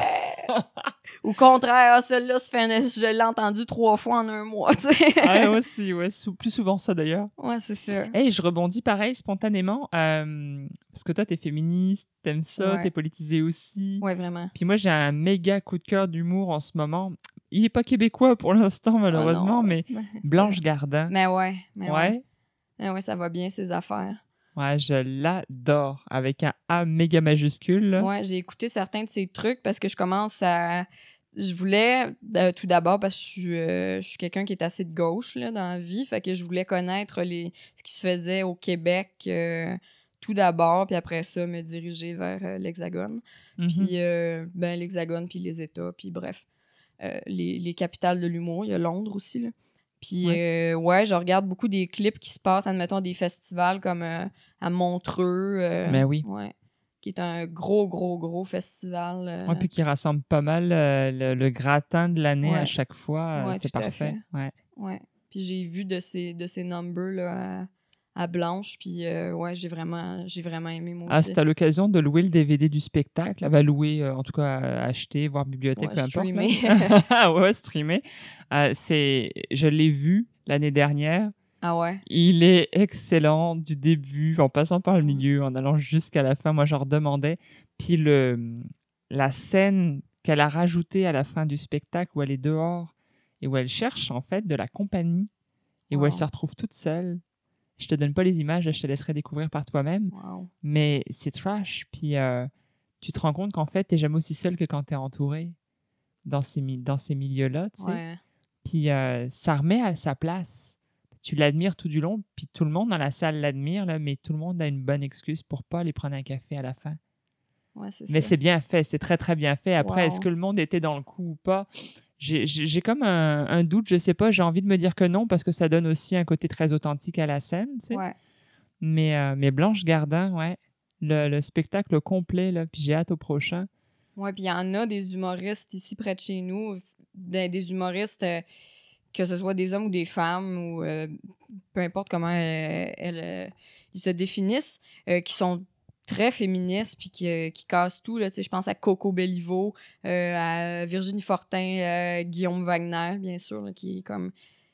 Au contraire, ah, celui-là, ça fait un- je l'ai entendu trois fois en un mois, tu sais. Ah, aussi, ouais. Sou- plus souvent ça, d'ailleurs. Ouais, c'est ça. Hey, je rebondis pareil, spontanément, euh, parce que toi, t'es féministe, t'aimes ça, Ouais. t'es politisée aussi. Ouais, vraiment. Puis moi, j'ai un méga coup de cœur d'humour en ce moment. Il est pas québécois pour l'instant, malheureusement, Ah non. mais Ben, c'est Blanche pas- Gardin. Mais ouais, mais ouais. Ouais. Mais ouais, ça va bien, ces affaires. Ouais, je l'adore, avec un A méga majuscule. là. Ouais, j'ai écouté certains de ces trucs parce que je commence à... Je voulais, euh, tout d'abord, parce que je suis, euh, je suis quelqu'un qui est assez de gauche là, dans la vie, fait que je voulais connaître les, ce qui se faisait au Québec euh, tout d'abord, puis après ça, me diriger vers euh, l'Hexagone. Mhm. Puis, euh, ben, l'Hexagone, puis les États, puis bref, euh, les, les capitales de l'humour. Il y a Londres aussi, là. Puis, ouais. Euh, ouais, je regarde beaucoup des clips qui se passent, admettons, des festivals comme euh, à Montreux. Euh, Mais oui. Ouais. Qui est un gros, gros, gros festival. Euh... Ouais, puis qui rassemble pas mal euh, le, le gratin de l'année Ouais. à chaque fois. euh, Ouais, c'est tout à parfait. fait. Ouais. Ouais. Puis j'ai vu de ces, de ces numbers là, à, à Blanche, puis euh, ouais, j'ai vraiment, j'ai vraiment aimé moi Ah, aussi. c'est à l'occasion de louer le D V D du spectacle. Elle va louer, euh, en tout cas, euh, acheter, voir bibliothèque, Ouais, peu importe. streamer. Ah ouais, streamer. Euh, c'est... Je l'ai vu l'année dernière. Ah ouais? Il est excellent du début, en passant par le milieu, en allant jusqu'à la fin. Moi, j'en redemandais. Puis le, la scène qu'elle a rajoutée à la fin du spectacle, où elle est dehors et où elle cherche, en fait, de la compagnie et où Wow. elle se retrouve toute seule. Je te donne pas les images, je te laisserai découvrir par toi-même. Wow. Mais c'est trash. Puis euh, tu te rends compte qu'en fait, t'es jamais aussi seul que quand t'es entouré dans ces, mi- dans ces milieux-là, tu sais. Ouais. Puis euh, ça remet à sa place. Tu l'admires tout du long, puis tout le monde dans la salle l'admire, là, mais tout le monde a une bonne excuse pour pas aller prendre un café à la fin. Ouais, c'est Mais ça. c'est bien fait, c'est très très bien fait. Après, Wow. est-ce que le monde était dans le coup ou pas? J'ai, j'ai, j'ai comme un, un doute, je sais pas, j'ai envie de me dire que non, parce que ça donne aussi un côté très authentique à la scène, tu sais. Ouais. Mais, euh, mais Blanche Gardin, ouais, le, le spectacle complet, là, puis j'ai hâte au prochain. Ouais, puis il y en a des humoristes ici près de chez nous, des, des humoristes, euh, que ce soit des hommes ou des femmes, ou euh, peu importe comment euh, elles, euh, ils se définissent, euh, qui sont très féministes puis qui, euh, qui cassent tout. Là, tu sais, je pense à Coco Bellivo, euh, à Virginie Fortin, euh, Guillaume Wagner, bien sûr, là, qui est comme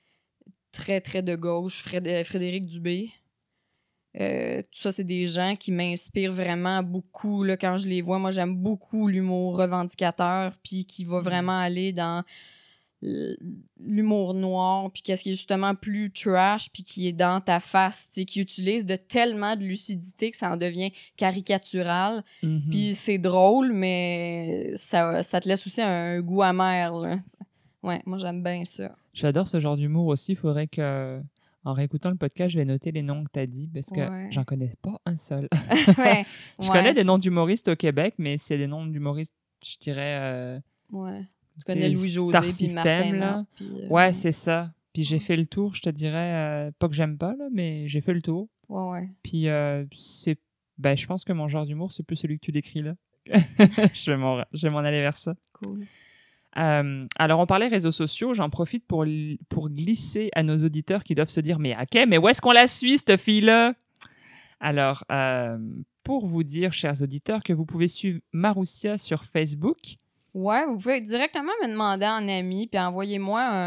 très, très de gauche, Fred- Frédéric Dubé. Euh, tout ça, c'est des gens qui m'inspirent vraiment beaucoup. Là, quand je les vois, moi, j'aime beaucoup l'humour revendicateur, puis qui va vraiment aller dans l- l'humour noir, puis qu'est-ce qui est justement plus trash, puis qui est dans ta face, tu sais, qui utilise de tellement de lucidité que ça en devient caricatural. Mhm. Puis c'est drôle, mais ça, ça te laisse aussi un goût amer, là. Ouais, moi, j'aime bien ça. J'adore ce genre d'humour aussi. Il faudrait que, en réécoutant le podcast, je vais noter les noms que tu as dit parce que Ouais. j'en connais pas un seul. Ouais, Je ouais, connais des c'est- noms d'humoristes au Québec, mais c'est des noms d'humoristes, je dirais. euh, Ouais. Tu tu connais sais, Louis-José, Star puis System, Martin là. Matt, puis, euh, Ouais, c'est ça. Puis j'ai fait le tour, je te dirais. euh, pas que j'aime pas, là, mais j'ai fait le tour. Ouais, ouais. Puis euh, c'est. Ben, je pense que mon genre d'humour, c'est plus celui que tu décris là. je vais m'en, je vais m'en aller vers ça. Cool. Euh, alors, on parlait réseaux sociaux. J'en profite pour, l- pour glisser à nos auditeurs qui doivent se dire « Mais OK, mais où est-ce qu'on la suit, cette fille-là? » Alors, euh, pour vous dire, chers auditeurs, que vous pouvez suivre Maroussia sur Facebook. Ouais, vous pouvez directement me demander en ami, puis envoyez-moi un,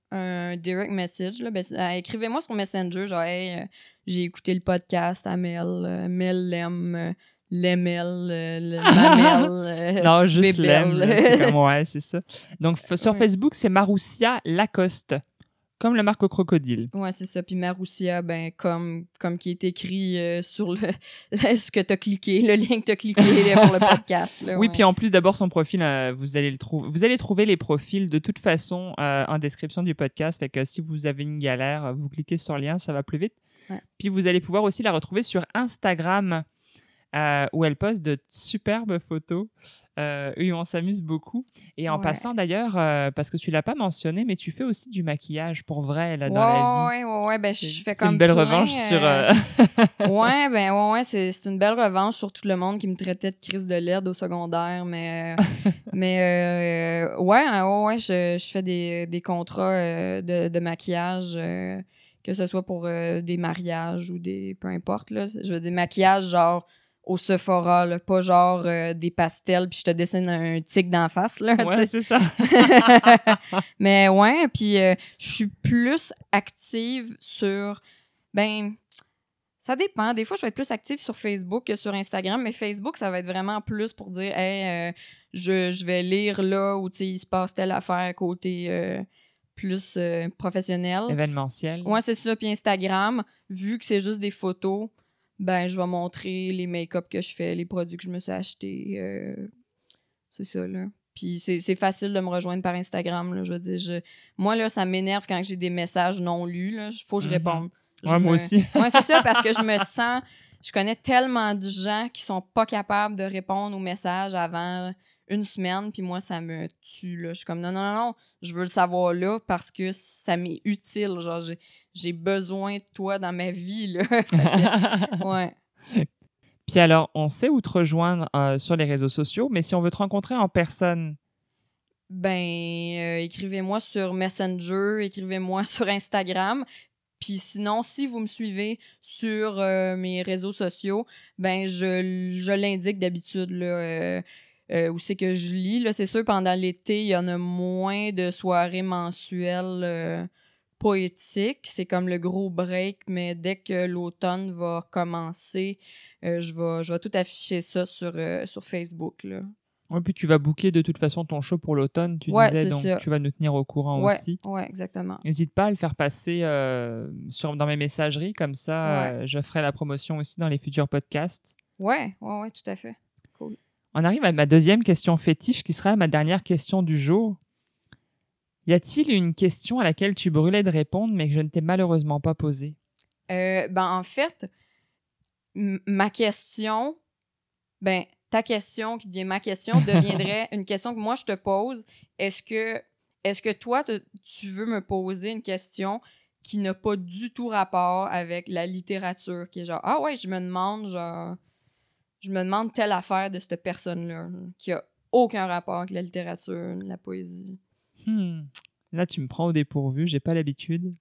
un direct message. Là. Ben, euh, écrivez-moi sur Messenger, genre, hey, euh, j'ai écouté le podcast à Mel, euh, Mel l'aime, euh, l'Emel, euh, le Mamel, euh, Non, juste Bébel. l'aime, là, c'est comme, ouais, c'est ça. Donc, f- sur Ouais. Facebook, c'est Maroussia Lacoste, comme la marque au crocodile. Ouais, c'est ça. Puis Maroussia, ben, comme, comme qui est écrit euh, sur le, ce que t'as cliqué, le lien que t'as cliqué là, pour le podcast. Là, Oui, ouais. puis en plus, d'abord, son profil, euh, vous, allez le trou- vous allez trouver les profils de toute façon euh, en description du podcast. Fait que si vous avez une galère, vous cliquez sur le lien, ça va plus vite. Ouais. Puis vous allez pouvoir aussi la retrouver sur Instagram, euh, où elle poste de superbes photos, euh, où on s'amuse beaucoup. Et en Ouais. passant d'ailleurs, euh, parce que tu l'as pas mentionné, mais tu fais aussi du maquillage pour vrai là, dans ouais, la vie. ouais, ouais, ouais, ben, je C'est fais c'est comme une belle plein, revanche euh, sur... euh, ouais, ben ouais, ouais, c'est, c'est une belle revanche sur tout le monde qui me traitait de crise de laide au secondaire, mais euh, mais euh, ouais, hein, ouais, ouais, je, je fais des, des contrats euh, de, de maquillage, euh, que ce soit pour euh, des mariages ou des... peu importe, là. Je veux dire, maquillage genre au Sephora, là, pas genre euh, des pastels puis je te dessine un tic d'en face, là, tu Ouais, sais. c'est ça. Mais ouais, puis euh, je suis plus active sur... Ben, ça dépend. Des fois, je vais être plus active sur Facebook que sur Instagram, mais Facebook, ça va être vraiment plus pour dire, hey, euh, je, je vais lire là où, tu sais, il se passe telle affaire côté euh, plus euh, professionnel. Événementiel. Ouais, c'est ça. Puis Instagram, vu que c'est juste des photos, ben, je vais montrer les make-up que je fais, les produits que je me suis achetés. euh, c'est ça, là. Puis c'est, c'est facile de me rejoindre par Instagram, là. Je veux dire, je... moi, là, ça m'énerve quand j'ai des messages non lus, là. Faut que je Mhm. réponde. Je Ouais, moi me- aussi. Ouais, c'est ça, parce que je me sens... Je connais tellement de gens qui sont pas capables de répondre aux messages avant une semaine, puis moi, ça me tue, là. Je suis comme, non, non, non, non, je veux le savoir là parce que ça m'est utile. Genre, j'ai, j'ai besoin de toi dans ma vie, là. Fait que, ouais. Puis alors, on sait où te rejoindre euh, sur les réseaux sociaux, mais si on veut te rencontrer en personne, Ben, euh, écrivez-moi sur Messenger, écrivez-moi sur Instagram. Puis sinon, si vous me suivez sur euh, mes réseaux sociaux, ben je, je l'indique d'habitude là, euh, euh, où c'est que je lis. Là, c'est sûr, pendant l'été, il y en a moins de soirées mensuelles euh, poétiques. C'est comme le gros break, mais dès que l'automne va commencer, euh, je vais, je vais tout afficher ça sur, euh, sur Facebook, là. ouais, puis tu vas booker de toute façon ton show pour l'automne, tu Ouais, disais, c'est donc ça. tu vas nous tenir au courant Ouais, aussi. ouais, exactement. N'hésite pas à le faire passer euh, sur, dans mes messageries, comme ça, Ouais. euh, je ferai la promotion aussi dans les futurs podcasts. Ouais, ouais, ouais, tout à fait. Cool. On arrive à ma deuxième question fétiche, qui sera ma dernière question du jour. Y a-t-il une question à laquelle tu brûlais de répondre, mais que je ne t'ai malheureusement pas posée? Euh, ben, en fait, m- ma question, ben, ta question qui devient ma question deviendrait une question que moi je te pose. Est-ce que, est-ce que toi, te- tu veux me poser une question qui n'a pas du tout rapport avec la littérature, qui est genre, ah ouais, je me demande, genre, je me demande telle affaire de cette personne-là, qui a aucun rapport avec la littérature, la poésie. Hmm. Là, tu me prends au dépourvu, j'ai pas l'habitude.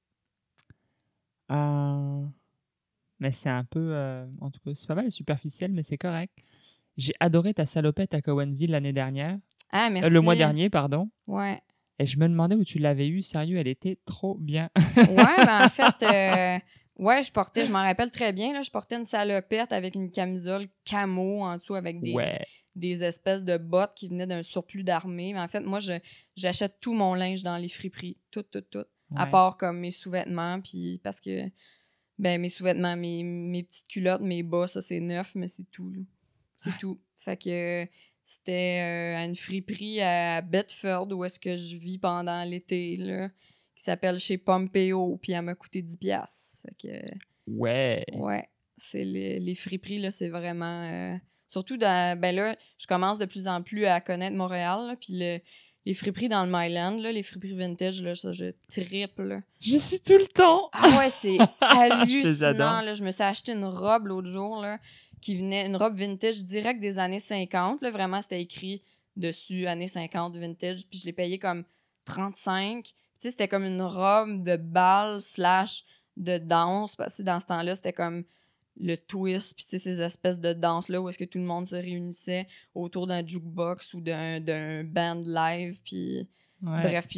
Euh, Mais c'est un peu... euh, En tout cas, c'est pas mal superficiel, mais c'est correct. J'ai adoré ta salopette à Cowansville l'année dernière. Ah, Euh, merci. le mois dernier, pardon. Ouais. Et je me demandais où tu l'avais eu. Sérieux, elle était trop bien. Ouais, ben en fait, euh, ouais, je portais, je m'en rappelle très bien, là, je portais une salopette avec une camisole camo en dessous avec des, Ouais. des espèces de bottes qui venaient d'un surplus d'armée. Mais en fait, moi, je, j'achète tout mon linge dans les friperies. Tout, tout, tout. À Ouais. part comme mes sous-vêtements, puis parce que, ben, mes sous-vêtements, mes, mes petites culottes, mes bas, ça, c'est neuf, mais c'est tout, là. C'est tout. Fait que c'était euh, à une friperie à Bedford où est-ce que je vis pendant l'été, là, qui s'appelle chez Pompeo, puis elle m'a coûté dix piastres. Fait que, Ouais. ouais, c'est les, les friperies, là, c'est vraiment... euh, surtout, dans, ben là, je commence de plus en plus à connaître Montréal, là, puis le, les friperies dans le Myland, là, les friperies vintage, là, ça, je triple, là. J'y suis tout le temps. Ah ouais, c'est Je les hallucinant, adore. là. Je me suis acheté une robe l'autre jour, là, qui venait, une robe vintage direct des années cinquante, là. Vraiment, c'était écrit dessus, années cinquante vintage, puis je l'ai payé comme trente-cinq. Tu sais, c'était comme une robe de bal slash de danse, parce que dans ce temps-là, c'était comme le twist, puis tu sais, ces espèces de danses-là où est-ce que tout le monde se réunissait autour d'un jukebox ou d'un, d'un band live, puis Ouais. bref, puis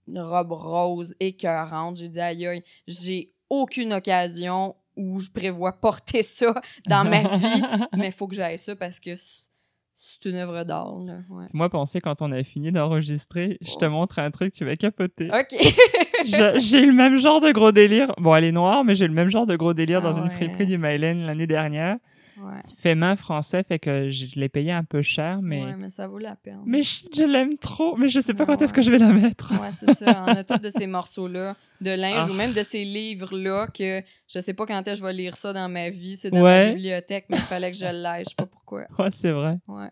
une robe rose écœurante. J'ai dit, aïe, aïe, j'ai aucune occasion où je prévois porter ça dans ma vie, mais il faut que j'aille ça parce que c'est une œuvre d'art. Là. Ouais. Moi, pensez, quand on a fini d'enregistrer, je te Oh. montre un truc, tu vas capoter. OK. Je- j'ai eu le même genre de gros délire. Bon, elle est noire, mais j'ai eu le même genre de gros délire Ah dans une ouais. friperie du Mylène l'année dernière. Ouais. Fait main français, fait que je l'ai payé un peu cher, mais... Ouais, mais ça vaut la peine. Mais je, je l'aime trop, mais je sais pas Ah quand ouais. est-ce que je vais la mettre. Ouais, c'est ça. On a tous de ces morceaux-là de linge Ah. ou même de ces livres-là que je sais pas quand est-ce que je vais lire ça dans ma vie. C'est dans Ouais. ma bibliothèque, mais il fallait que je l'aille. Je sais pas pourquoi. Ouais, c'est vrai. Ouais.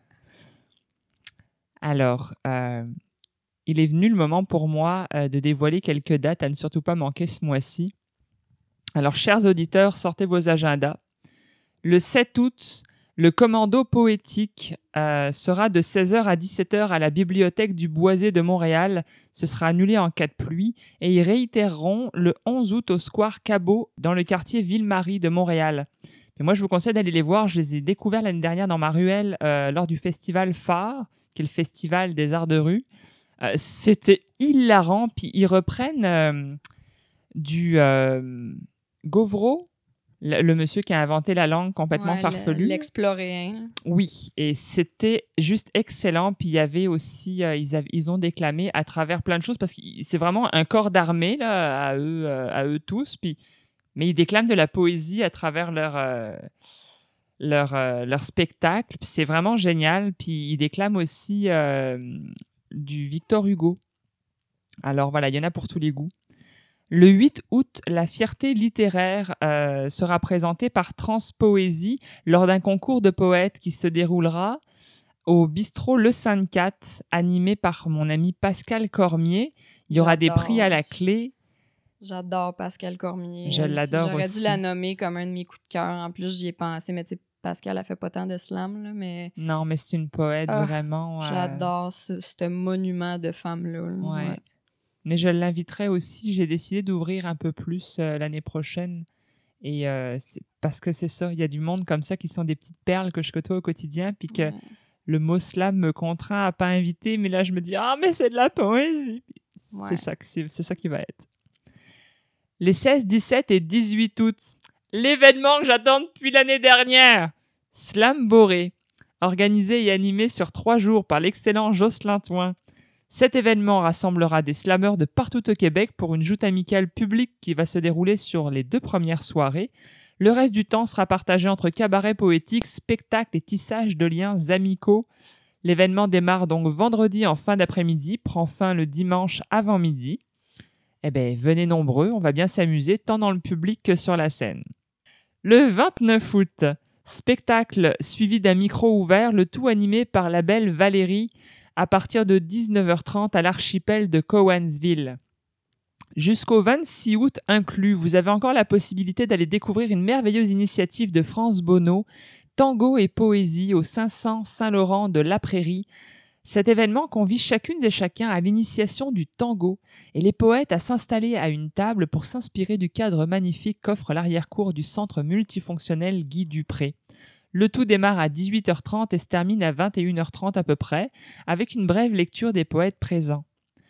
Alors, euh, il est venu le moment pour moi euh, de dévoiler quelques dates à ne surtout pas manquer ce mois-ci. Alors, chers auditeurs, sortez vos agendas. Le sept août, le commando poétique euh, sera de seize heures à dix-sept heures à la bibliothèque du Boisé de Montréal. Ce sera annulé en cas de pluie. Et ils réitéreront le onze août au Square Cabot dans le quartier Ville-Marie de Montréal. Mais moi, je vous conseille d'aller les voir. Je les ai découverts l'année dernière dans ma ruelle euh, lors du festival Phare, qui est le festival des arts de rue. Euh, c'était hilarant. Puis ils reprennent euh, du euh, Gauvreau, le, le monsieur qui a inventé la langue complètement Ouais, farfelue. le- L'exploréen. Oui, et c'était juste excellent. Puis il y avait aussi, euh, ils, avaient, ils ont déclamé à travers plein de choses parce que c'est vraiment un corps d'armée là, à eux, euh, à eux tous. Puis, mais ils déclament de la poésie à travers leur, euh, leur, euh, leur spectacle. Puis c'est vraiment génial. Puis ils déclament aussi euh, du Victor Hugo. Alors voilà, il y en a pour tous les goûts. Le huit août, la fierté littéraire euh, sera présentée par Transpoésie lors d'un concours de poètes qui se déroulera au bistrot Le Sainte-Cat, animé par mon ami Pascal Cormier. Il y aura des J'adore. prix à la clé. J'adore Pascal Cormier. Je Elle aussi, l'adore J'aurais aussi. dû la nommer comme un de mes coups de cœur. En plus, j'y ai pensé, mais tu sais, Pascal, elle fait pas tant de slam, là, mais Non, mais c'est une poète Ah, vraiment. euh, j'adore ce, ce monument de femme-là. là. Ouais. Ouais. Mais je l'inviterai aussi. J'ai décidé d'ouvrir un peu plus euh, l'année prochaine. Et euh, c'est parce que c'est ça. Il y a du monde comme ça qui sont des petites perles que je côtoie au quotidien. Puis que Ouais. le mot slam me contraint à pas inviter. Mais là, je me dis, ah, mais c'est de la poésie. Puis Ouais. C'est ça, que c'est, c'est ça qui va être. Les seize, dix-sept et dix-huit août. L'événement que j'attends depuis l'année dernière. Slam Boré. Organisé et animé sur trois jours par l'excellent Jocelyn Toin. Cet événement rassemblera des slammeurs de partout au Québec pour une joute amicale publique qui va se dérouler sur les deux premières soirées. Le reste du temps sera partagé entre cabaret poétique, spectacle et tissage de liens amicaux. L'événement démarre donc vendredi en fin d'après-midi, prend fin le dimanche avant midi. Eh bien, venez nombreux, on va bien s'amuser tant dans le public que sur la scène. Le vingt-neuf août, spectacle suivi d'un micro ouvert, le tout animé par la belle Valérie, à partir de dix-neuf heures trente à l'archipel de Cowansville. Jusqu'au vingt-six août inclus, vous avez encore la possibilité d'aller découvrir une merveilleuse initiative de France Bonneau, Tango et Poésie au cinq cents Saint-Laurent de La Prairie. Cet événement convie chacune et chacun à l'initiation du tango et les poètes à s'installer à une table pour s'inspirer du cadre magnifique qu'offre l'arrière-cour du centre multifonctionnel Guy Dupré. Le tout démarre à dix-huit heures trente et se termine à vingt et une heures trente à peu près, avec une brève lecture des poètes présents.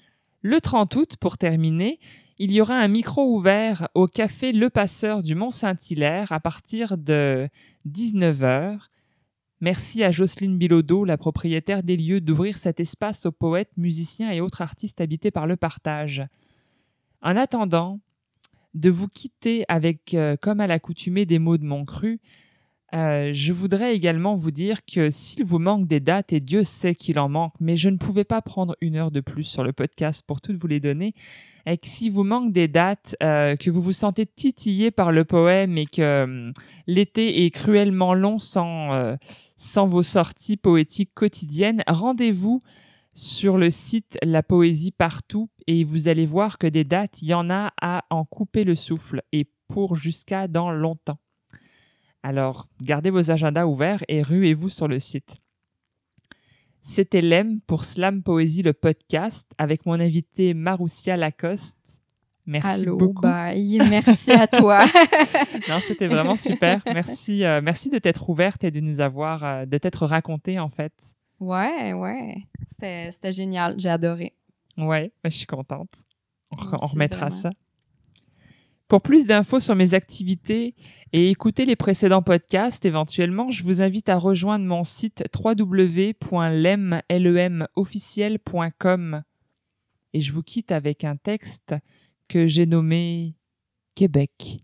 Le trente août, pour terminer, il y aura un micro ouvert au café Le Passeur du Mont-Saint-Hilaire à partir de dix-neuf heures. Merci à Jocelyne Bilodeau, la propriétaire des lieux, d'ouvrir cet espace aux poètes, musiciens et autres artistes habités par le partage. En attendant de vous quitter avec, euh, comme à l'accoutumée, des mots de mon cru, Euh, je voudrais également vous dire que s'il vous manque des dates, et Dieu sait qu'il en manque, mais je ne pouvais pas prendre une heure de plus sur le podcast pour toutes vous les donner, et que s'il vous manque des dates, euh, que vous vous sentez titillé par le poème et que euh, l'été est cruellement long sans, euh, sans vos sorties poétiques quotidiennes, rendez-vous sur le site La Poésie Partout et vous allez voir que des dates, il y en a à en couper le souffle et pour jusqu'à dans longtemps. Alors, gardez vos agendas ouverts et ruez-vous sur le site. C'était Lem pour Slam Poésie, le podcast, avec mon invité Maroussia Lacoste. Merci Allô, beaucoup. bye. Merci à toi. Non, c'était vraiment super. Merci, euh, merci de t'être ouverte et de nous avoir, euh, de t'être racontée en fait. Ouais, ouais. C'était, c'était génial. J'ai adoré. Ouais, je suis contente. On, Merci, on remettra vraiment. ça. Pour plus d'infos sur mes activités et écouter les précédents podcasts, éventuellement, je vous invite à rejoindre mon site w w w point lem officiel point com. Et je vous quitte avec un texte que j'ai nommé Québec.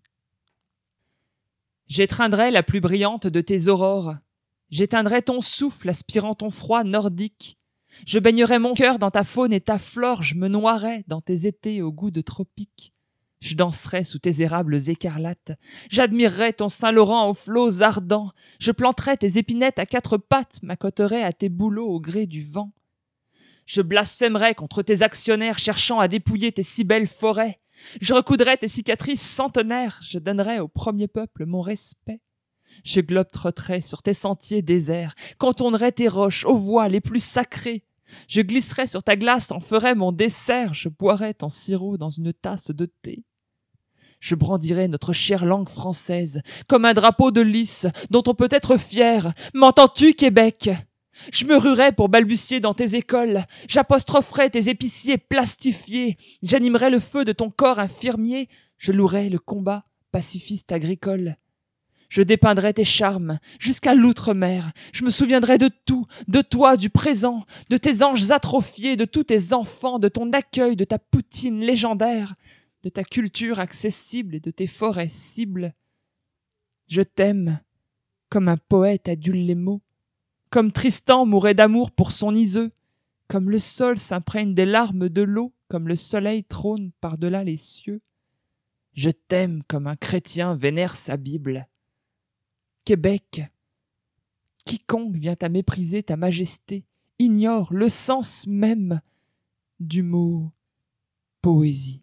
J'étreindrai la plus brillante de tes aurores. J'éteindrai ton souffle aspirant ton froid nordique. Je baignerai mon cœur dans ta faune et ta flore. Je me noierai dans tes étés au goût de tropique. Je danserai sous tes érables écarlates. J'admirerai ton Saint-Laurent aux flots ardents. Je planterai tes épinettes à quatre pattes, m'accoterai à tes bouleaux au gré du vent. Je blasphémerai contre tes actionnaires cherchant à dépouiller tes si belles forêts. Je recoudrai tes cicatrices centenaires. Je donnerai au premier peuple mon respect. Je globe-trotterai sur tes sentiers déserts, contournerai tes roches aux voies les plus sacrées. Je glisserai sur ta glace, en ferai mon dessert. Je boirai ton sirop dans une tasse de thé. Je brandirai notre chère langue française comme un drapeau de lys dont on peut être fier. M'entends-tu, Québec ? Je me ruerai pour balbutier dans tes écoles. J'apostropherai tes épiciers plastifiés. J'animerai le feu de ton corps infirmier. Je louerai le combat pacifiste agricole. Je dépeindrai tes charmes jusqu'à l'outre-mer. Je me souviendrai de tout, de toi, du présent, de tes anges atrophiés, de tous tes enfants, de ton accueil, de ta poutine légendaire, de ta culture accessible et de tes forêts cibles. Je t'aime comme un poète adule les mots, comme Tristan mourait d'amour pour son Iseux, comme le sol s'imprègne des larmes de l'eau, comme le soleil trône par-delà les cieux. Je t'aime comme un chrétien vénère sa Bible. Québec, quiconque vient à mépriser ta majesté ignore le sens même du mot poésie.